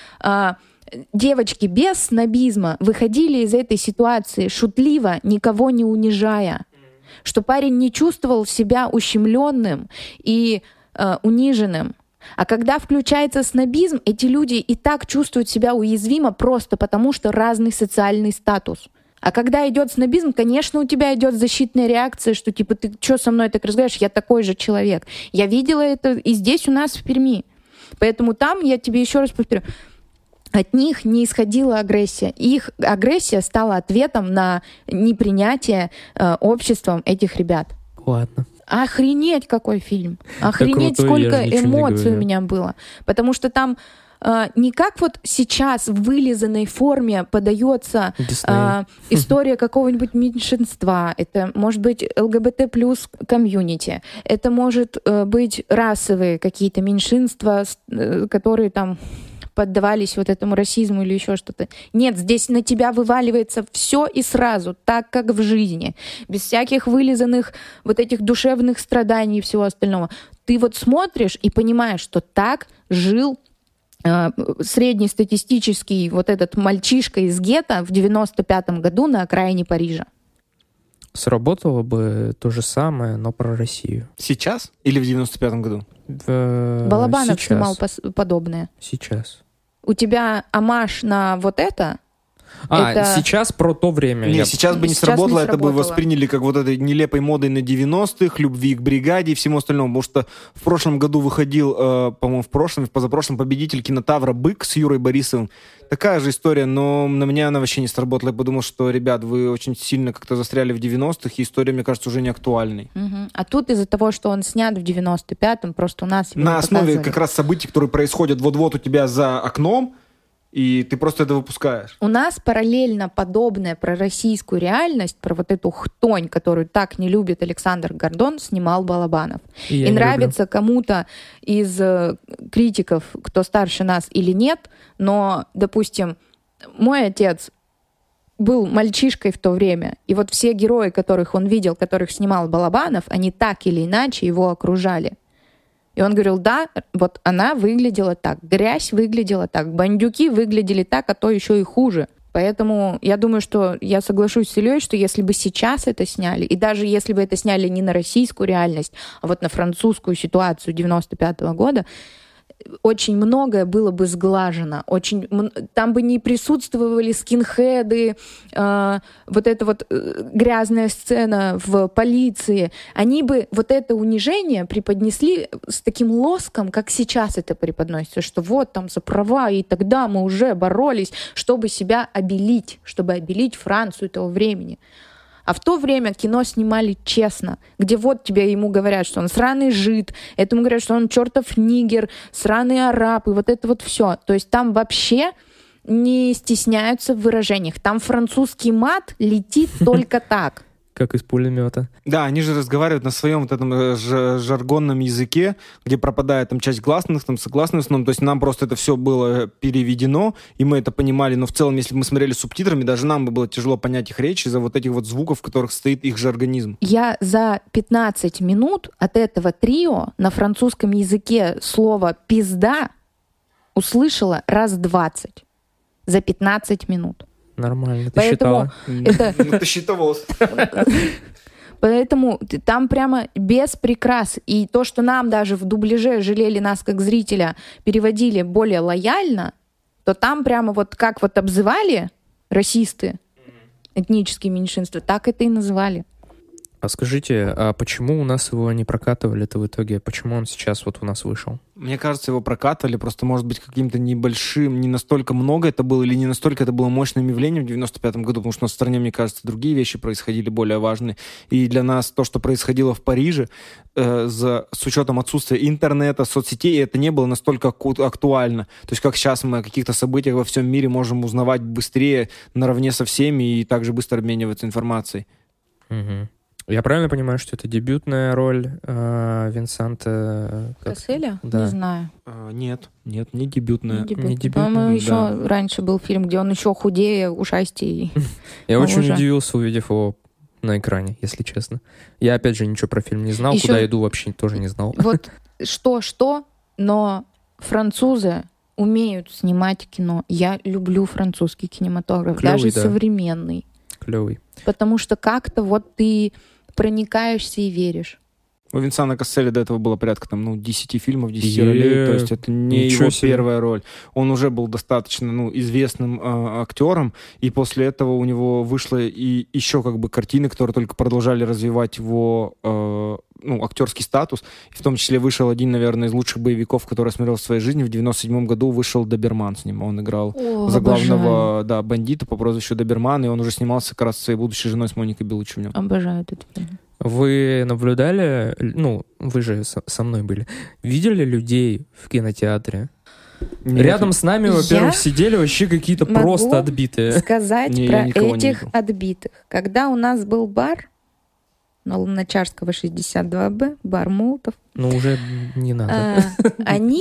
девочки без снобизма выходили из этой ситуации шутливо, никого не унижая. Что парень не чувствовал себя ущемленным и униженным. А когда включается снобизм, эти люди и так чувствуют себя уязвимо просто потому, что разный социальный статус. А когда идет снобизм, конечно, у тебя идет защитная реакция, что типа ты что со мной так разговариваешь, я такой же человек. Я видела это и здесь у нас в Перми. Поэтому там, я тебе еще раз повторю, от них не исходила агрессия. Их агрессия стала ответом на непринятие обществом этих ребят. Ладно. Охренеть, какой фильм. Охренеть, сколько эмоций у меня было. Потому что там не как вот сейчас в вылизанной форме подается история какого-нибудь меньшинства. Это может быть ЛГБТ плюс комьюнити. Это может быть расовые какие-то меньшинства, которые там поддавались вот этому расизму или еще что-то. Нет, здесь на тебя вываливается все и сразу, так, как в жизни. Без всяких вылизанных вот этих душевных страданий и всего остального. Ты вот смотришь и понимаешь, что так жил среднестатистический вот этот мальчишка из гетто в 95-м году на окраине Парижа. Сработало бы то же самое, но про Россию. Сейчас или в 95-м году? Балабанов снимал подобное. Сейчас. У тебя омаж на вот это? Сейчас про то время. Сейчас бы не сработало, это бы восприняли как вот этой нелепой модой на 90-х, любви к бригаде и всему остальному. Потому что в прошлом году выходил, по-моему, в позапрошлом победитель кинотавра «Бык» с Юрой Борисовым. Такая же история, но на меня она вообще не сработала. Я подумал, что, ребят, вы очень сильно как-то застряли в 90-х, и история, мне кажется, уже не актуальной. Угу. А тут из-за того, что он снят в 95-м, просто у нас его на основе как раз событий, которые происходят вот-вот у тебя за окном, и ты просто это выпускаешь. У нас параллельно подобная про российскую реальность, про вот эту хтонь, которую так не любит Александр Гордон, снимал Балабанов. И нравится кому-то из критиков, кто старше нас или нет, но, допустим, мой отец был мальчишкой в то время, и вот все герои, которых он видел, которых снимал Балабанов, они так или иначе его окружали. И он говорил, да, вот она выглядела так, грязь выглядела так, бандюки выглядели так, а то еще и хуже. Поэтому я думаю, что я соглашусь с Ильей, что если бы сейчас это сняли, и даже если бы это сняли не на российскую реальность, а вот на французскую ситуацию 95-го года, очень многое было бы сглажено. Там бы не присутствовали скинхеды, вот эта вот грязная сцена в полиции. Они бы вот это унижение преподнесли с таким лоском, как сейчас это преподносится, что вот там за права, и тогда мы уже боролись, чтобы себя обелить, чтобы обелить Францию того времени. А в то время кино снимали честно, где вот тебе ему говорят, что он сраный жид, этому говорят, что он чертов нигер, сраный араб, и вот это вот все. То есть там вообще не стесняются в выражениях. Там французский мат летит только так. Как из пулемета. Да, они же разговаривают на своем вот этом жаргонном языке, где пропадает там часть гласных, там согласных, то есть нам просто это все было переведено, и мы это понимали, но в целом, если бы мы смотрели субтитрами, даже нам бы было тяжело понять их речь из-за вот этих вот звуков, в которых стоит их же организм. Я за 15 минут от этого трио на французском языке слово «пизда» услышала раз 20 за 15 минут. Нормально, ты Поэтому считала. Ты считывалась. Поэтому там прямо без прикрас. И то, что нам даже в дубляже жалели нас как зрителя, переводили более лояльно, то там прямо вот как вот обзывали расисты, этнические меньшинства, так это и называли. А скажите, а почему у нас его не прокатывали-то в итоге? Почему он сейчас вот у нас вышел? Мне кажется, его прокатывали, просто, может быть, каким-то небольшим, не настолько много это было, или не настолько это было мощным явлением в 95-м году, потому что у нас в стране, мне кажется, другие вещи происходили более важные. И для нас то, что происходило в Париже, с учетом отсутствия интернета, соцсетей, это не было настолько актуально. То есть как сейчас мы о каких-то событиях во всем мире можем узнавать быстрее, наравне со всеми, и также быстро обмениваться информацией. Угу. Я правильно понимаю, что это дебютная роль Винсента Касселя? Да. Не знаю. Нет, не дебютная. Не дебютная. По-моему, еще Да. раньше был фильм, где он еще худее, ушастее. Я очень уже. удивился, увидев его на экране, если честно. Я, опять же, ничего про фильм не знал, Еще- куда иду вообще тоже не знал. Вот что, но французы умеют снимать кино. Я люблю французский кинематограф, Клёвый, даже да. современный. Клевый. Потому что как-то вот ты проникаешься и веришь. У Винсана Касселя до этого было порядка 10 фильмов, 10 ролей, то есть это не Ничего его себе. первая роль. Он уже был достаточно известным актером, и после этого у него вышло и еще картины, которые только продолжали развивать его актерский статус. И в том числе вышел один, наверное, из лучших боевиков, который я смотрел в своей жизни. В 97 году вышел «Доберман» с ним. Он играл за главного бандита по прозвищу Доберман, и он уже снимался как раз со своей будущей женой, с Моникой Белуччи в нем. Обожаю этот фильм. Вы наблюдали, вы же со мной были, видели людей в кинотеатре? Нет. Рядом с нами, во-первых, Я сидели вообще какие-то могу просто отбитые. Сказать Не, я про никого не этих видел. отбитых. Когда у нас был бар на Луначарского 62Б, бар Молотов, Ну, уже не надо. они,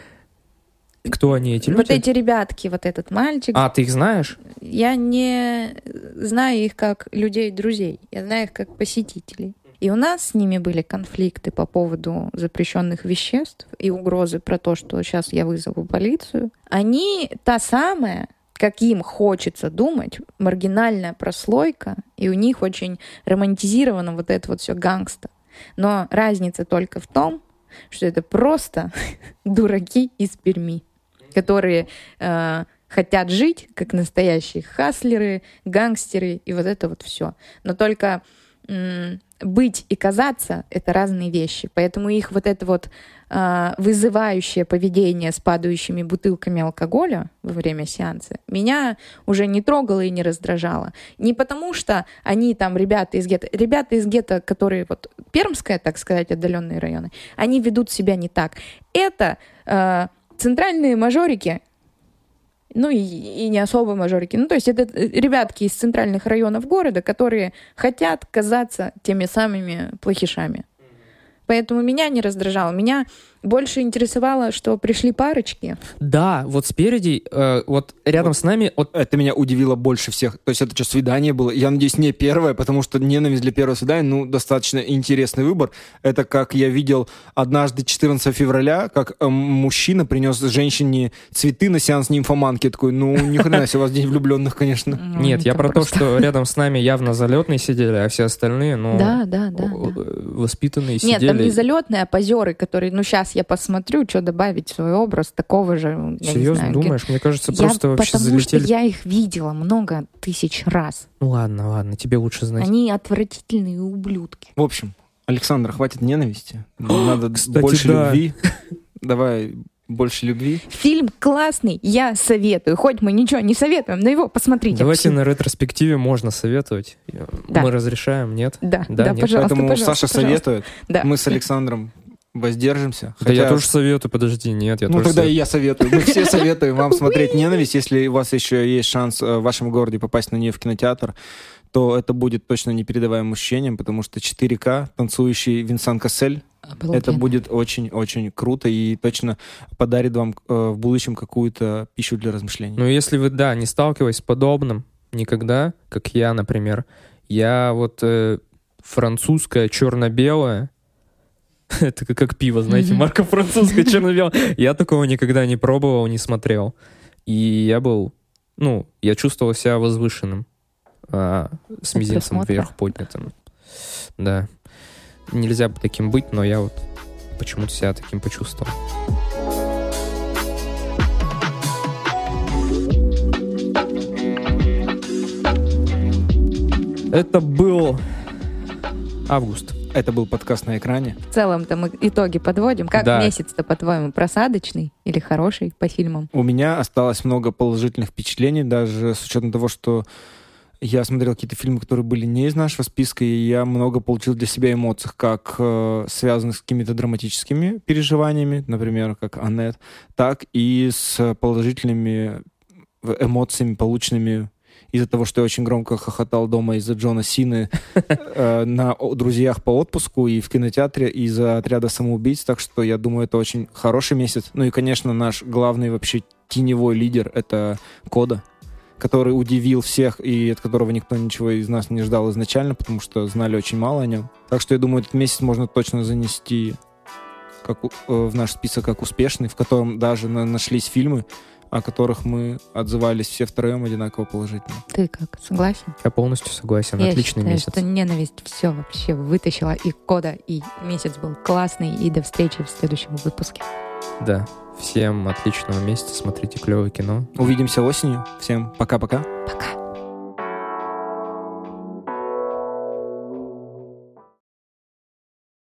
Кто они, эти люди? вот эти ребятки, вот этот мальчик, А, ты их знаешь? я не знаю их как людей-друзей, я знаю их как посетителей. И у нас с ними были конфликты по поводу запрещенных веществ и угрозы про то, что сейчас я вызову полицию. Они та самая, как им хочется думать, маргинальная прослойка, и у них очень романтизировано вот это вот все гангста. Но разница только в том, что это просто дураки из Перми, которые хотят жить как настоящие хаслеры, гангстеры и вот это вот все. Но только быть и казаться — это разные вещи. Поэтому их вот это вот вызывающее поведение с падающими бутылками алкоголя во время сеанса меня уже не трогало и не раздражало. Не потому что они там ребята из гетто, которые вот Пермская, так сказать, отдаленные районы, они ведут себя не так. Это центральные мажорики, ну и не особо мажорики. Ну, то есть это ребятки из центральных районов города, которые хотят казаться теми самыми плохишами. Поэтому меня не раздражало. Меня больше интересовало, что пришли парочки. Да, вот спереди, вот рядом с нами... Вот, Это меня удивило больше всех. То есть это что, свидание было? Я надеюсь, не первое, потому что ненависть для первого свидания, достаточно интересный выбор. Это как я видел однажды 14 февраля, как мужчина принес женщине цветы на сеанс нимфоманки. Я такой, ни хрена себе, у вас день влюбленных, конечно. нет, я про то, что рядом с нами явно залетные сидели, а все остальные, Да. воспитанные Нет, сидели. там Оля, не залетные, а позеры, которые, сейчас я посмотрю, что добавить в свой образ такого же. Серьезно думаешь? Мне кажется, просто вообще потому залетели... что я их видела много тысяч раз. Ну ладно, тебе лучше знать. Они отвратительные ублюдки. В общем, Александр, хватит ненависти. Надо Кстати, больше да. любви. Давай больше любви. Фильм классный, я советую. Хоть мы ничего не советуем, но его посмотрите. Давайте на ретроспективе можно советовать. Да. Мы разрешаем, нет? Да, нет? пожалуйста. Поэтому пожалуйста, Саша советует. Да. Мы с Александром воздержимся. Да я тоже советую, подожди, нет, я тоже тогда и советую. я советую. Мы все советуем вам смотреть «Ненависть». Если у вас еще есть шанс в вашем городе попасть на нее в кинотеатр, то это будет точно непередаваемым ощущением, потому что 4К, танцующий Винсан Кассель, Обалденно. это будет очень-очень круто и точно подарит вам в будущем какую-то пищу для размышлений. Ну, если вы, не сталкивались с подобным никогда, как я, например, я французское черно-белое, это как пиво, знаете, марка французское черно-белое, я такого никогда не пробовал, не смотрел. И я чувствовал себя возвышенным, с мизинцем вверх поднятым. Да. Нельзя бы таким быть, но я почему-то себя таким почувствовал. Это был август. Это был подкаст «На экране». В целом-то мы итоги подводим. Как Да. месяц-то, по-твоему, просадочный или хороший по фильмам? У меня осталось много положительных впечатлений, даже с учетом того, что я смотрел какие-то фильмы, которые были не из нашего списка, и я много получил для себя эмоций, как связанных с какими-то драматическими переживаниями, например, как Аннет, так и с положительными эмоциями, полученными из-за того, что я очень громко хохотал дома из-за Джона Сины на «Друзьях по отпуску» и в кинотеатре из-за «Отряда самоубийц». Так что я думаю, это очень хороший месяц. Ну и, конечно, наш главный вообще теневой лидер — это Кода, который удивил всех и от которого никто ничего из нас не ждал изначально, потому что знали очень мало о нем. Так что я думаю, этот месяц можно точно занести в наш список как успешный, в котором даже нашлись фильмы, о которых мы отзывались все втроем одинаково положительно. Ты как, согласен? Я полностью согласен. Я Отличный считаю, месяц. что «Ненависть» все вообще вытащила и Кода, и месяц был классный, и до встречи в следующем выпуске. Да. Всем отличного месяца. Смотрите клевое кино. Увидимся осенью. Всем пока-пока. Пока.